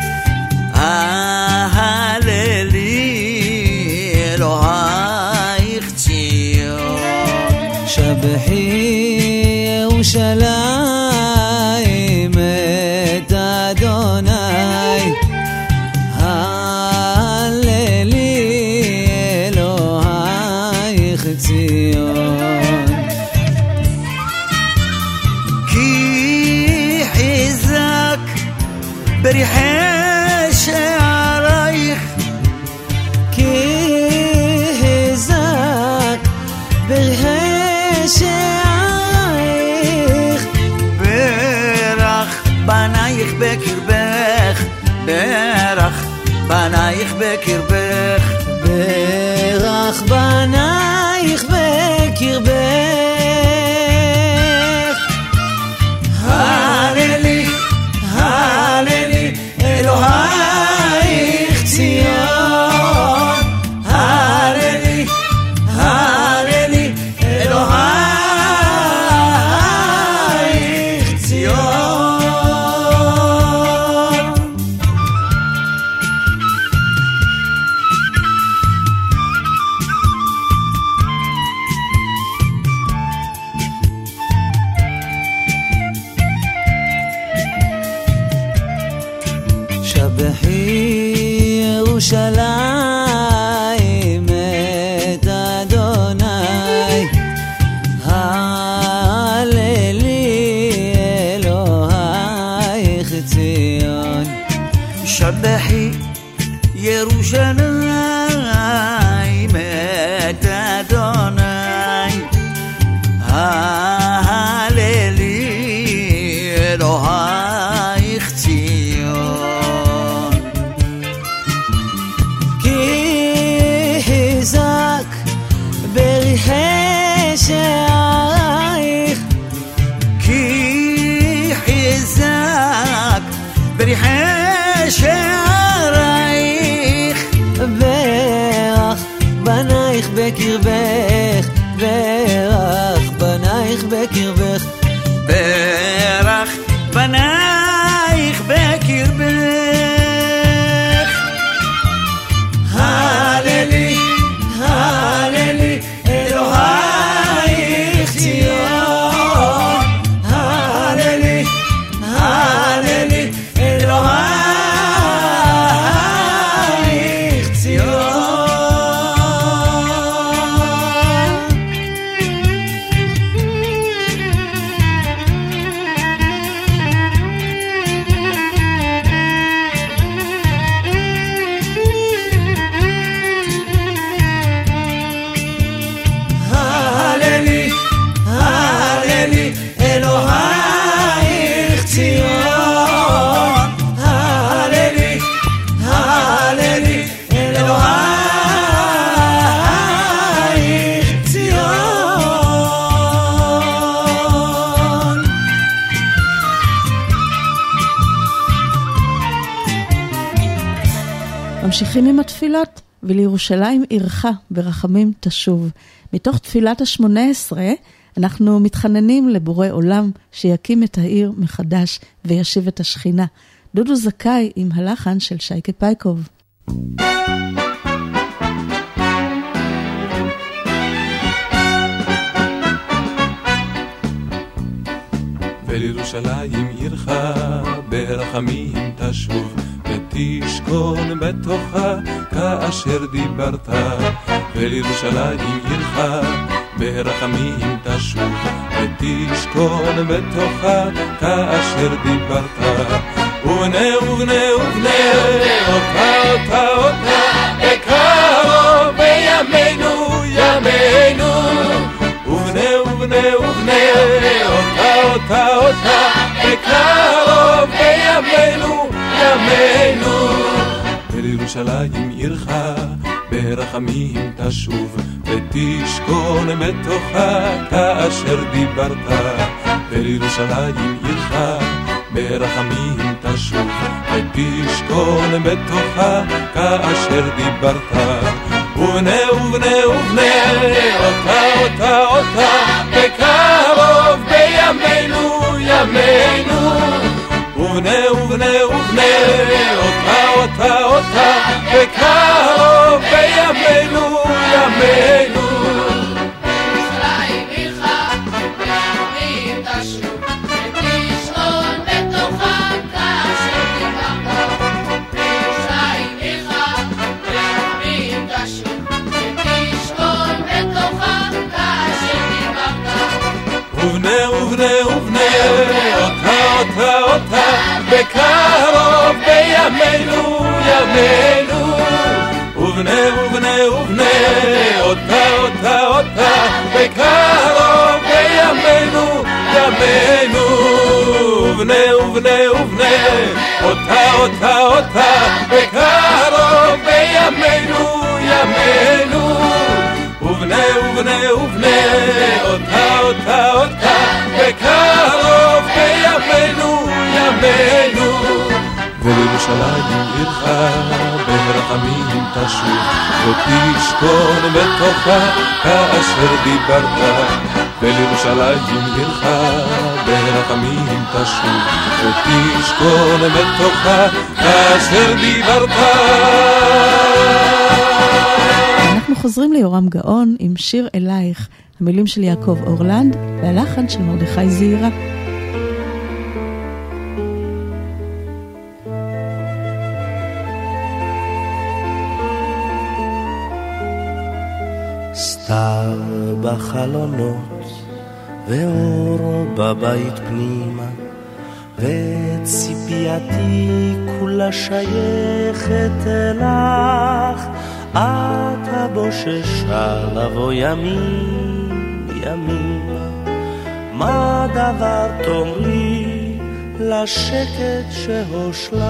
אהללי אלוהיך ציון. שבחי ירושלים את אדוני, אהללי אלוהיך ציון. בריחי שער בקרבך, ברך בנייך בקרבך, ברך בנייך בקרבך. הללי, הללי, אלוהיך ציון. הללי, הללי, אלוהיך ציון. ירושלים את אדוני, הללי אלוהיך ציון. שבחי ירושלים את אדוני, הללי אלוהיך ציון. בריחי שערייך, כי חיזק בריחי שערייך, ברך בנייך בקרבך, ברך בנייך בקרבך, ברך בנייך בקרבך. הללי, הללי, אלוהיך ציון. הללי, הללי, אלוהיך ציון. ממשיכים עם התפילות, ולירושלים עירך ברחמים תשוב. מתוך תפילת השמונה עשרה אנחנו מתחננים לבורא עולם שיקים את העיר מחדש וישיב את השכינה. דודו זכאי עם הלחן של שייקה פייקוב. ולירושלים עירך ברחמים תשוב, ותשכון בתוכה כאשר דיברת. ולירושלים עירך ברחמים תשוב, ותשכון בתוכה כאשר דיברת. ובנה ובנה ובנה אותה אותה אותה בקרוב בימינו ימינו. ובנה ובנה ובנה אותה אותה אותה בקרוב בימינו ימינו. ולירושלים עירך ברחמים תשוב, ותשכון בתוכה כאשר דיברת. ולירושלים עירך ברחמים תשוב, ותשכון בתוכה כאשר דיברת. ובנה ובנה ובנה אותה אותה אותה בקרוב בימינו ימינו. ובנה ובנה ובנה אותה אותה אותה בקרוב בימינו ימינו. ובנה ובנה ובנה אותה אותה אותה בקרוב בימינו ימינו. ובנה ובנה ובנה אותה אותה אותה בקרוב בימינו ימינו. ובנה ובנה ובנה אותה אותה אותה בקרוב בימינו ימינו ובנה ובנה ובנה אותה אותה אותה בקרוב בימינו ימינו ולירושלים עירך ברחמים תשוב ותשכון בתוכה כאשר דיברת ולירושלים עירך ברחמים תשוב ותשכון בתוכה כאשר דיברת. אנחנו חוזרים ליורם גאון עם שיר אלייך, המילים של יעקב אורלנד והלחן של מרדכי זעירה. סתר בחלונות ואור בבית פנימה וציפייתי כולה שייכת אלך את הבוששה לבוא ימים ימימה מה דבר תאמרי לשקט שהושלך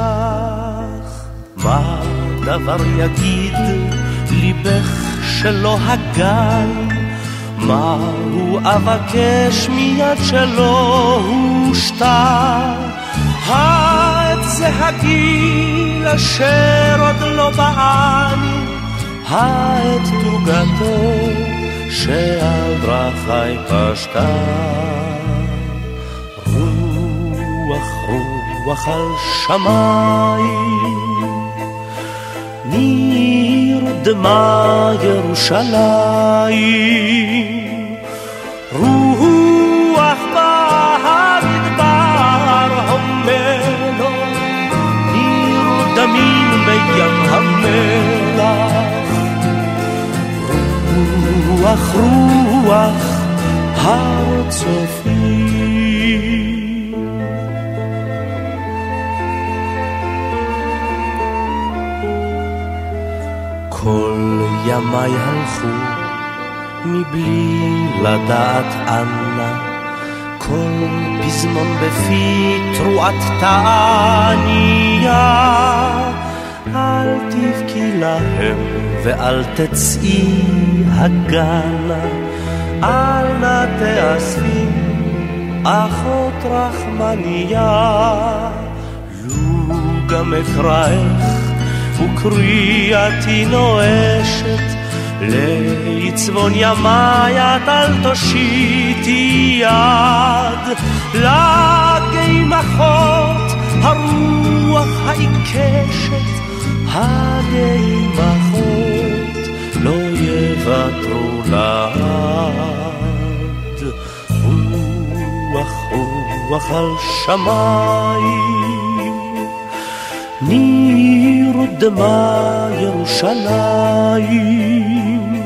מה דבר יגיד ליבך שלא הגן מה הוא אבקש מיד שלא הושתה העת זה הגיל אשר עוד לא בעני העת תוגתו שעל דרכי פשטה רוח רוח על שמיים נרדמה ירושלים רוח במדבר המלו נרדמים בים המלח רוח רוח הר צופים כל ימי הלכו מבלי לדעת אנה כל פזמון בפי תרועת תעניה אל תבכי להם ואל תצאי הגנה אל נא תאספי אחות רחמניה לו גם אקראך וקריאתי נואשת ליצבון ימי את אל תושיטי יד לגמחות הרוח העיקשת הגמחות לא יוותרו לעד רוח רוח על שמיים נרדמה ירושלים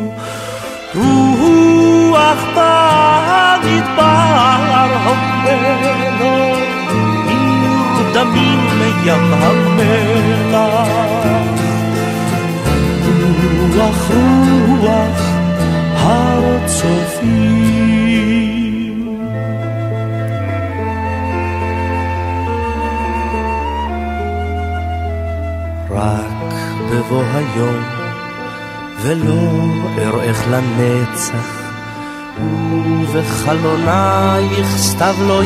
רוח במדבר המלו נרדמים לים המלח רוח רוח הר צופים רק בבוא היום ולא אראך לנצח ובחלונייך סתיו לא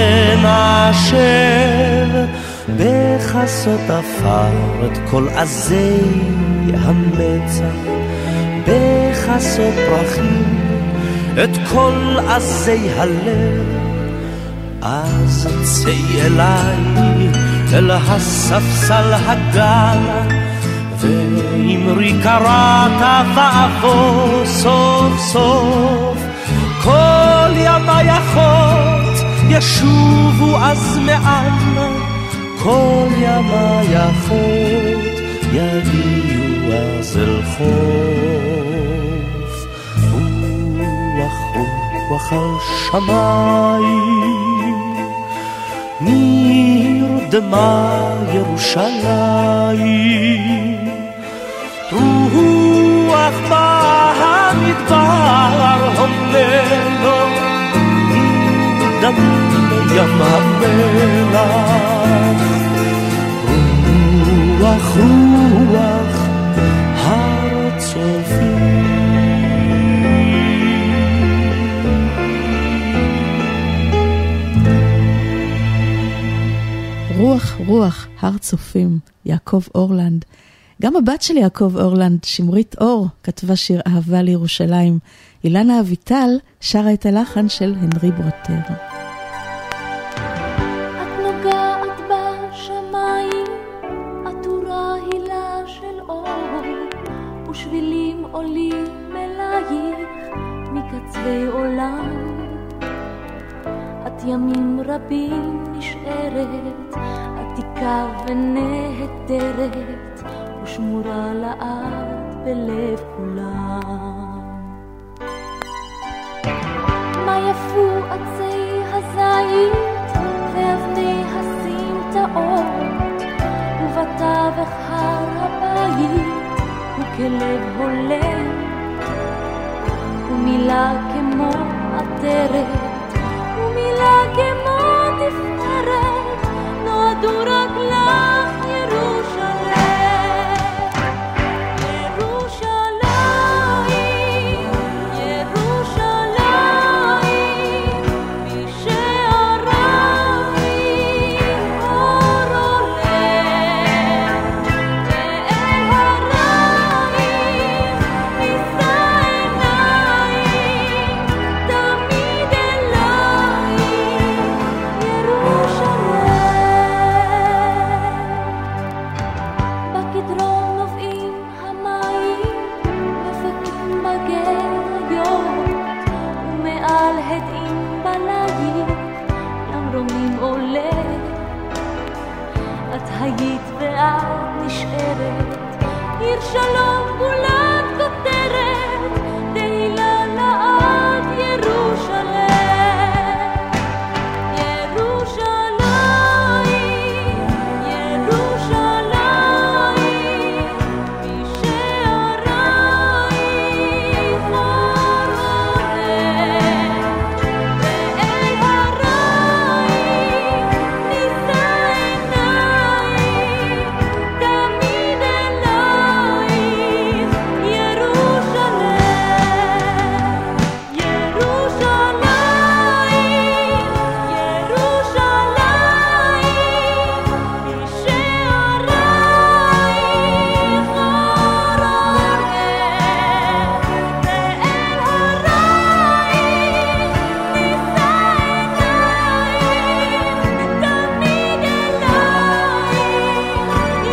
ינשר בחסות עפר את כל עזי המצח בחסות פרחים את כל עזי הלב אז צאי אליי אל הספסל הגן ואמרי קראת ואבוא סוף סוף כל ימי אחות ישובו אז מענה כל ימי אחות יגיעו אז אל חוף רוח רוח על שמיים נרדמה ירושלים רוח במדבר המלו דמים בים המלח. רוח רוח הר צופים. רוח רוח הר צופים, יעקב אורלנד. גם הבת של יעקב אורלנד, שמרית אור, כתבה שיר אהבה לירושלים. אילנה אביטל שרה את הלחן של הנרי ברוטר. את נוגעת בשמיים, עטורה הילה של אור, ושבילים עולים אלייך מקצווי עולם. את ימים רבים נשארת, עתיקה ונהדרת, ושמורה לעד בלב כולם. מה יפו עצי הזית ואבני הסמטאות, ובתווך הר הבית הוא כלב הולם, ומילה כמו עטרת, ומילה כמו תפארת, נועדו רק לך ירושלים. היית ואת נשארת, עיר שלום גולת כותרת, תהילה לעד ירושלים. ירושלים, ירושלים, בשערייך הרונן, ואל הרייך נישא עיניים, תמיד אלייך ירושלים. ירושלים, ירושלים, בשערייך הרונן, ואל הרייך נישא עיניים, תמיד אלייך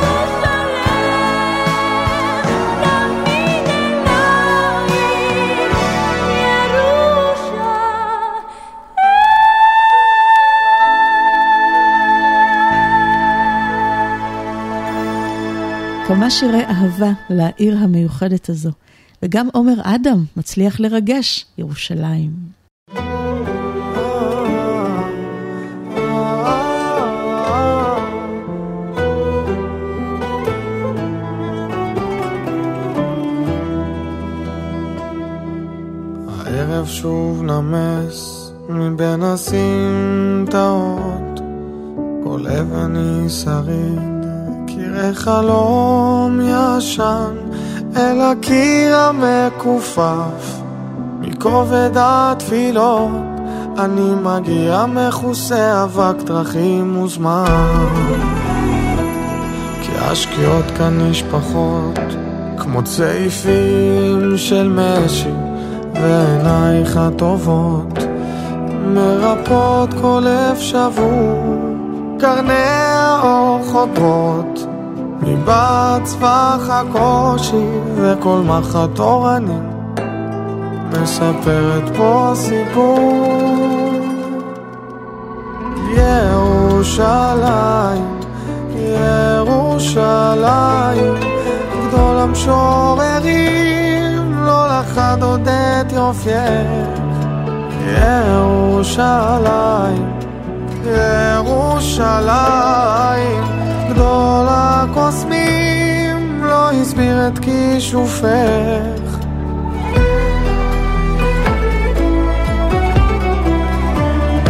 כמה שירי אהבה לעיר המיוחדת הזו, וגם עומר אדם מצליח לרגש ירושלים. הערב שוב נמס מבין הסמטאות, כל אבן היא שריד, קירי חלום ישן, אל הקיר המקופף מכובד התפילות, אני מגיע מכוסה אבק דרכים וזמן, כי השקיעות כאן נשפחות כמו צעיפים של משי, ועינייך הטובות מרפות כל לב שבור, קרני האור חודרות מבעד צווח הקושי, וכל מחט אורנים מספרת פה סיפור. ירושלים, ירושלים, גדול המשוררים לא לחד עוד את יופייך. ירושלים, ירושלים, גדול הקוסמים לא הסביר את כישופך.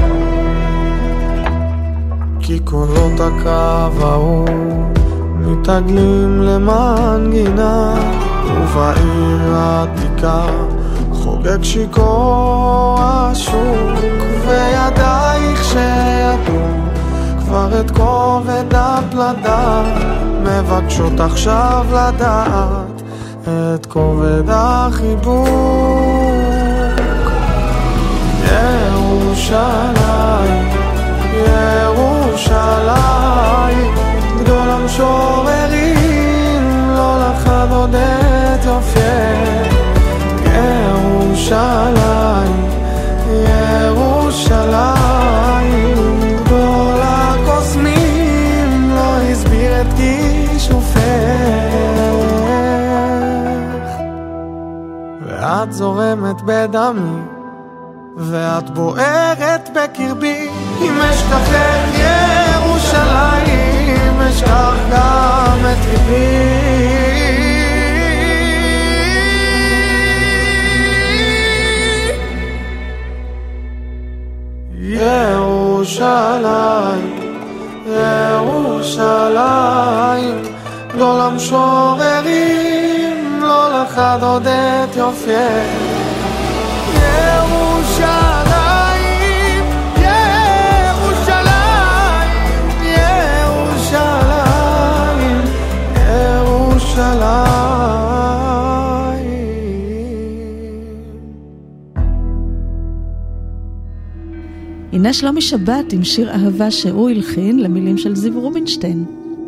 כי קולות הקו ההוא מתעגלים למנגינה, ובעיר העתיקה חוגג שיכור השוק, וידייך שידעו כבר את כובד הפלדה, מבקשות עכשיו לדעת את כובד החיבוק. ירושלים, ירושלים, גדול המשוררים, לא לחד עוד את יופייך. ירושלים, ירושלים, גדול הקוסמים, לא הסביר את כישופך. ואת זורמת בדמי, ואת בוערת בקרבי, אם אשכחך ירושלים, אשכח גם את ליבי. ירושלים, ירושלים, גדול המשוררים, לא לחד עוד את יופייך. ירושלים, ירושלים, ירושלים, ירושלים. הנה שלומי שבת עם שיר אהבה שהוא הלחין למילים של זיו רובינשטיין.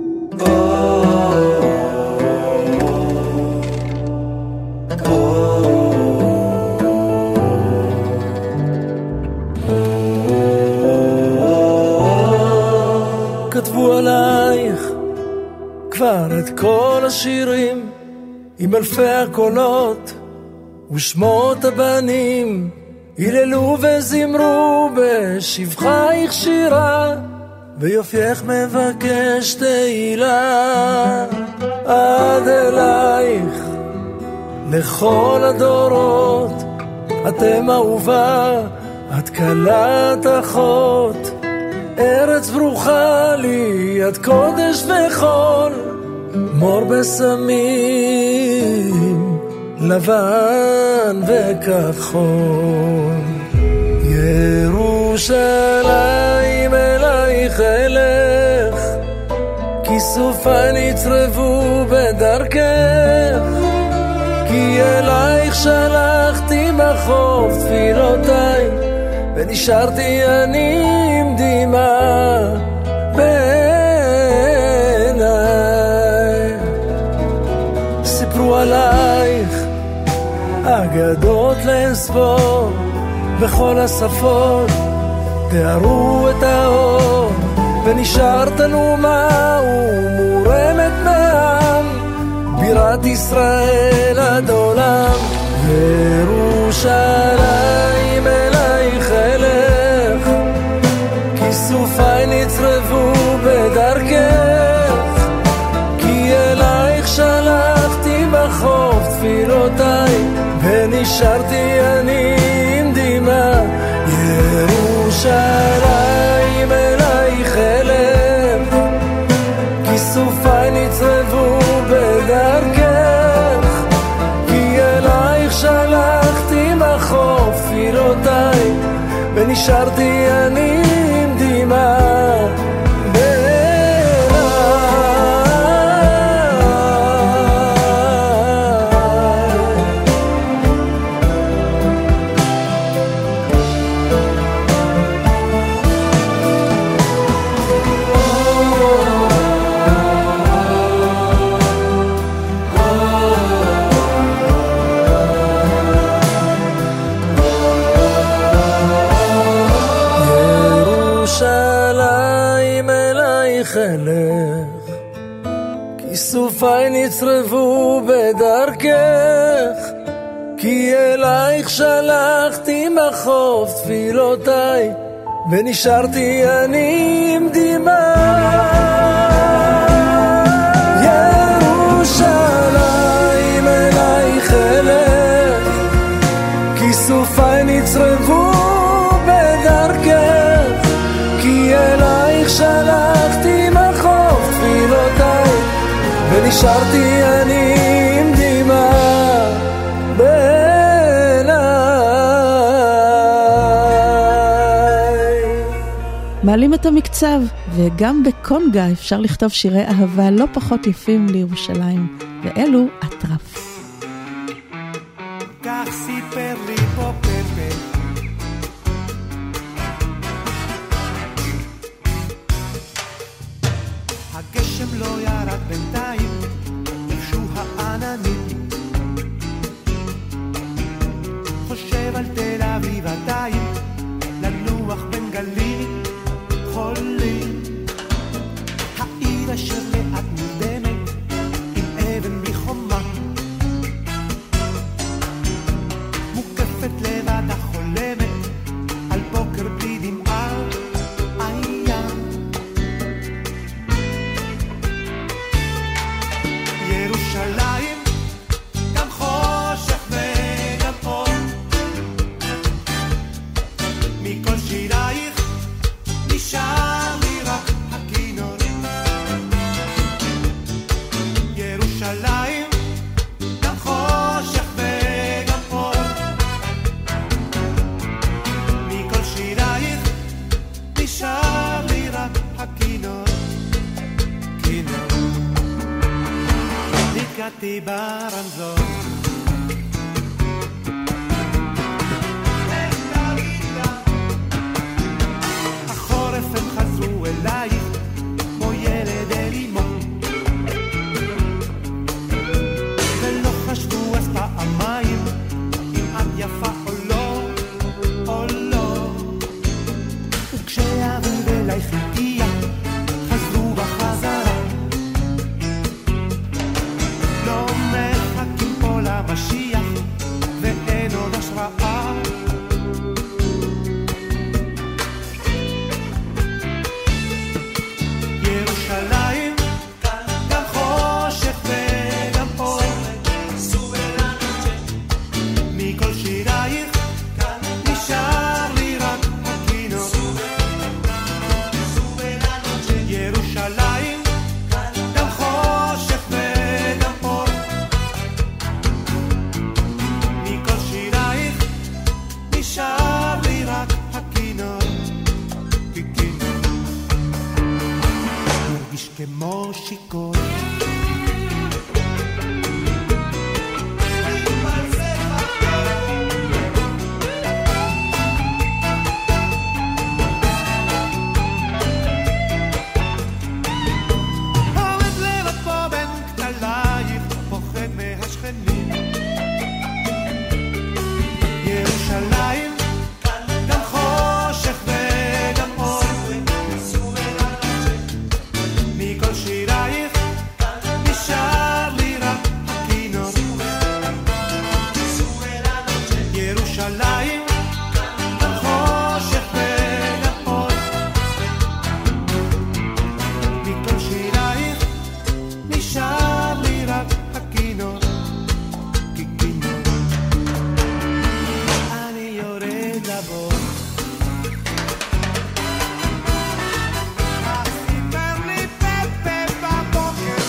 כתבו עלייך כבר את כל השירים עם אלפי הקולות ושמות הבנים, היללו וזמרו בשבחייך שירה, ויופייך מבקש תהילה. עד אלייך לכל הדורות, אתם אהובה, את קלת אחות, ארץ ברוכה לי, את קודש וחול, מור בסמים, לבן וכחול. ירושלים אלייך אלך, כיסופיי נצרבו בדרכך, כי אלייך שלחתי מחוף תפילותיי, ונשארתי אני עם דמעה בעיניי. סיפרו עלייך אגדות לאספור בכל השפות, תארו את האור, ונשארת נומה ומורמת מעם, בירת ישראל עד עולם. ירושלים אלייך אלך, כיסופיי נצרבו בדרכך, כי אלייך שלחתי בחוף תפילותיי, ונשארתי אני עם דמעה. ירושלים אלייך אלך, כיסופיי נצרבו בדרכך, כי אלייך שלחתי מחוף תפילותיי, ונשארתי אני עם דמעה. כיסופיי נצרבו בדרכך, כי אלייך שלחתי מחוף תפילותיי, ונשארתי אני עם דמעה. ירושלים אלייך אלך, כיסופיי נצרבו בדרכך, כי אלייך שלחתי נשארתי אני עם דמעה בעיניי. מעלים את המקצב, וגם בקונגה אפשר לכתוב שירי אהבה לא פחות יפים לירושלים, ואלו אטרף. כך סיפר לי פה פפה, הגשם לא ירד בינתיים, ירשו העננים, חושב על תל אביב עדיין, לנוח בין גלים חולים, העיר אשר לאט נרדמת, עם אבן בלי חומה, מוקפת לבד החולמת, על בוקר בלי דמעה, איה. ירושלים, גם חושך וגם אור, מכל שירייך נשאר לי רק הכינור. ירושלים, גם חושך וגם אור, מכל שירייך נשאר לי רק הכינור. כינור, נתקעתי ברמזור, החורף הם חזרו אלייך כמו ילד אל אמו, ולא חשבו אז פעמיים אם את יפה או לא, או לא. וכשאביב אלייך הגיע חזרו בחזרה, לא מחכים פה למשיח ואין עוד השראה. ירושלים, גם חושך וגם אור, מכל שירייך נשאר לי רק הכינור. ירושלים, גם חושך וגם אור, מכל שירייך נשאר לי רק הכינור. ככינור מרגיש כמו שיקור, עומד לבד פה בין כתלייך, פוחד מהשכנים. ירושלים, גם חושך וגם אור, מכל שירייך נשאר לי רק הכינור. ירושלים, גם חושך וגם אור, מכל שירייך נשאר לי רק הכינור. ככינור אני יורד לבור, סיפר לי פפה בבוקר,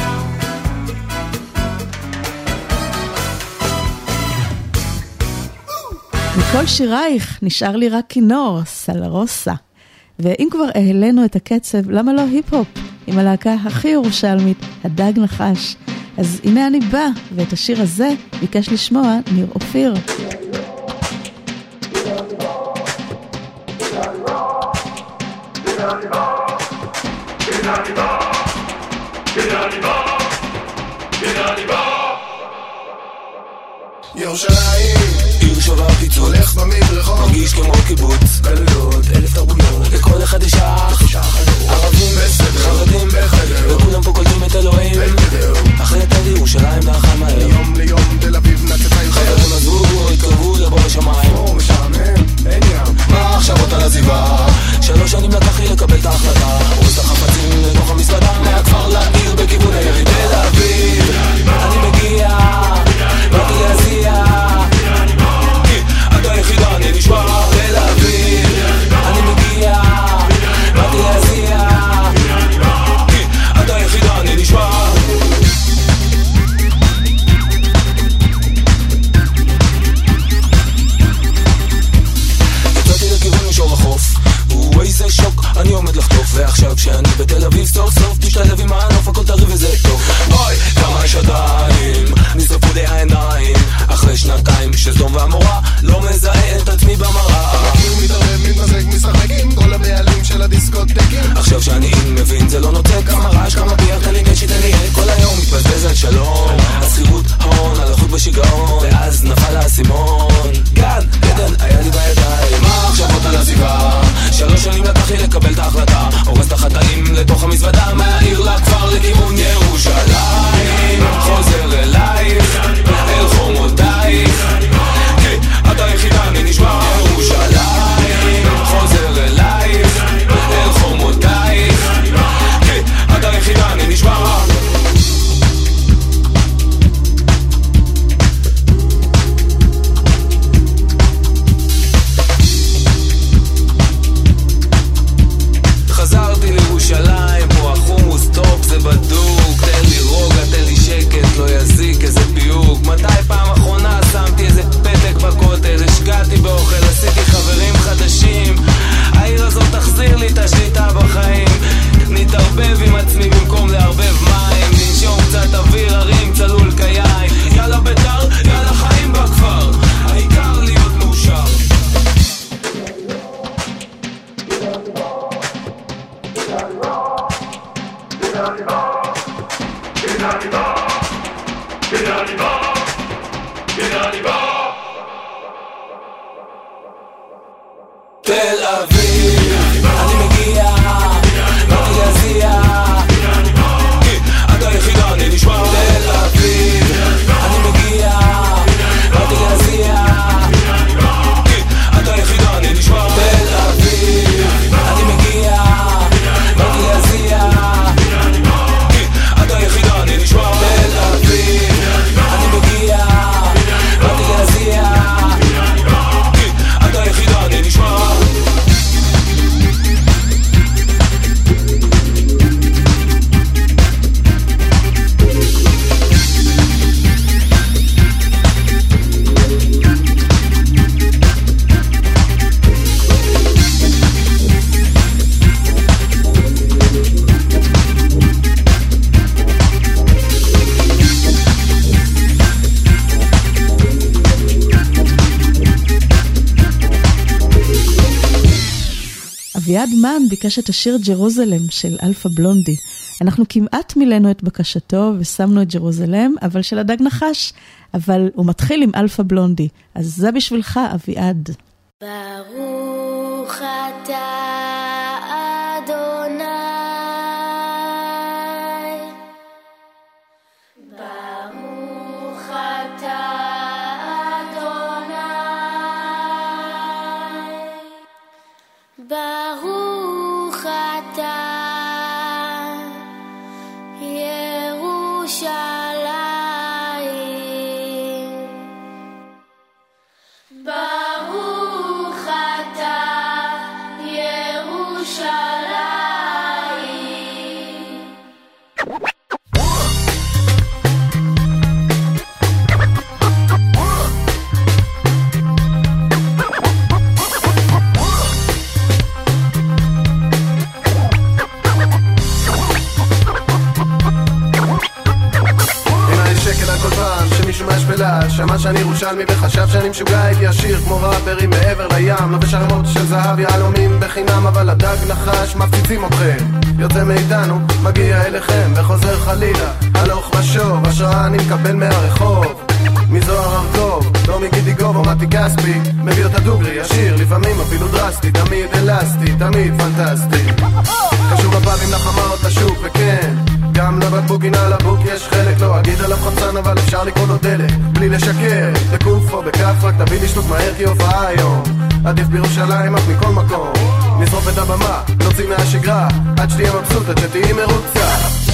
מכל שירייך נשאר לי רק כינור, סלרוסה. ואם כבר העלינו את הקצב, למה לא היפ-הופ? עם הלהקה הכי ירושלמית, הדג נחש. אז הנה אני בא, ואת השיר הזה ביקש לשמוע ניר אופיר. ירושלים, עיר שוברת הולך במדרכות, מרגיש כמו קיבוץ גלויות, אלף תרבויות, לכל אחד יש אח, ערבים בסדר, חרדים בחדר, וכולם פה קולטים את אלוהים, אחרי תל ירושלים דרכה מהר, יום ליום תל אביב נצתה יותר, חברים עזבו, התקרבו לבוא בשמיים, או משעמם, אין ים, מה עכשיו אותה לזיבה, שלוש שנים לקח לי לקבל את ההחלטה, עוש את החפצים לתוך המסעדה, מהכפר לעיר בכיוון העיר תל אביב, אני מגיע, באתי להזיע, אתה היחידה, אני נשמע תל אביב, אני מגיע, באתי עכשיו שאני מבין זה לא נותן כמה רעש, כמה ביח, תן לי גשי, תן לי עד כל היום מתבזבז על שלום, השכירות הון, הלכות בשיגעון, ואז נפל האסימון גן, עדן, היה לי בידיים, מה המחשבות על הסביבה? שלוש שנים לקח לי לקבל את ההחלטה, הורס את החטאים לתוך המזוודה, מהעיר לכפר לכיוון ירושלים, חוזר אלייך, אל חומותייך, כי את היחידה, אני נשמע ירושלים, חוזר אלייך, אל חומותייך, כי את היחידה, אני נשמע חזרתי לירושלים, פה החומוס טופ זה בדוק, תן לי רוגע, תן לי שקט, לא יזיק איזה פיוק, מתי פעם אחרונה שמתי איזה פתק בכותל, השקעתי באוכל, עשיתי חברים חדשים, העיר הזאת תחזיר לי את השליטה בחיים, נתערבב עם עצמי במקום לערבב מים, ננשום קצת אוויר, הרים צלול כיין, יאללה ביתר, יאללה חיים בכפר, העיקר להיות מאושר. תל אביב, אני מגיע, באתי להזיע, כי את היחידה, אני נשמע. תל אביב, אני מגיע, באתי להזיע, כי את היחידה, אני נשמע. תל אביב, אני מגיע, באתי להזיע, כי את היחידה, אני נשמע. תל אביב, אני מגיע, באתי להזיע, כי את היחידה, אני נשמע. אביעד מן ביקש את השיר ג'רוזלם של אלפה בלונדי. אנחנו כמעט מילאנו את בקשתו ושמנו את ג'רוזלם, אבל של הדג נחש. אבל הוא מתחיל עם אלפה בלונדי. אז זה בשבילך, אביעד. ברוך אתה אדוני, ברוך אתה אדוני, ברוך אתה ירושלים, ברוך אתה ירושלים. שמישהו מהשפלה שמע שאני ירושלמי וחשב שאני משוגע, הייתי עשיר כמו ראפרים מעבר לים, לובש ערימות של זהב יהלומים בחינם, אבל הדג נחש מפציצים אתכם, יוצא מאיתנו מגיע אליכם וחוזר חלילה הלוך ושוב, השראה אני מקבל מהרחוב, מזוהר ארכוב, לא מגידי גוב או מתי כספי, מביא אותה דוגרי ישיר, לפעמים אפילו דרסטי, תמיד אלסטי, תמיד פנטסטי, קשור לפאבים לחמאות לשוק, וכן גם לבקבוקין על הבוק יש חלק, לא אגיד עליו חמצן אבל אפשר לקרוא לו דלק בלי לשקר, בקוף או בכף רק תביא לי שטות מהר כי הופעה היום עדיף בירושלים אף מכל מקום, נשרוף את הבמה, נוציא מהשגרה עד שתהיה מבסוטת שתהי מרוצה.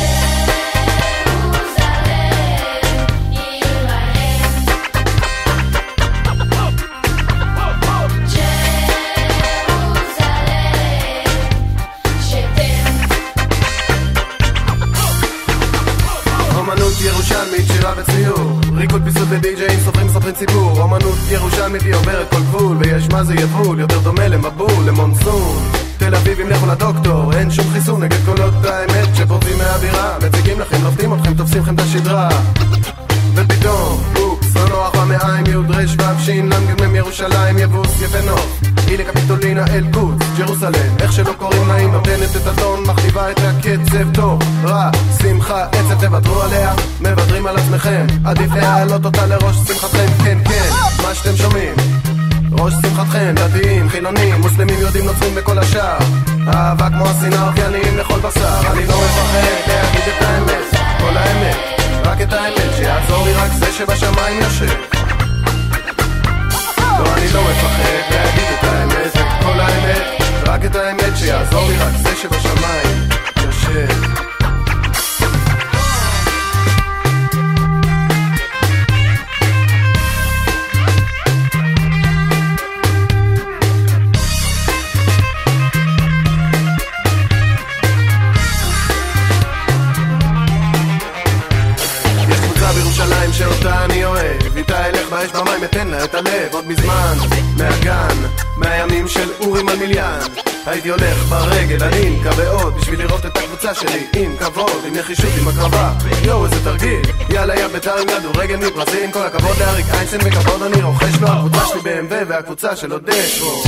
ירושלמית, שירה וציור, ריקוד פיסות ודי-ג'אים, סופרים סופרים ציבור, אומנות ירושלמית היא עוברת כל גבול, ויש מה זה יבול, יותר דומה למבול, למונסון. תל אביבים לכו לדוקטור, אין שום חיסון נגד קולות האמת שפורצים מהבירה, מציגים לכם, לופתים אתכם, תופסים לכם את השדרה, ופתאום, אופס, לא מוח במעיים יוד רש ואבשין לנגד מירושלים יבוס יפנוף אילה קפיטולינה אל קוץ ג'רוסלם איך שלא קוראים להם נותנת את הטון מכתיבה את הקצב טוב רע שמחה עצב תוותרו עליה מבדרים על עצמכם עדיף להעלות אותה לראש שמחתכם כן כן מה שאתם שומעים ראש שמחתכם דתיים חילונים מוסלמים יהודים נוצרים בכל השאר אהבה כמו השנאה אופייניים לכל בשר אני לא מפחד להגיד את האמת כל האמת רק את האמת שיעזור לי רק זה שבשמיים יושב לא אני לא מפחד להגיד את האמת את כל האמת רק את האמת שיעזור לי רק זה שבשמיים יושב שאותה אני אוהב איתה אלך באש במים אתן לה את הלב עוד מזמן מהגן מהימים של אורים על מיליאן הייתי הולך ברגל הנינקה ועוד בשביל לראות את הקבוצה שלי עם כבוד עם נחישות עם הקרבה יואו איזה תרגיל יאללה יא בית"ר עם כדורגל מברזיל עם כל הכבוד לאריק איינשטיין וכבוד אני רוכש לו הקבוצה שלי ב-אם דאבליו והקבוצה שלו דשו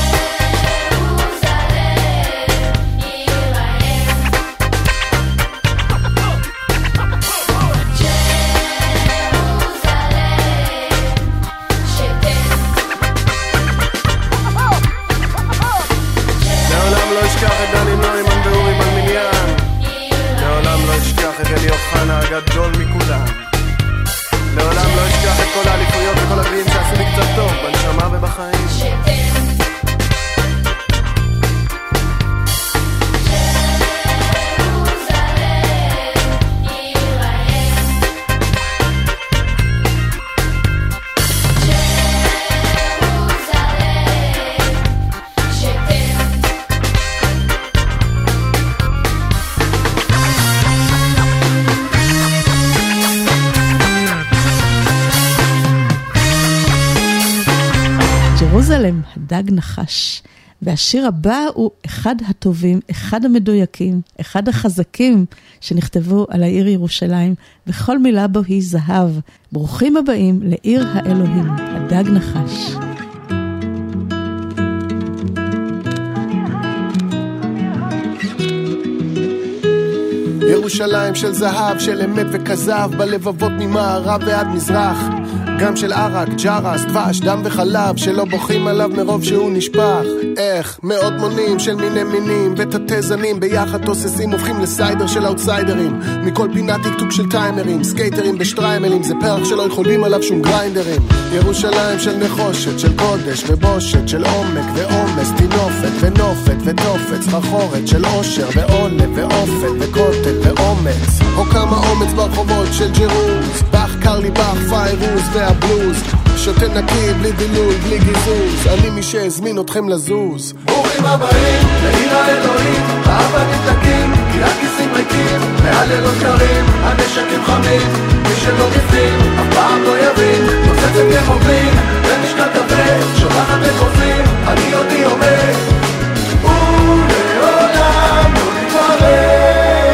הגדול מכולם לעולם לא אשכח את כל האליפויות וכל הגביעים שעשו לי קצת טוב בנשמה ובחיים ירושלים, הדג נחש. והשיר הבא הוא אחד הטובים, אחד המדויקים, אחד החזקים שנכתבו על העיר ירושלים, וכל מילה בו היא זהב. ברוכים הבאים לעיר האלוהים, הדג נחש. ירושלים של זהב, של אמת וכזב, בלבבות ממערב ועד מזרח. גם של ערק, ג'רס, דבש, דם וחלב, שלא בוכים עליו מרוב שהוא נשפך. איך מאות מונים של מיני מינים ותתי זנים ביחד תוססים הופכים לסיידר של אאוטסיידרים. מכל פינה טיקטוק של טיימרים, סקייטרים בשטריימלים, זה פרח שלא יכולים עליו שום גריינדרים. ירושלים של נחושת, של קודש ובושת, של עומק ועומס, תינופת ונופת ותופת, סחרחורת של אושר ועולב ואופת וקוטט ואומץ. או כמה אומץ ברחובות של ג'ירוז, בח קרלי בח פיירוז והבלוז, שותה נקי בלי דילול בלי גיזוז, אני מי שהזמין אתכם לזוז. ברוכים הבאים לעיר האלוהים, האבנים דקים כי הכיסים ריקים, והלילות קרים הנשקים חמים, מי שלא בפנים אף פעם לא יבין, נוצצת כחובלים ומשקל כבד שולחת בחופים, אני אותי עומד ולעולם לא נתמרד.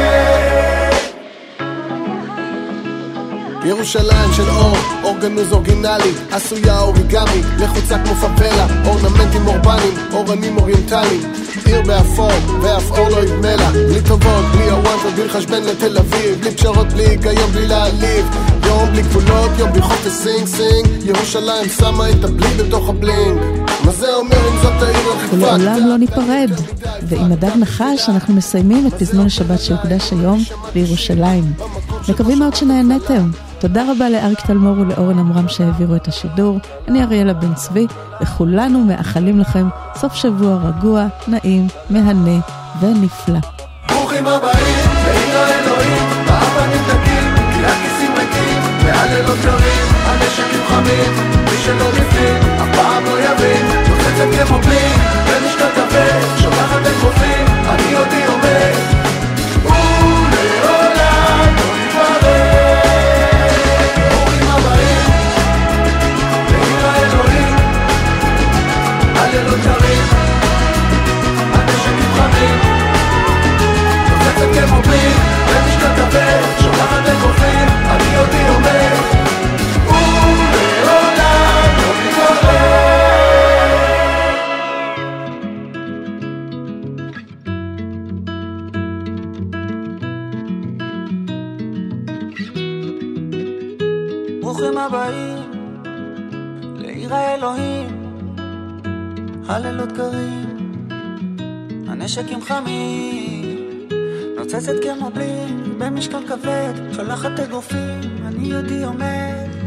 ירושלים של אור, אורגנוז אורגינלי, עשויה אוריגמי, לחוצה כמו פאבלה, אורנמנטים אורבניים, אורנים אוריינטליים, עיר באפור, ואף אור לא יגמלה, בלי טובות, בלי הוואנט ובלי לחשבן לתל אביב, בלי פשרות, בלי היגיון, בלי להעליב, יום בלי גבולות, יום בלי חופש סינג סינג, ירושלים שמה את הבלי בתוך הבלינג. מה זה אומר אם זאת העיר הכי פקטה? ולעולם לא ניפרד. ועם הדג נחש אנחנו מסיימים את פזמון השבת שהוקדש היום לירושלים. מקווים מאוד שנהנתם. תודה רבה לאריק תלמור ולאורן אמרם שהעבירו את השידור. אני אריאלה בן צבי, וכולנו מאחלים לכם סוף שבוע רגוע, נעים, מהנה ונפלא. ברוכים הבאים לעיר האלוהים, באבנים דקים כי הכיסים ריקים, והלילות קרים הנשקים חמים, מי שלא בפנים אף פעם לא יבין, נוצצת כמו בלינג ומשקל כבד שולחת את חופים, אני אותי עומד ולעולם לא נתמרד. ברוכים הבאים לעיר האלוהים, הלילות קרים הנשקים חמים, נוצצת כמו בלינג ומשקל כבד שולחת את חופים, אני אותי עומד ולעולם ברוכים הבאים לעיר האלוהים, הלילות קרים, הנשקים חמים, נוצצת כמו בלינג במשקל כבד, שולחת אגרופים, אני יהודי עומד